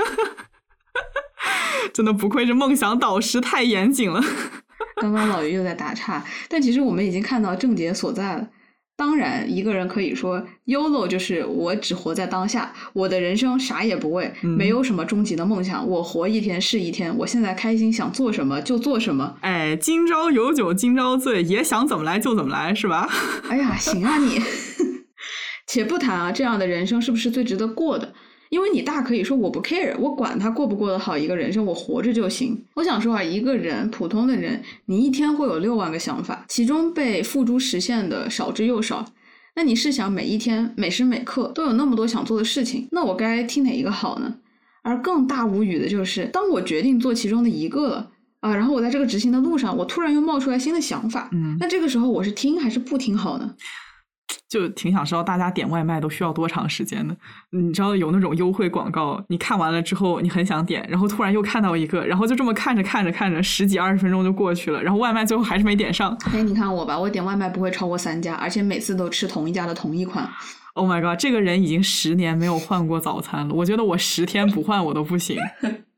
真的不愧是梦想导师，太严谨了。 刚刚老于又在打岔，但其实我们已经看到症结所在了。当然一个人可以说 Y O L O 就是我只活在当下，我的人生啥也不为，嗯，没有什么终极的梦想，我活一天是一天，我现在开心想做什么就做什么。 哎，今朝有酒今朝醉，也想怎么来就怎么来，是吧？ 哎呀，行啊你。且不谈啊这样的人生是不是最值得过的，因为你大可以说我不 care， 我管他过不过得好一个人生，我活着就行。我想说啊，一个人普通的人，你一天会有六万个想法，其中被付诸实现的少之又少。那你试想每一天每时每刻都有那么多想做的事情，那我该听哪一个好呢？而更大无语的就是当我决定做其中的一个了啊，然后我在这个执行的路上我突然又冒出来新的想法，嗯，那这个时候我是听还是不听好呢？ 就挺想知道大家点外卖都需要多长时间的。你知道有那种优惠广告，你看完了之后你很想点，然后突然又看到一个，然后就这么看着看着看着十几二十分钟就过去了，然后外卖最后还是没点上。 哎，你看我吧，我点外卖不会超过三家，而且每次都吃同一家的同一款。 Oh my god， 这个人已经十年没有换过早餐了，我觉得我十天不换我都不行。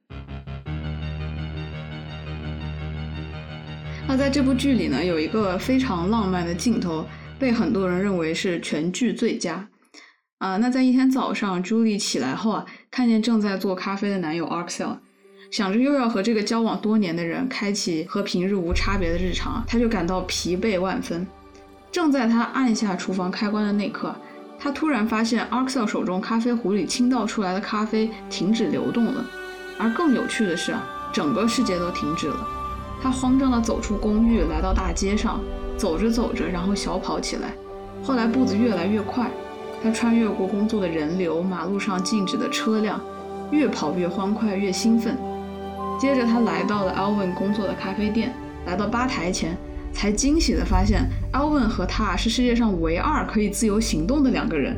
那在这部剧里呢，有一个非常浪漫的镜头被很多人认为是全剧最佳啊、呃。那在一天早上 Julie 起来后啊，看见正在做咖啡的男友 Arxel， 想着又要和这个交往多年的人开启和平日无差别的日常，他就感到疲惫万分。正在他按下厨房开关的那刻，他突然发现 Arxel 手中咖啡壶里倾倒出来的咖啡停止流动了，而更有趣的是啊，整个世界都停止了。他慌张地走出公寓，来到大街上，走着走着然后小跑起来，后来步子越来越快，他穿越过工作的人流，马路上静止的车辆，越跑越欢快越兴奋。接着他来到了 Alvin 工作的咖啡店，来到吧台前，才惊喜地发现 Alvin 和他是世界上唯二可以自由行动的两个人。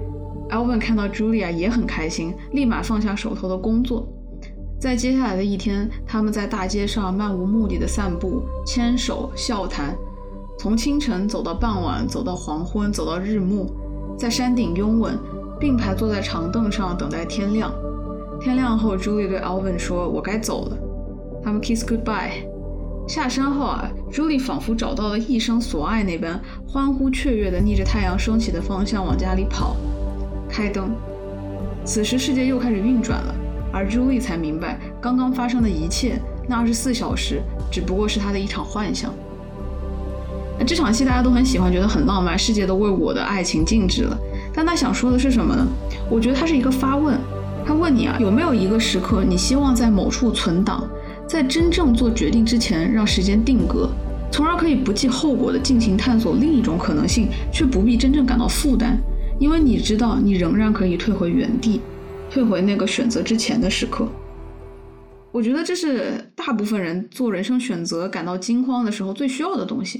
Alvin 看到 Julia 也很开心，立马放下手头的工作。在接下来的一天，他们在大街上漫无目的的散步，牵手笑谈，从清晨走到傍晚，走到黄昏，走到日暮，在山顶拥吻，并排坐在长凳上等待天亮。天亮后 Julie 对 Alvin 说，我该走了。他们 kiss goodbye。 下山后啊 Julie 仿佛找到了一生所爱那般，欢呼雀跃地逆着太阳升起的方向往家里跑。开灯，此时世界又开始运转了，而 Julie 才明白刚刚发生的一切，那二十四小时只不过是她的一场幻想。那这场戏大家都很喜欢，觉得很浪漫，世界都为我的爱情静止了。但他想说的是什么呢？我觉得他是一个发问，他问你啊，有没有一个时刻你希望在某处存档，在真正做决定之前让时间定格，从而可以不计后果地进行探索另一种可能性，却不必真正感到负担，因为你知道你仍然可以退回原地，退回那个选择之前的时刻。我觉得这是大部分人做人生选择感到惊慌的时候最需要的东西，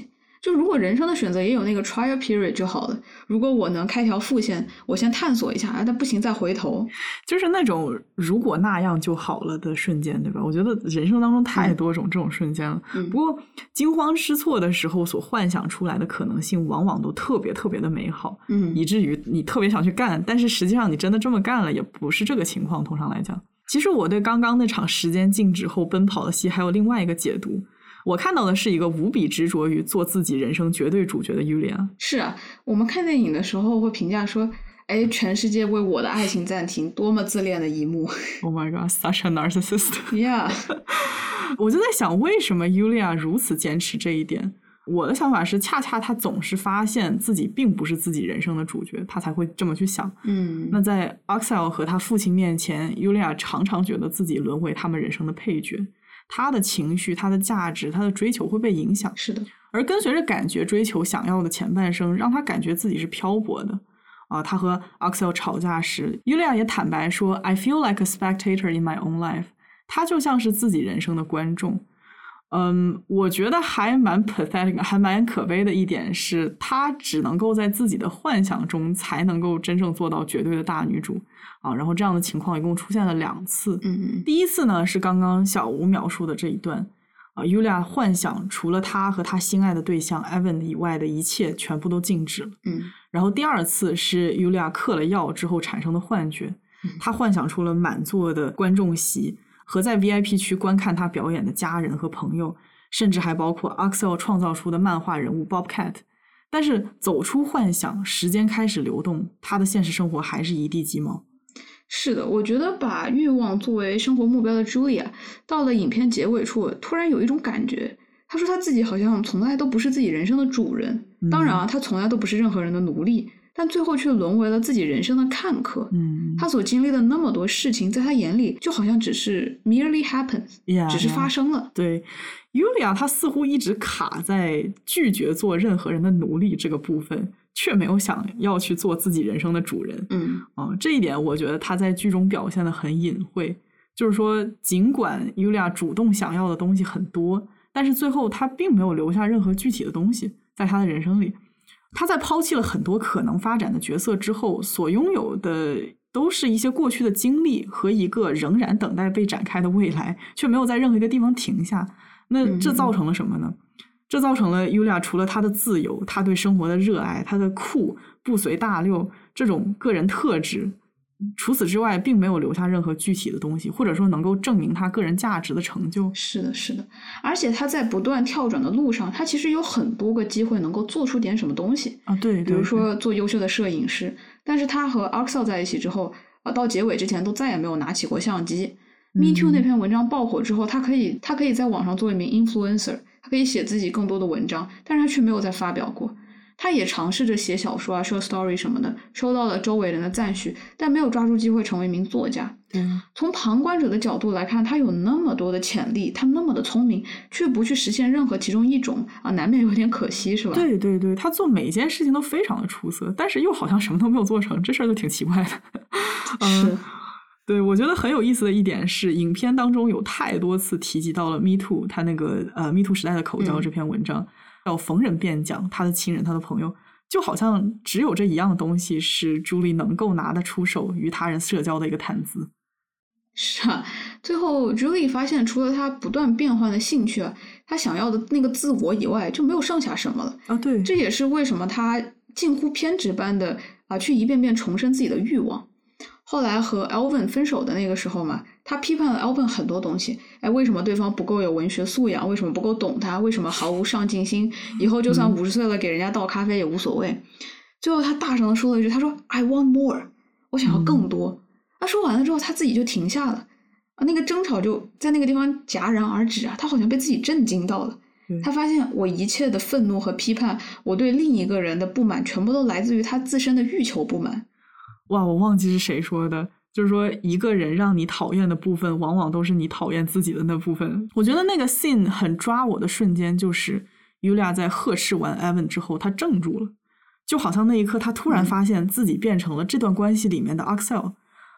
就如果人生的选择也有那个 trial period 就好了，如果我能开条副线，我先探索一下，但不行再回头， 就是那种如果那样就好了的瞬间，对吧？我觉得人生当中太多种这种瞬间了、嗯、不过惊慌失措的时候所幻想出来的可能性往往都特别特别的美好， 嗯， 以至于你特别想去干，但是实际上你真的这么干了也不是这个情况。通常来讲，其实我对刚刚那场时间静止后奔跑的戏还有另外一个解读，我看到的是一个无比执着于做自己人生绝对主角的 Yulia。 是啊，我们看电影的时候会评价说，哎，全世界为我的爱情暂停，多么自恋的一幕。 Oh my god, such a narcissist. Yeah. 我就在想为什么 Yulia 如此坚持这一点。我的想法是恰恰她总是发现自己并不是自己人生的主角，她才会这么去想。 嗯， 那在 Axel 和他父亲面前， Yulia 常常觉得自己沦为他们人生的配角，他的情绪、他的价值、他的追求会被影响。 是的， 而跟随着感觉追求想要的前半生，让他感觉自己是漂泊的。啊，他和 Axel 吵架时 Yulia 也坦白说 I feel like a spectator in my own life， 他就像是自己人生的观众。嗯，我觉得还蛮 pathetic 还蛮可悲的一点是，她只能够在自己的幻想中才能够真正做到绝对的大女主啊。然后这样的情况一共出现了两次。 嗯， 第一次呢是刚刚小吴描述的这一段啊 ，Yulia 幻想除了她和她心爱的对象 Evan 以外的一切全部都静止了。 嗯， 然后第二次是 Yulia 嗑了药之后产生的幻觉，她幻想出了满座的观众席和在 V I P 区观看他表演的家人和朋友，甚至还包括 Axel 创造出的漫画人物 Bobcat。 但是走出幻想，时间开始流动，他的现实生活还是一地鸡毛。 是的，我觉得把欲望作为生活目标的 Julia 到了影片结尾处突然有一种感觉，他说他自己好像从来都不是自己人生的主人、嗯、当然啊，他从来都不是任何人的奴隶，但最后却沦为了自己人生的看客。 嗯， 他所经历的那么多事情在他眼里就好像只是 merely happens、yeah, 只是发生了。 对， Yulia 她似乎一直卡在拒绝做任何人的奴隶这个部分，却没有想要去做自己人生的主人。 嗯、 呃、这一点我觉得他在剧中表现得很隐晦，就是说尽管 Yulia 主动想要的东西很多，但是最后他并没有留下任何具体的东西在他的人生里。他在抛弃了很多可能发展的角色之后，所拥有的都是一些过去的经历和一个仍然等待被展开的未来，却没有在任何一个地方停下。那这造成了什么呢？嗯、这造成了 Yulia 除了他的自由，他对生活的热爱，他的酷不随大流这种个人特质，除此之外并没有留下任何具体的东西，或者说能够证明他个人价值的成就。 是的是的，而且他在不断跳转的路上，他其实有很多个机会能够做出点什么东西啊，对， 比如说做优秀的摄影师，但是他和 Axel 在一起之后啊，到结尾之前都再也没有拿起过相机。 嗯、 Me Too 那篇文章爆火之后，他可以他可以在网上做一名 influencer， 他可以写自己更多的文章，但是他却没有再发表过。他也尝试着写小说啊 short story 什么的，收到了周围人的赞许，但没有抓住机会成为一名作家。 嗯， 从旁观者的角度来看，他有那么多的潜力，他那么的聪明，却不去实现任何其中一种啊，难免有点可惜，是吧？ 对对对，他做每一件事情都非常的出色，但是又好像什么都没有做成，这事儿就挺奇怪的。 是、 嗯，对，我觉得很有意思的一点是，影片当中有太多次提及到了 Me Too， 他那个呃 Me Too 时代的口交这篇文章。嗯，要逢人便讲他的亲人他的朋友，就好像只有这一样东西是朱莉能够拿得出手与他人社交的一个谈资。 是啊，最后朱莉发现除了他不断变换的兴趣啊，他想要的那个自我以外就没有剩下什么了啊。对， 这也是为什么他近乎偏执般的啊去一遍遍重申自己的欲望。后来和 Alvin 分手的那个时候嘛，他批判了 Alvin 很多东西，哎，为什么对方不够有文学素养，为什么不够懂他，为什么毫无上进心，以后就算五十岁了给人家倒咖啡也无所谓、嗯、最后他大声的说了一句，他说 I want more， 我想要更多、嗯、他说完了之后他自己就停下了啊，那个争吵就在那个地方戛然而止啊，他好像被自己震惊到了、嗯、他发现我一切的愤怒和批判，我对另一个人的不满全部都来自于他自身的欲求不满。 哇，我忘记是谁说的，就是说一个人让你讨厌的部分往往都是你讨厌自己的那部分。我觉得那个 scene 很抓我的瞬间就是 Yulia 在呵斥完 Evan 之后她怔住了，就好像那一刻她突然发现自己变成了这段关系里面的 Axel，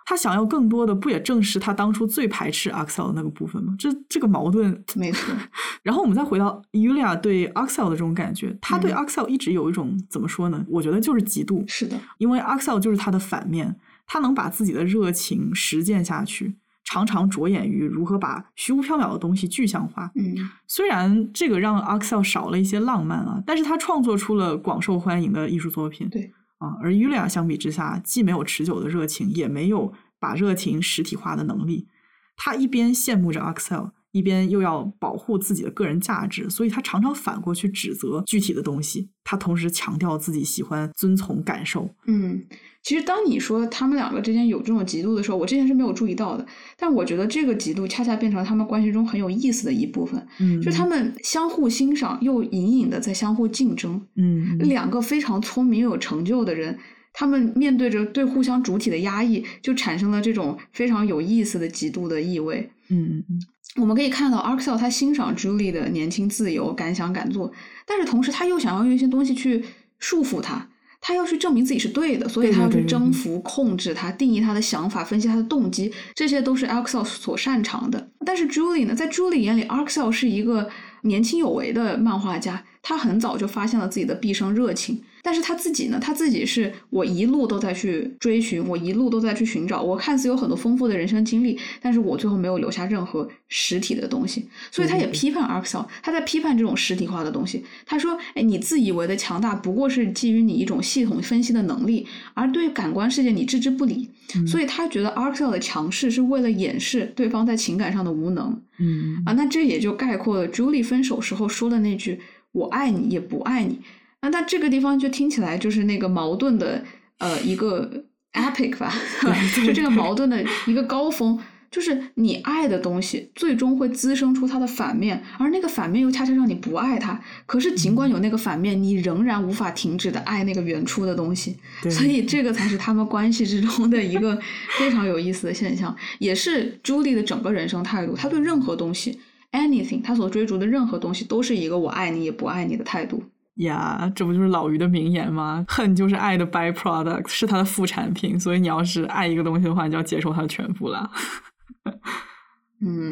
他想要更多的不也正是他当初最排斥 Axel 的那个部分吗？这这个矛盾没错。 然后我们再回到 Yulia 对 Axel 的这种感觉，他对 Axel 一直有一种、嗯、怎么说呢，我觉得就是嫉妒。 是的， 因为 Axel 就是他的反面，他能把自己的热情实践下去，常常着眼于如何把虚无缥缈的东西具象化。 嗯， 虽然这个让 Axel 少了一些浪漫啊，但是他创作出了广受欢迎的艺术作品。 对啊，而 Yulia 相比之下，既没有持久的热情，也没有把热情实体化的能力。他一边羡慕着 Axel， 一边又要保护自己的个人价值，所以他常常反过去指责具体的东西。他同时强调自己喜欢遵从感受。 嗯，其实当你说他们两个之间有这种嫉妒的时候，我之前是没有注意到的，但我觉得这个嫉妒恰恰变成了他们关系中很有意思的一部分。 嗯， 就他们相互欣赏，又隐隐的在相互竞争。 嗯， 两个非常聪明又有成就的人，他们面对着对互相主体的压抑，就产生了这种非常有意思的嫉妒的意味。 嗯， 我们可以看到 Axel 他欣赏 Julie 的年轻自由，敢想敢做，但是同时他又想要用一些东西去束缚他，他要去证明自己是对的，所以他要去征服、控制他，定义他的想法，分析他的动机，这些都是 Axel 所擅长的。但是 Julie 呢，在 Julie 眼里 Axel 是一个年轻有为的漫画家，他很早就发现了自己的毕生热情，但是他自己呢，他自己是我一路都在去追寻，我一路都在去寻找，我看似有很多丰富的人生经历，但是我最后没有留下任何实体的东西，所以他也批判 Axel， 他在批判这种实体化的东西。他说，哎，你自以为的强大不过是基于你一种系统分析的能力，而对感官世界你置之不理、嗯、所以他觉得 Axel 的强势是为了掩饰对方在情感上的无能。 嗯啊，那这也就概括了 Julie 分手时候说的那句我爱你也不爱你。那他这个地方就听起来就是那个矛盾的呃一个 epic 吧，就这个矛盾的一个高峰，就是你爱的东西最终会滋生出它的反面，而那个反面又恰恰让你不爱它，可是尽管有那个反面，你仍然无法停止的爱那个原初的东西。所以这个才是他们关系之中的一个非常有意思的现象，也是 Julie 的整个人生态度，他对任何东西 anything 他所追逐的任何东西都是一个我爱你也不爱你的态度呀、yeah, 这不就是老于的名言吗？恨就是爱的 byproduct， 是它的副产品，所以你要是爱一个东西的话，你就要接受它的全部啦。 嗯，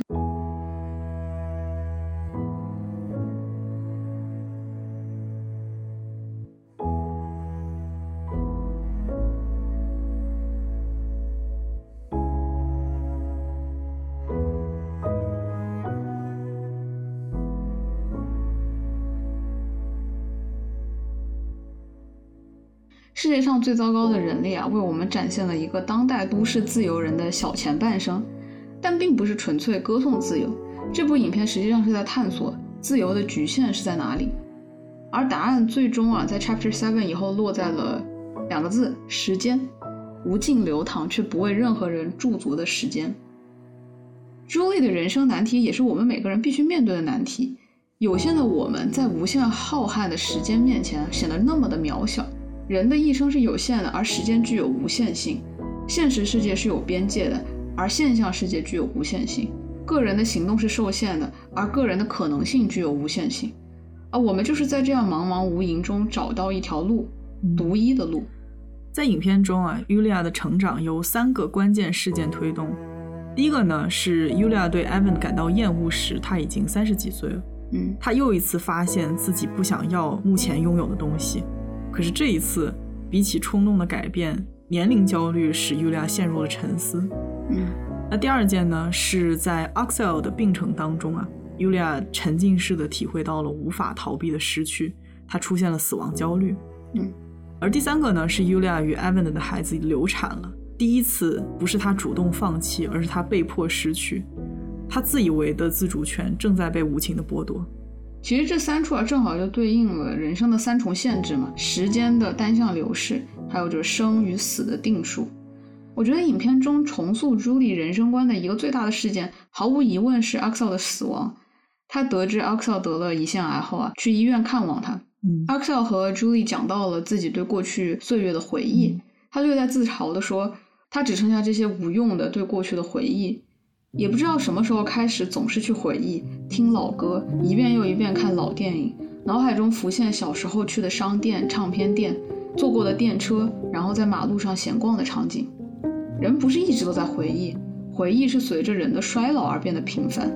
世界上最糟糕的人类啊，为我们展现了一个当代都市自由人的小前半生，但并不是纯粹歌颂自由。这部影片实际上是在探索自由的局限是在哪里，而答案最终啊，在 Chapter seven 以后落在了两个字：时间。无尽流淌却不为任何人驻足的时间。Julie 的人生难题也是我们每个人必须面对的难题。有限的我们在无限浩瀚的时间面前显得那么的渺小。人的一生是有限的，而时间具有无限性。现实世界是有边界的，而现象世界具有无限性。个人的行动是受限的，而个人的可能性具有无限性。而我们就是在这样茫茫无垠中找到一条路，独一的路。 在影片中啊 Yulia 的成长由三个关键事件推动。第一个呢，是 Yulia 对 Evan 感到厌恶时，他已经三十几岁了。 嗯， 他又一次发现自己不想要目前拥有的东西。可是这一次，比起冲动的改变，年龄焦虑使 Yulia 陷入了沉思。 嗯， 那第二件呢，是在 Axel 的病程当中啊 Yulia 沉浸式的体会到了无法逃避的失去，她出现了死亡焦虑。 嗯， 而第三个呢，是 Yulia 与 Evan 的孩子流产了。第一次不是她主动放弃，而是她被迫失去，她自以为的自主权正在被无情的剥夺。 其实这三处啊，正好就对应了人生的三重限制嘛，时间的单向流逝，还有就是生与死的定数。我觉得影片中重塑朱莉人生观的一个最大的事件，毫无疑问是 Axel 的死亡。他得知 Axel 得了胰腺癌后啊，去医院看望他。 嗯 Axel 和朱莉讲到了自己对过去岁月的回忆，嗯、他略带自嘲地说，他只剩下这些无用的对过去的回忆。也不知道什么时候开始总是去回忆，听老歌，一遍又一遍看老电影，脑海中浮现小时候去的商店、唱片店，坐过的电车，然后在马路上闲逛的场景。 人不是一直都在回忆，回忆是随着人的衰老而变得平凡。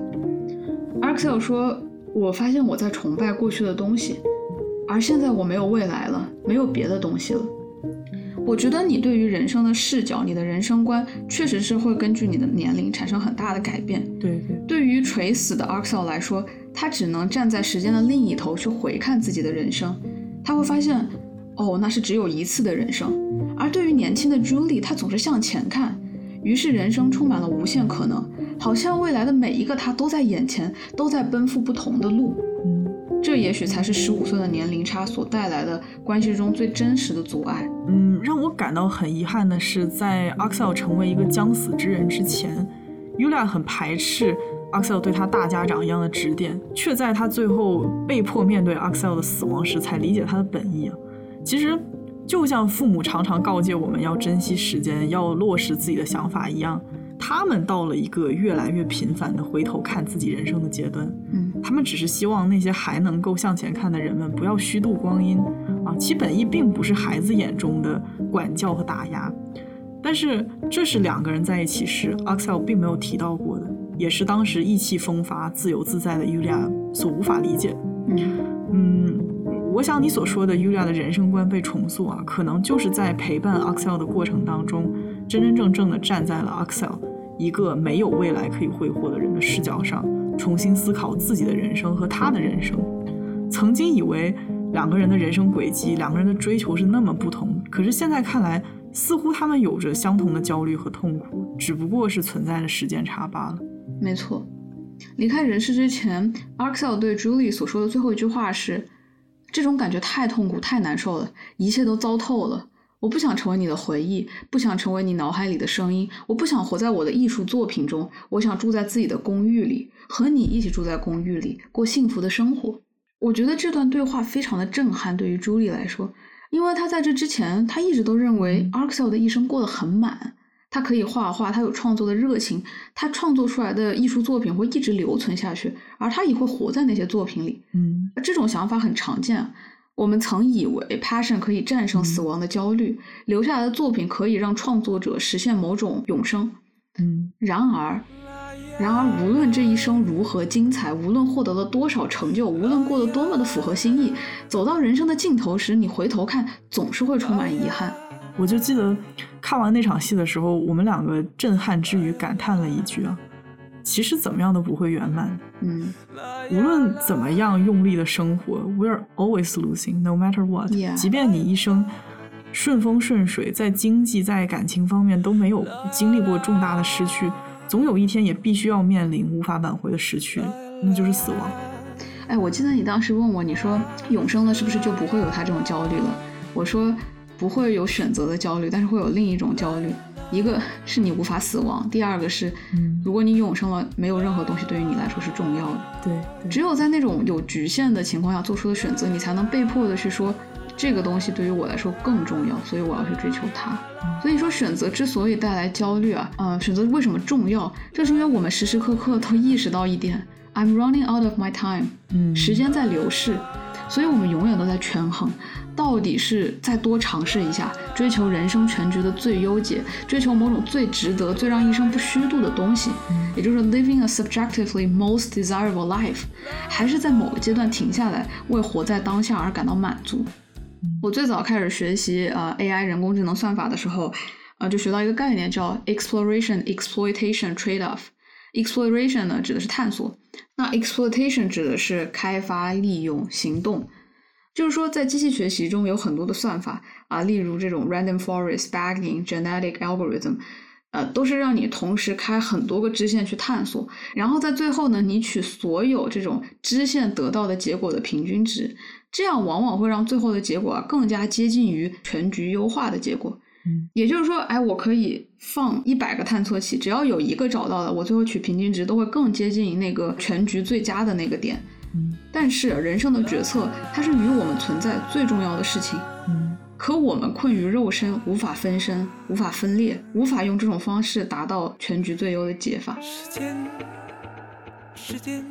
Axel 说，我发现我在崇拜过去的东西，而现在我没有未来了，没有别的东西了。我觉得你对于人生的视角，你的人生观确实是会根据你的年龄产生很大的改变。 对对， 对于垂死的 Axel 来说，他只能站在时间的另一头去回看自己的人生，他会发现，哦，那是只有一次的人生。而对于年轻的 Julie， 她总是向前看，于是人生充满了无限可能，好像未来的每一个他都在眼前，都在奔赴不同的路。 嗯， 这也许才是十五岁的年龄差所带来的关系中最真实的阻碍。 嗯，让我感到很遗憾的是，在 Axel 成为一个将死之人之前， Yulia 很排斥 Axel 对他大家长一样的指点，却在他最后被迫面对 Axel 的死亡时才理解他的本意啊。其实就像父母常常告诫我们要珍惜时间，要落实自己的想法一样，他们到了一个越来越频繁的回头看自己人生的阶段。 嗯， 他们只是希望那些还能够向前看的人们不要虚度光阴啊，其本意并不是孩子眼中的管教和打压。但是这是两个人在一起时 Axel 并没有提到过的，也是当时意气风发自由自在的 Yulia 所无法理解的。 嗯嗯，我想你所说的 Yulia 的人生观被重塑啊，可能就是在陪伴 Axel 的过程当中，真真正正的站在了 Axel 一个没有未来可以挥霍的人的视角上，重新思考自己的人生和他的人生。曾经以为两个人的人生轨迹，两个人的追求是那么不同，可是现在看来，似乎他们有着相同的焦虑和痛苦，只不过是存在着时间差罢了。 没错，离开人世之前 Axel 对 Julie 所说的最后一句话是，这种感觉太痛苦太难受了，一切都糟透了，我不想成为你的回忆，不想成为你脑海里的声音，我不想活在我的艺术作品中，我想住在自己的公寓里，和你一起住在公寓里，过幸福的生活。我觉得这段对话非常的震撼，对于 Julie 来说，因为他在这之前他一直都认为 Axel 的一生过得很满，他可以画画，他有创作的热情，他创作出来的艺术作品会一直留存下去，而他也会活在那些作品里。 嗯， 这种想法很常见，我们曾以为 passion 可以战胜死亡的焦虑，嗯，留下来的作品可以让创作者实现某种永生。 嗯， 然而然而无论这一生如何精彩，无论获得了多少成就，无论过得多么的符合心意，走到人生的尽头时，你回头看总是会充满遗憾。 我就记得看完那场戏的时候，我们两个震撼之余感叹了一句啊，其实怎么样都不会圆满。 嗯， 无论怎么样用力的生活 We're always losing no matter what、yeah. 即便你一生顺风顺水，在经济在感情方面都没有经历过重大的失去，总有一天也必须要面临无法挽回的失去，那就是死亡。 哎，我记得你当时问我，你说永生了是不是就不会有他这种焦虑了？我说不会有选择的焦虑，但是会有另一种焦虑，一个是你无法死亡，第二个是、嗯、如果你永生了，没有任何东西对于你来说是重要的。 对, 对， 只有在那种有局限的情况下做出的选择，你才能被迫的去说这个东西对于我来说更重要，所以我要去追求它、嗯、所以说选择之所以带来焦虑啊，呃，选择为什么重要，这是因为我们时时刻刻都意识到一点 I'm running out of my time、嗯、时间在流逝，所以我们永远都在权衡，到底是再多尝试一下，追求人生全局的最优解，追求某种最值得最让一生不虚度的东西、嗯、也就是 living a subjectively most desirable life， 还是在某个阶段停下来，为活在当下而感到满足。我最早开始学习、呃、A I 人工智能算法的时候、呃、就学到一个概念叫 exploration exploitation trade-off。exploration 呢指的是探索，那 exploitation 指的是开发利用行动，就是说在机器学习中有很多的算法啊，例如这种 random forest bagging genetic algorithm， 呃，都是让你同时开很多个支线去探索，然后在最后呢你取所有这种支线得到的结果的平均值，这样往往会让最后的结果啊更加接近于全局优化的结果。嗯，也就是说，哎，我可以放一百个探测器，只要有一个找到了，我最后取平均值都会更接近那个全局最佳的那个点。嗯，但是人生的决策它是与我们存在最重要的事情。嗯，可我们困于肉身，无法分身，无法分裂，无法用这种方式达到全局最优的解法。时间，时间，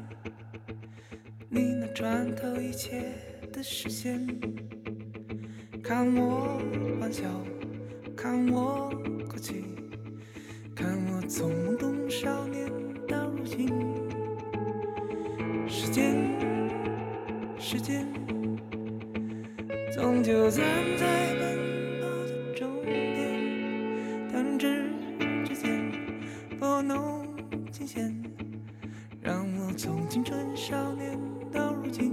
你能穿透一切的视线，看我欢笑，看我哭泣。 从懵懂少年到如今，时间时间终究站在奔跑的终点，弹指之间拨弄琴弦，让我从青春少年到如今。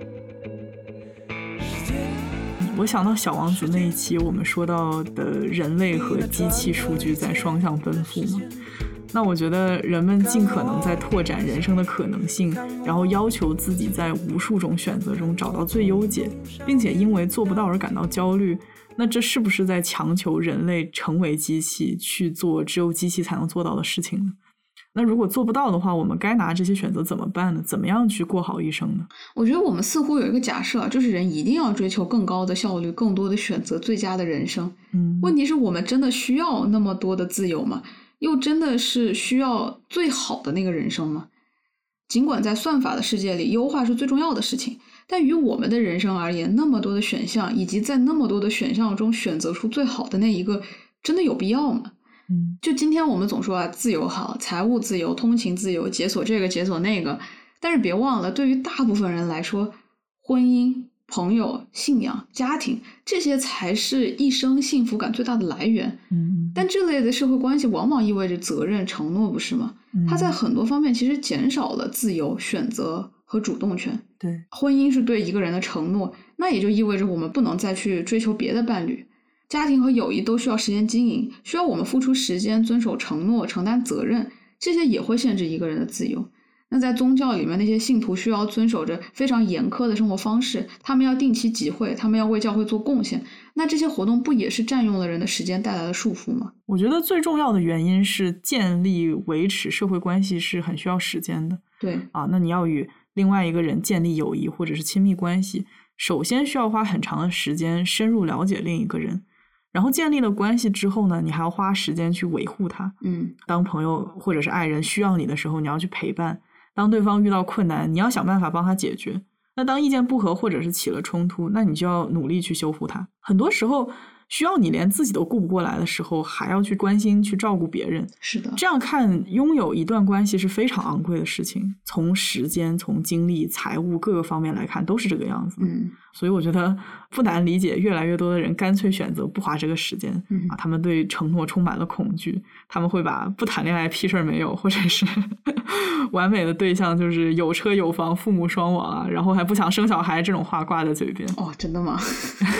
我想到小王子那一期我们说到的人类和机器数据在双向奔赴嘛，那我觉得人们尽可能在拓展人生的可能性，然后要求自己在无数种选择中找到最优解，并且因为做不到而感到焦虑，那这是不是在强求人类成为机器，去做只有机器才能做到的事情呢？那如果做不到的话，我们该拿这些选择怎么办呢？怎么样去过好一生呢？ 我觉得我们似乎有一个假设，就是人一定要追求更高的效率，更多的选择，最佳的人生。 嗯， 问题是我们真的需要那么多的自由吗？又真的是需要最好的那个人生吗？尽管在算法的世界里，优化是最重要的事情，但于我们的人生而言，那么多的选项，以及在那么多的选项中选择出最好的那一个，真的有必要吗？ 嗯， 就今天我们总说啊，自由好，财务自由，通勤自由，解锁这个解锁那个，但是别忘了，对于大部分人来说，婚姻、朋友、信仰、家庭，这些才是一生幸福感最大的来源。 嗯， 但这类的社会关系往往意味着责任、承诺，不是吗？ 嗯， 它在很多方面其实减少了自由、选择和主动权。 对， 婚姻是对一个人的承诺，那也就意味着我们不能再去追求别的伴侣。家庭和友谊都需要时间经营，需要我们付出时间，遵守承诺，承担责任，这些也会限制一个人的自由。那在宗教里面，那些信徒需要遵守着非常严苛的生活方式，他们要定期集会，他们要为教会做贡献，那这些活动不也是占用了人的时间带来的束缚吗？ 我觉得最重要的原因是建立维持社会关系是很需要时间的。 对啊，那你要与另外一个人建立友谊或者是亲密关系，首先需要花很长的时间深入了解另一个人，然后建立了关系之后呢，你还要花时间去维护他。 嗯， 当朋友或者是爱人需要你的时候，你要去陪伴，当对方遇到困难，你要想办法帮他解决。那当意见不合或者是起了冲突，那你就要努力去修复它。很多时候需要你连自己都顾不过来的时候，还要去关心去照顾别人。 是的， 这样看，拥有一段关系是非常昂贵的事情，从时间、从精力、财务各个方面来看都是这个样子。 嗯， 所以我觉得不难理解，越来越多的人干脆选择不花这个时间。 嗯啊，他们对承诺充满了恐惧，他们会把不谈恋爱屁事儿没有，或者是完美的对象就是有车有房父母双亡啊，然后还不想生小孩这种话挂在嘴边。 哦，真的吗？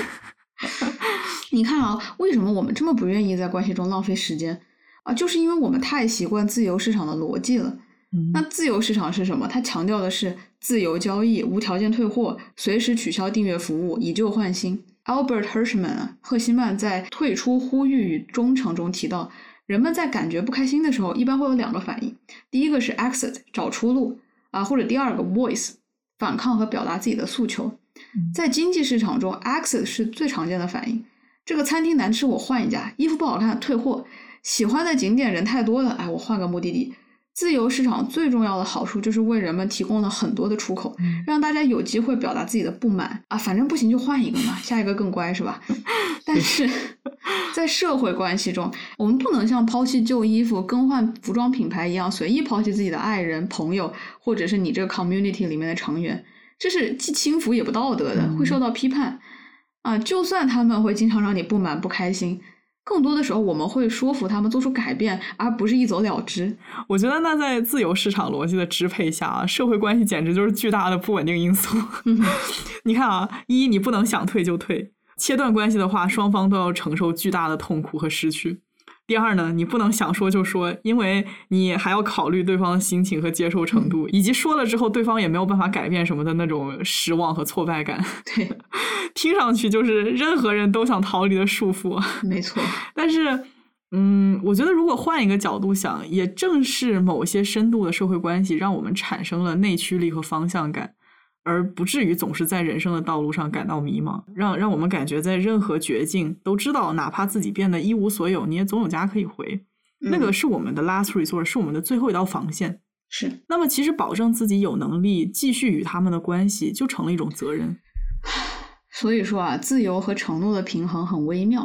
你看啊，为什么我们这么不愿意在关系中浪费时间啊？就是因为我们太习惯自由市场的逻辑了。 嗯， 那自由市场是什么？它强调的是自由交易、无条件退货、随时取消订阅服务、以旧换新。Albert Hirschman 赫希曼在《退出呼吁与忠诚》中提到，人们在感觉不开心的时候，一般会有两个反应。第一个是 exit 找出路啊，或者第二个 voice 反抗和表达自己的诉求。在经济市场中 exit 是最常见的反应。这个餐厅难吃，我换一家；衣服不好看，退货；喜欢的景点人太多了，哎，我换个目的地。自由市场最重要的好处就是为人们提供了很多的出口，让大家有机会表达自己的不满啊，反正不行就换一个嘛，下一个更乖是吧？但是在社会关系中，我们不能像抛弃旧衣服、更换服装品牌一样随意抛弃自己的爱人、朋友，或者是你这个 community 里面的成员，这是既轻浮也不道德的，会受到批判。啊，就算他们会经常让你不满不开心，更多的时候我们会说服他们做出改变，而不是一走了之。 我觉得那在自由市场逻辑的支配下啊，社会关系简直就是巨大的不稳定因素。你看啊，一你不能想退就退，切断关系的话，双方都要承受巨大的痛苦和失去。第二呢，你不能想说就说，因为你还要考虑对方的心情和接受程度，嗯、以及说了之后对方也没有办法改变什么的那种失望和挫败感。 对， 听上去就是任何人都想逃离的束缚。 没错， 但是嗯，我觉得如果换一个角度想，也正是某些深度的社会关系让我们产生了内驱力和方向感，而不至于总是在人生的道路上感到迷茫，让让我们感觉在任何绝境都知道，哪怕自己变得一无所有，你也总有家可以回。嗯、那个是我们的 last resort， 是我们的最后一道防线。 是。 那么其实保证自己有能力继续与他们的关系，就成了一种责任。 所以说啊，自由和承诺的平衡很微妙。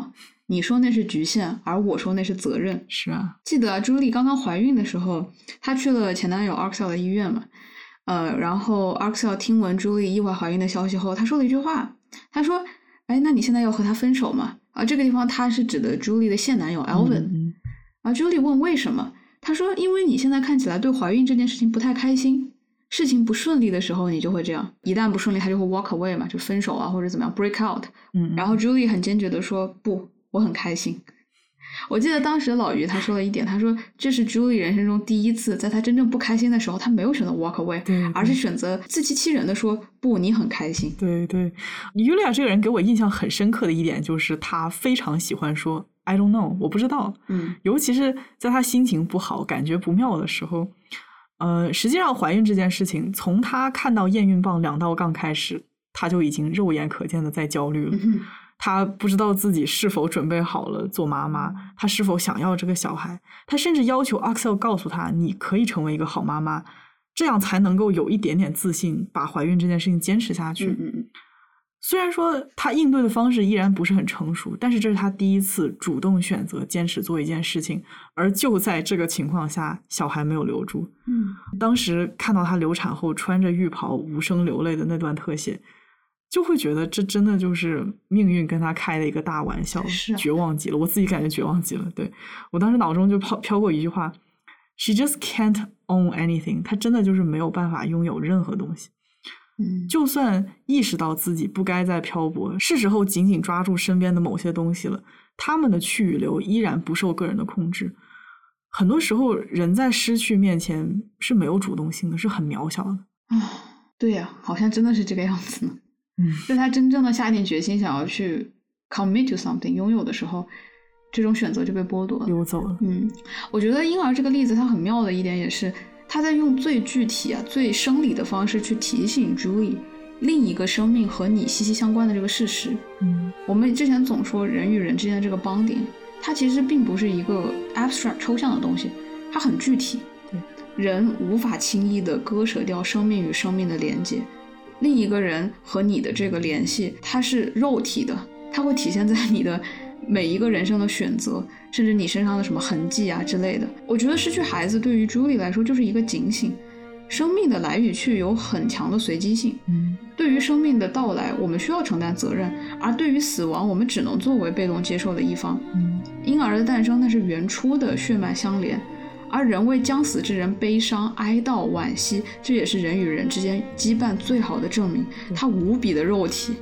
你说那是局限，而我说那是责任。 是啊， 记得朱莉刚刚怀孕的时候，她去了前男友 Axel 的医院嘛，呃，然后 Axel 听闻朱莉意外怀孕的消息后，他说了一句话，他说：“哎，那你现在要和他分手吗？”啊，这个地方他是指的朱莉的现男友 Alvin。 嗯啊，朱莉问为什么？他说：“因为你现在看起来对怀孕这件事情不太开心，事情不顺利的时候你就会这样，一旦不顺利，他就会 walk away 嘛，就分手啊或者怎么样 break out。” 嗯， 然后朱莉很坚决的说：“不，我很开心。”我记得当时老于他说了一点，他说这是朱莉人生中第一次，在他真正不开心的时候，他没有选择 walk away， 对对， 而是选择自欺欺人的说不，你很开心。 对对，尤利娅这个人给我印象很深刻的一点就是他非常喜欢说 I don't know， 我不知道。 嗯， 尤其是在他心情不好、感觉不妙的时候。呃，实际上怀孕这件事情，从他看到验孕棒两道杠开始，他就已经肉眼可见的在焦虑了。 嗯， 他不知道自己是否准备好了做妈妈，他是否想要这个小孩，他甚至要求 Axel 告诉他你可以成为一个好妈妈，这样才能够有一点点自信把怀孕这件事情坚持下去。 嗯嗯， 虽然说他应对的方式依然不是很成熟，但是这是他第一次主动选择坚持做一件事情，而就在这个情况下小孩没有留住。 嗯， 当时看到他流产后穿着浴袍无声流泪的那段特写，就会觉得这真的就是命运跟他开的一个大玩笑， 是、啊、 绝望极了，我自己感觉绝望极了。对，我当时脑中就飘飘过一句话 She just can't own anything， 她真的就是没有办法拥有任何东西。 嗯， 就算意识到自己不该再漂泊，是时候紧紧抓住身边的某些东西了，他们的去与留依然不受个人的控制。很多时候人在失去面前是没有主动性的，是很渺小的。 啊，对呀、啊，好像真的是这个样子呢。 嗯， 在他真正的下定决心想要去 commit to something 拥有的时候，这种选择就被剥夺了， 溜走了。 嗯，我觉得婴儿这个例子它很妙的一点也是他在用最具体啊最生理的方式去提醒 Julie 另一个生命和你息息相关的这个事实。 嗯， 我们之前总说人与人之间的这个 bonding， 它其实并不是一个 abstract 抽象的东西，它很具体。 对， 人无法轻易的割舍掉生命与生命的连接，另一个人和你的这个联系它是肉体的，它会体现在你的每一个人生的选择，甚至你身上的什么痕迹啊之类的。我觉得失去孩子对于 Julie 来说就是一个警醒，生命的来与去有很强的随机性。 嗯， 对于生命的到来我们需要承担责任，而对于死亡我们只能作为被动接受的一方。 嗯， 婴儿的诞生那是原初的血脉相连，而人为将死之人悲伤哀悼惋惜，这也是人与人之间羁绊最好的证明，它无比的肉体。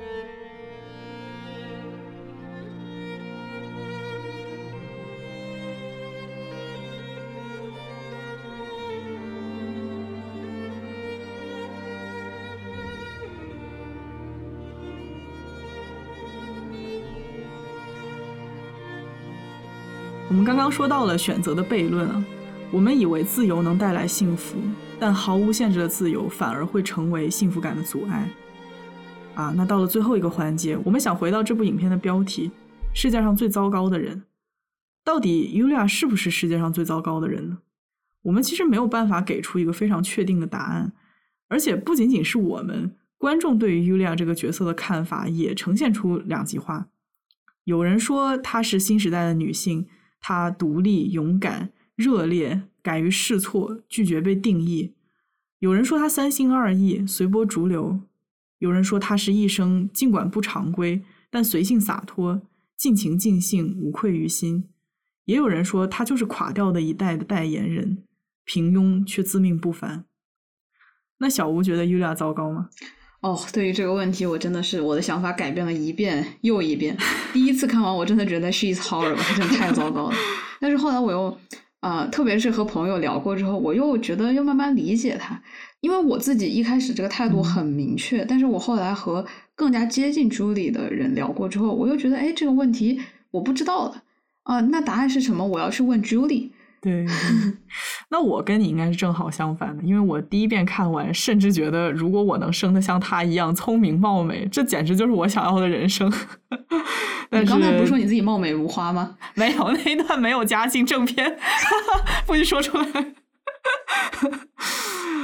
我们刚刚说到了选择的悖论啊，我们以为自由能带来幸福，但毫无限制的自由反而会成为幸福感的阻碍啊。那到了最后一个环节，我们想回到这部影片的标题，世界上最糟糕的人。到底 Yulia 是不是世界上最糟糕的人呢？我们其实没有办法给出一个非常确定的答案，而且不仅仅是我们，观众对于 Yulia 这个角色的看法也呈现出两极化。有人说她是新时代的女性，她独立、勇敢、热烈，敢于试错，拒绝被定义。有人说她三心二意，随波逐流。有人说她是一生尽管不常规，但随性洒脱，尽情尽兴，无愧于心。也有人说她就是垮掉的一代的代言人，平庸却自命不凡。那小吴觉得 Yulia 糟糕吗？ 哦，对于这个问题我真的是我的想法改变了一遍又一遍。第一次看完我真的觉得 she's horrible， 她真的太糟糕了。但是后来我又呃，特别是和朋友聊过之后，我又觉得要慢慢理解她。因为我自己一开始这个态度很明确、嗯、但是我后来和更加接近 Julie 的人聊过之后，我又觉得哎，这个问题我不知道了啊、呃，那答案是什么？我要去问 Julie。 对，对，那我跟你应该是正好相反的，因为我第一遍看完甚至觉得如果我能生得像她一样聪明貌美，这简直就是我想要的人生。但是你刚才不是说你自己貌美如花吗？ 没有，那一段没有加进正片，不许说出来。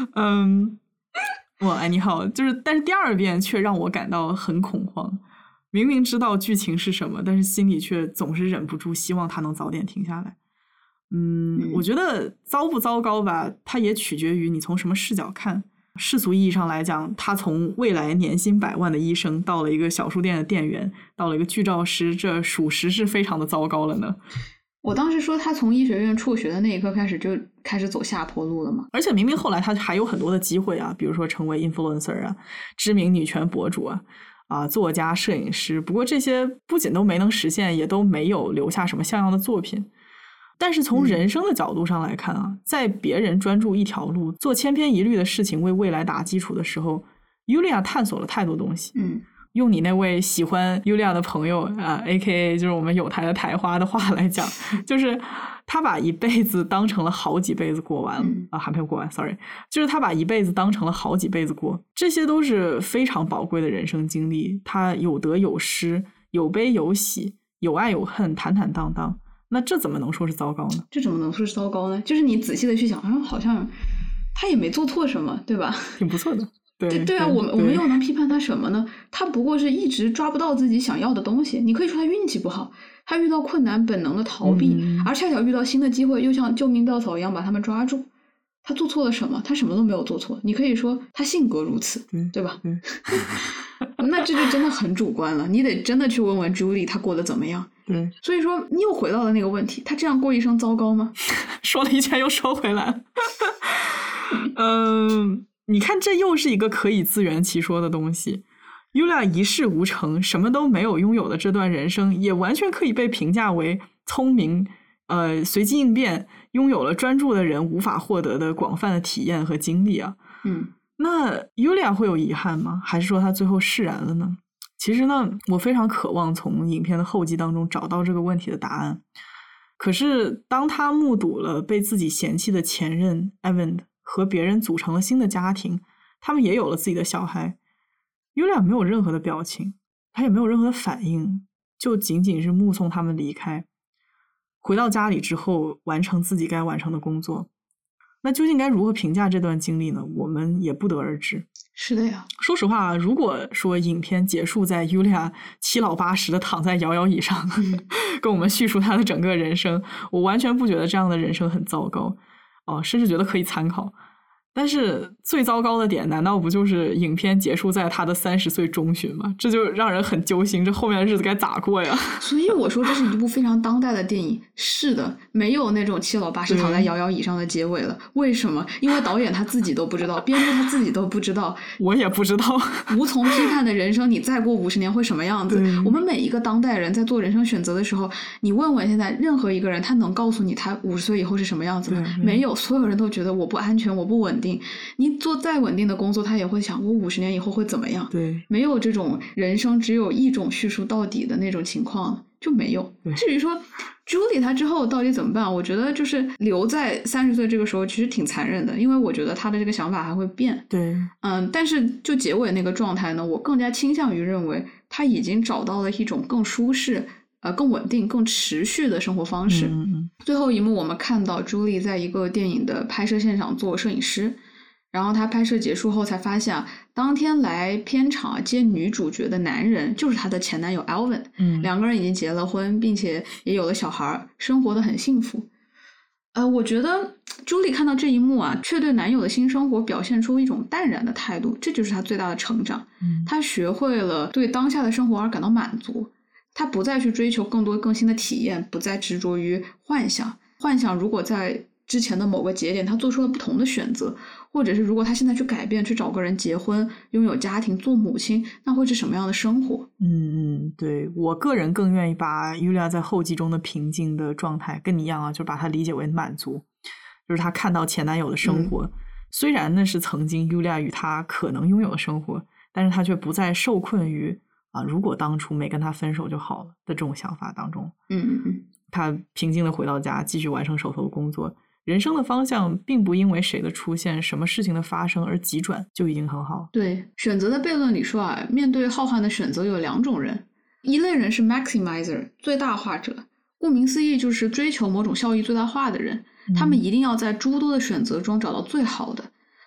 嗯，我anyhow就是，但是第二遍却让我感到很恐慌。 明明知道剧情是什么，但是心里却总是忍不住希望它能早点停下来。嗯，嗯我觉得糟不糟糕吧，它也取决于你从什么视角看。世俗意义上来讲，他从未来年薪百万的医生到了一个小书店的店员，到了一个剧照师，这属实是非常的糟糕了呢。 我当时说他从医学院辍学的那一刻开始就开始走下坡路了嘛。 而且明明后来他还有很多的机会啊，比如说成为 influencer 啊，知名女权博主啊，啊，作家、摄影师。不过这些不仅都没能实现，也都没有留下什么像样的作品。但是从人生的角度上来看啊，嗯、在别人专注一条路，做千篇一律的事情，为未来打基础的时候，尤利亚探索了太多东西。 嗯。 用你那位喜欢尤利亚的朋友啊 A K A 就是我们有台的台花的话来讲，就是他把一辈子当成了好几辈子过完了、嗯、啊，还没有过完 sorry 就是他把一辈子当成了好几辈子过，这些都是非常宝贵的人生经历，他有得有失，有悲有喜，有爱有恨，坦坦荡荡，那这怎么能说是糟糕呢？ 这怎么能说是糟糕呢？就是你仔细的去想，啊，好像他也没做错什么，对吧？ 挺不错的。 对对啊，我们我们又能批判他什么呢？他不过是一直抓不到自己想要的东西。你可以说他运气不好，他遇到困难本能的逃避、嗯、而恰巧遇到新的机会又像救命稻草一样把他们抓住。他做错了什么？他什么都没有做错。你可以说他性格如此、嗯、对吧、嗯、那这就真的很主观了，你得真的去问问 Julie 他过得怎么样。 对， 所以说你又回到了那个问题，他这样过一生糟糕吗？ 说了一圈又说回来了嗯你看这又是一个可以自圆其说的东西。尤利亚一事无成，什么都没有拥有的这段人生也完全可以被评价为聪明，呃，随机应变，拥有了专注的人无法获得的广泛的体验和经历啊。 嗯， 那尤利亚会有遗憾吗？还是说他最后释然了呢？其实呢，我非常渴望从影片的后记当中找到这个问题的答案。可是当他目睹了被自己嫌弃的前任 Evan和别人组成了新的家庭，他们也有了自己的小孩，尤利亚没有任何的表情，他也没有任何的反应，就仅仅是目送他们离开，回到家里之后完成自己该完成的工作。那究竟该如何评价这段经历呢？我们也不得而知。 是的呀， 说实话，如果说影片结束在尤利亚七老八十的躺在摇摇椅上、嗯、跟我们叙述他的整个人生，我完全不觉得这样的人生很糟糕哦，甚至觉得可以参考。但是最糟糕的点难道不就是影片结束在他的三十岁中旬吗？这就让人很揪心，这后面的日子该咋过呀？ 所以我说这是一部非常当代的电影。是的，没有那种七老八十躺在摇摇椅上的结尾了。为什么？因为导演他自己都不知道，编剧他自己都不知道， 我也不知道。 无从批判的人生，你再过五十年会什么样子？我们每一个当代人在做人生选择的时候，你问问现在任何一个人，他能告诉你他五十岁以后是什么样子吗？没有，所有人都觉得我不安全，我不稳定。你做再稳定的工作，他也会想我五十年以后会怎么样？ 对， 没有这种人生只有一种叙述到底的那种情况就没有。至于说 Julie 她之后到底怎么办，我觉得就是留在三十岁这个时候其实挺残忍的，因为我觉得她的这个想法还会变。 对， 嗯，但是就结尾那个状态呢，我更加倾向于认为她已经找到了一种更舒适呃，更稳定更持续的生活方式。 嗯嗯， 最后一幕我们看到 Julie 在一个电影的拍摄现场做摄影师，然后他拍摄结束后才发现，当天来片场接女主角的男人就是她的前男友 Alvin。 嗯， 两个人已经结了婚，并且也有了小孩，生活得很幸福。呃，我觉得 Julie 看到这一幕啊，却对男友的新生活表现出一种淡然的态度，这就是她最大的成长。 嗯， 她学会了对当下的生活而感到满足，她不再去追求更多更新的体验，不再执着于幻想。幻想如果在之前的某个节点他做出了不同的选择，或者是如果他现在去改变，去找个人结婚，拥有家庭，做母亲，那会是什么样的生活？ 嗯嗯，对，我个人更愿意把尤利亚在后记中的平静的状态跟你一样啊，就把它理解为满足，就是他看到前男友的生活、嗯、虽然那是曾经尤利亚与他可能拥有的生活，但是他却不再受困于啊，如果当初没跟他分手就好了的这种想法当中。 嗯嗯嗯， 他平静的回到家，继续完成手头的工作。人生的方向并不因为谁的出现，什么事情的发生而急转，就已经很好。 对，选择的悖论里说啊，面对浩瀚的选择有两种人，一类人是 maximizer 最大化者，顾名思义就是追求某种效益最大化的人，他们一定要在诸多的选择中找到最好的。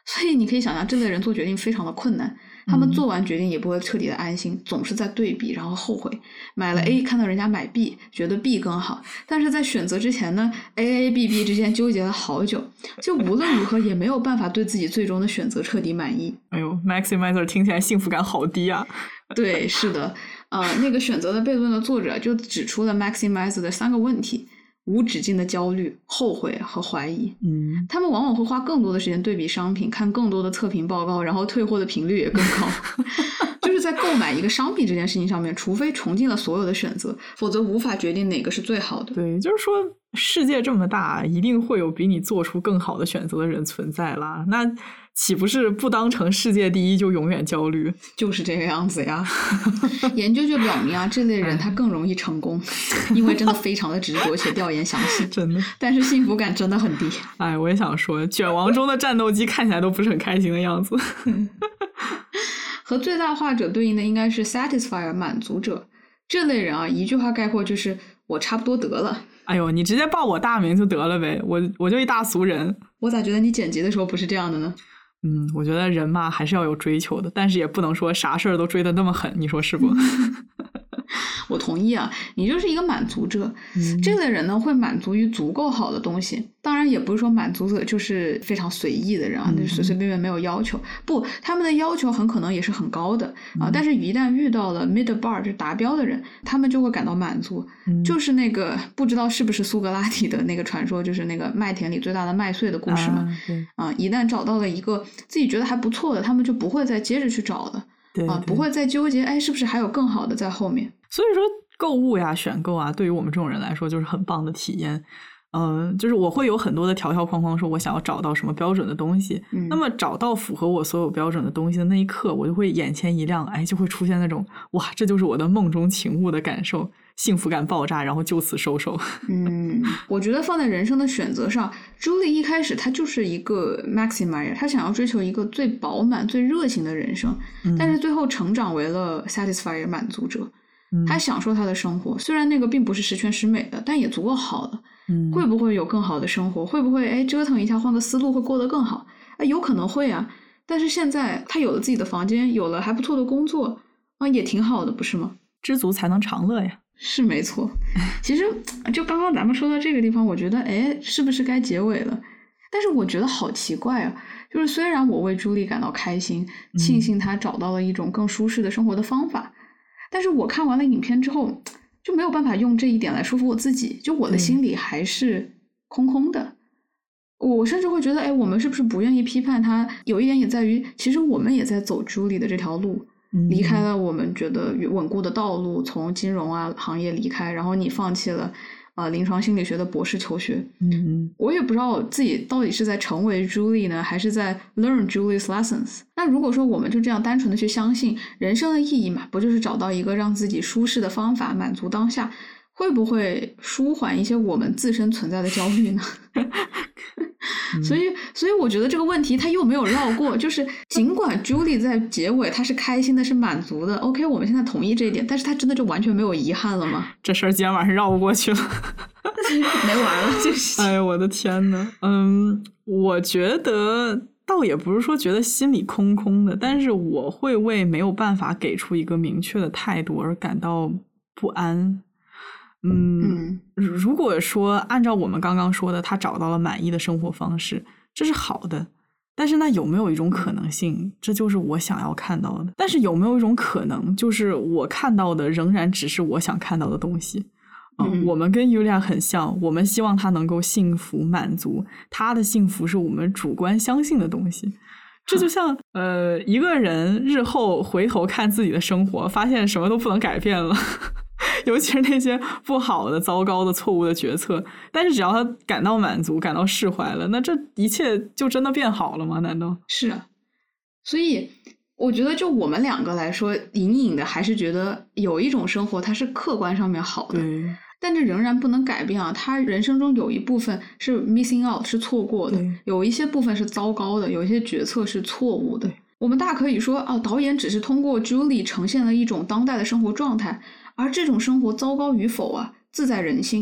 所以你可以想象这类人做决定非常的困难，他们做完决定也不会彻底的安心，总是在对比然后后悔，买了 A 看到人家买 B 觉得 B 更好，但是在选择之前呢 A A B B 之间纠结了好久，就无论如何也没有办法对自己最终的选择彻底满意。 哎呦 Maximizer 听起来幸福感好低啊。 对，是的，呃，那个选择的悖论的作者就指出了 Maximizer 的三个问题：无止境的焦虑、后悔和怀疑。 嗯， 他们往往会花更多的时间对比商品，看更多的测评报告，然后退货的频率也更高。就是在购买一个商品这件事情上面，除非穷尽了所有的选择，否则无法决定哪个是最好的。 对，就是说世界这么大，一定会有比你做出更好的选择的人存在啦。那岂不是不当成世界第一就永远焦虑？ 就是这个样子呀。研究就表明啊，这类人他更容易成功，因为真的非常的执着且调研详细， 真的。 但是幸福感真的很低。 哎，我也想说，卷王中的战斗机看起来都不是很开心的样子。 和最大化者对应的应该是 satisfier 满足者，这类人啊，一句话概括就是我差不多得了。 哎呦，你直接报我大名就得了呗，我我就一大俗人。 我咋觉得你剪辑的时候不是这样的呢？ 嗯，我觉得人嘛还是要有追求的，但是也不能说啥事儿都追得那么狠，你说是不？ 我同意啊，你就是一个满足者、嗯、这类人呢会满足于足够好的东西，当然也不是说满足者就是非常随意的人啊，嗯、随随便便没有要求，不，他们的要求很可能也是很高的、嗯、啊，但是一旦遇到了 mid bar 就达标的人，他们就会感到满足、嗯、就是那个不知道是不是苏格拉底的那个传说，就是那个麦田里最大的麦穗的故事嘛、啊, 啊，一旦找到了一个自己觉得还不错的，他们就不会再接着去找了，对对啊，不会再纠结哎是不是还有更好的在后面。 所以说购物呀选购啊对于我们这种人来说就是很棒的体验，嗯、呃，就是我会有很多的条条框框说我想要找到什么标准的东西、嗯、那么找到符合我所有标准的东西的那一刻，我就会眼前一亮，哎，就会出现那种哇这就是我的梦中情物的感受，幸福感爆炸，然后就此收手。 嗯，我觉得放在人生的选择上，朱莉一开始她就是一个 maximizer， 她想要追求一个最饱满最热情的人生、嗯、但是最后成长为了 satisfier 满足者，他享受他的生活，虽然那个并不是十全十美的，但也足够好了、嗯、会不会有更好的生活，会不会哎折腾一下换个思路会过得更好，哎有可能会啊，但是现在他有了自己的房间，有了还不错的工作啊，也挺好的不是吗？ 知足才能常乐呀。 是没错。其实就刚刚咱们说到这个地方，我觉得哎是不是该结尾了，但是我觉得好奇怪啊，就是虽然我为朱莉感到开心，庆幸她找到了一种更舒适的生活的方法、嗯，但是我看完了影片之后就没有办法用这一点来说服我自己，就我的心里还是空空的、嗯、我甚至会觉得哎，我们是不是不愿意批判他，有一点也在于其实我们也在走朱莉的这条路、嗯、离开了我们觉得稳固的道路，从金融啊行业离开，然后你放弃了呃，临床心理学的博士求学，嗯，我也不知道自己到底是在成为 Julie 呢，还是在 learn Julie's lessons。那如果说我们就这样单纯的去相信人生的意义嘛，不就是找到一个让自己舒适的方法，满足当下，会不会舒缓一些我们自身存在的焦虑呢？所以所以我觉得这个问题他又没有绕过，就是尽管 Julie 在结尾他是开心的是满足的 OK 我们现在同意这一点，但是他真的就完全没有遗憾了吗？ 这事儿今天晚上绕不过去了。 没完了就是。 哎我的天哪，嗯，我觉得倒也不是说觉得心里空空的，但是我会为没有办法给出一个明确的态度而感到不安。嗯，如果说按照我们刚刚说的他找到了满意的生活方式，这是好的，但是那有没有一种可能性这就是我想要看到的，但是有没有一种可能就是我看到的仍然只是我想看到的东西、呃、嗯，我们跟 Yulia 很像，我们希望他能够幸福满足，他的幸福是我们主观相信的东西。这就像呃，一个人日后回头看自己的生活，发现什么都不能改变了尤其是那些不好的糟糕的错误的决策，但是只要他感到满足感到释怀了，那这一切就真的变好了吗？难道是啊？所以我觉得就我们两个来说，隐隐的还是觉得有一种生活它是客观上面好的，但这仍然不能改变啊，他人生中有一部分是 missing out 是错过的，有一些部分是糟糕的，有一些决策是错误的。我们大可以说啊，导演只是通过 Julie 呈现了一种当代的生活状态，而这种生活糟糕与否啊，自在人心。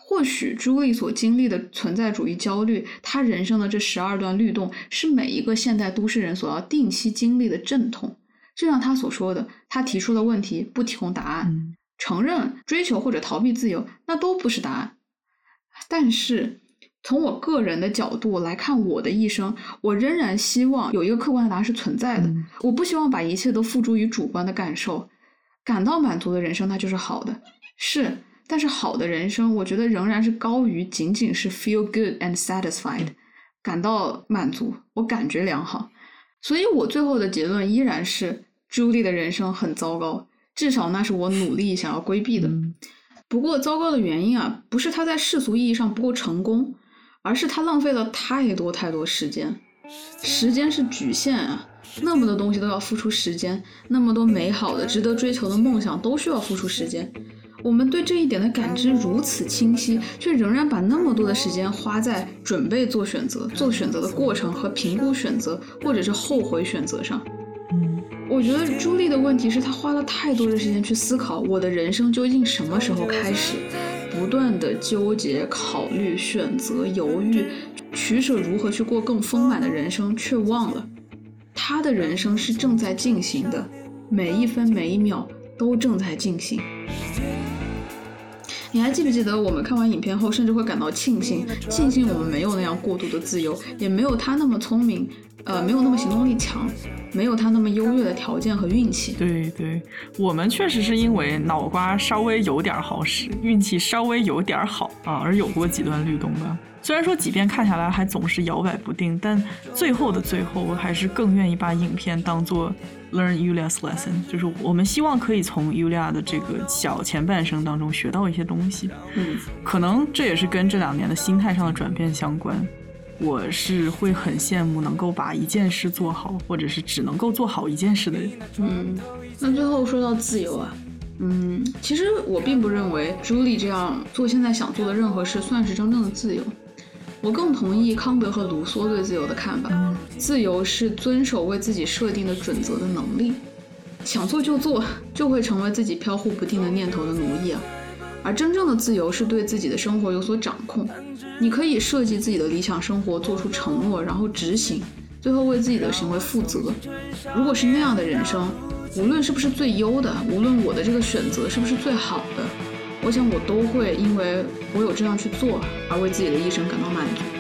或许朱莉所经历的存在主义焦虑，她人生的这十二段律动，是每一个现代都市人所要定期经历的阵痛。就像他所说的，他提出的问题不提供答案， 嗯、 承认、追求或者逃避自由，那都不是答案。但是从我个人的角度来看我的一生，我仍然希望有一个客观的答案是存在的、嗯、我不希望把一切都付诸于主观的感受。感到满足的人生那就是好的，是，但是好的人生我觉得仍然是高于仅仅是 feel good and satisfied、嗯、感到满足，我感觉良好。所以我最后的结论依然是朱莉的人生很糟糕，至少那是我努力想要规避的、嗯、不过糟糕的原因啊，不是他在世俗意义上不够成功，而是他浪费了太多太多时间。时间是局限啊，那么多东西都要付出时间，那么多美好的值得追求的梦想都需要付出时间。我们对这一点的感知如此清晰，却仍然把那么多的时间花在准备做选择、做选择的过程和评估选择或者是后悔选择上。 嗯， 我觉得朱莉的问题是她花了太多的时间去思考我的人生究竟什么时候开始，不断的纠结、考虑、选择、犹豫，取舍如何去过更丰满的人生，却忘了她的人生是正在进行的，每一分每一秒都正在进行。你还记不记得我们看完影片后甚至会感到庆幸，庆幸我们没有那样过度的自由，也没有他那么聪明，呃，没有那么行动力强，没有他那么优越的条件和运气。 对对，我们确实是因为脑瓜稍微有点好使，运气稍微有点好啊，而有过几段律动吧。虽然说几遍看下来还总是摇摆不定，但最后的最后我还是更愿意把影片当作 learn Yulia's lesson， 就是我们希望可以从 Yulia 的这个小前半生当中学到一些东西。 嗯， 可能这也是跟这两年的心态上的转变相关。我是会很羡慕能够把一件事做好，或者是只能够做好一件事的人。 嗯，那最后说到自由啊，嗯，其实我并不认为朱莉这样做现在想做的任何事算是真正的自由。我更同意康德和卢梭对自由的看法、嗯、自由是遵守为自己设定的准则的能力，想做就做，就会成为自己飘忽不定的念头的奴役啊。而真正的自由是对自己的生活有所掌控，你可以设计自己的理想生活，做出承诺，然后执行，最后为自己的行为负责。如果是那样的人生，无论是不是最优的，无论我的这个选择是不是最好的，我想我都会因为我有这样去做而为自己的一生感到满足。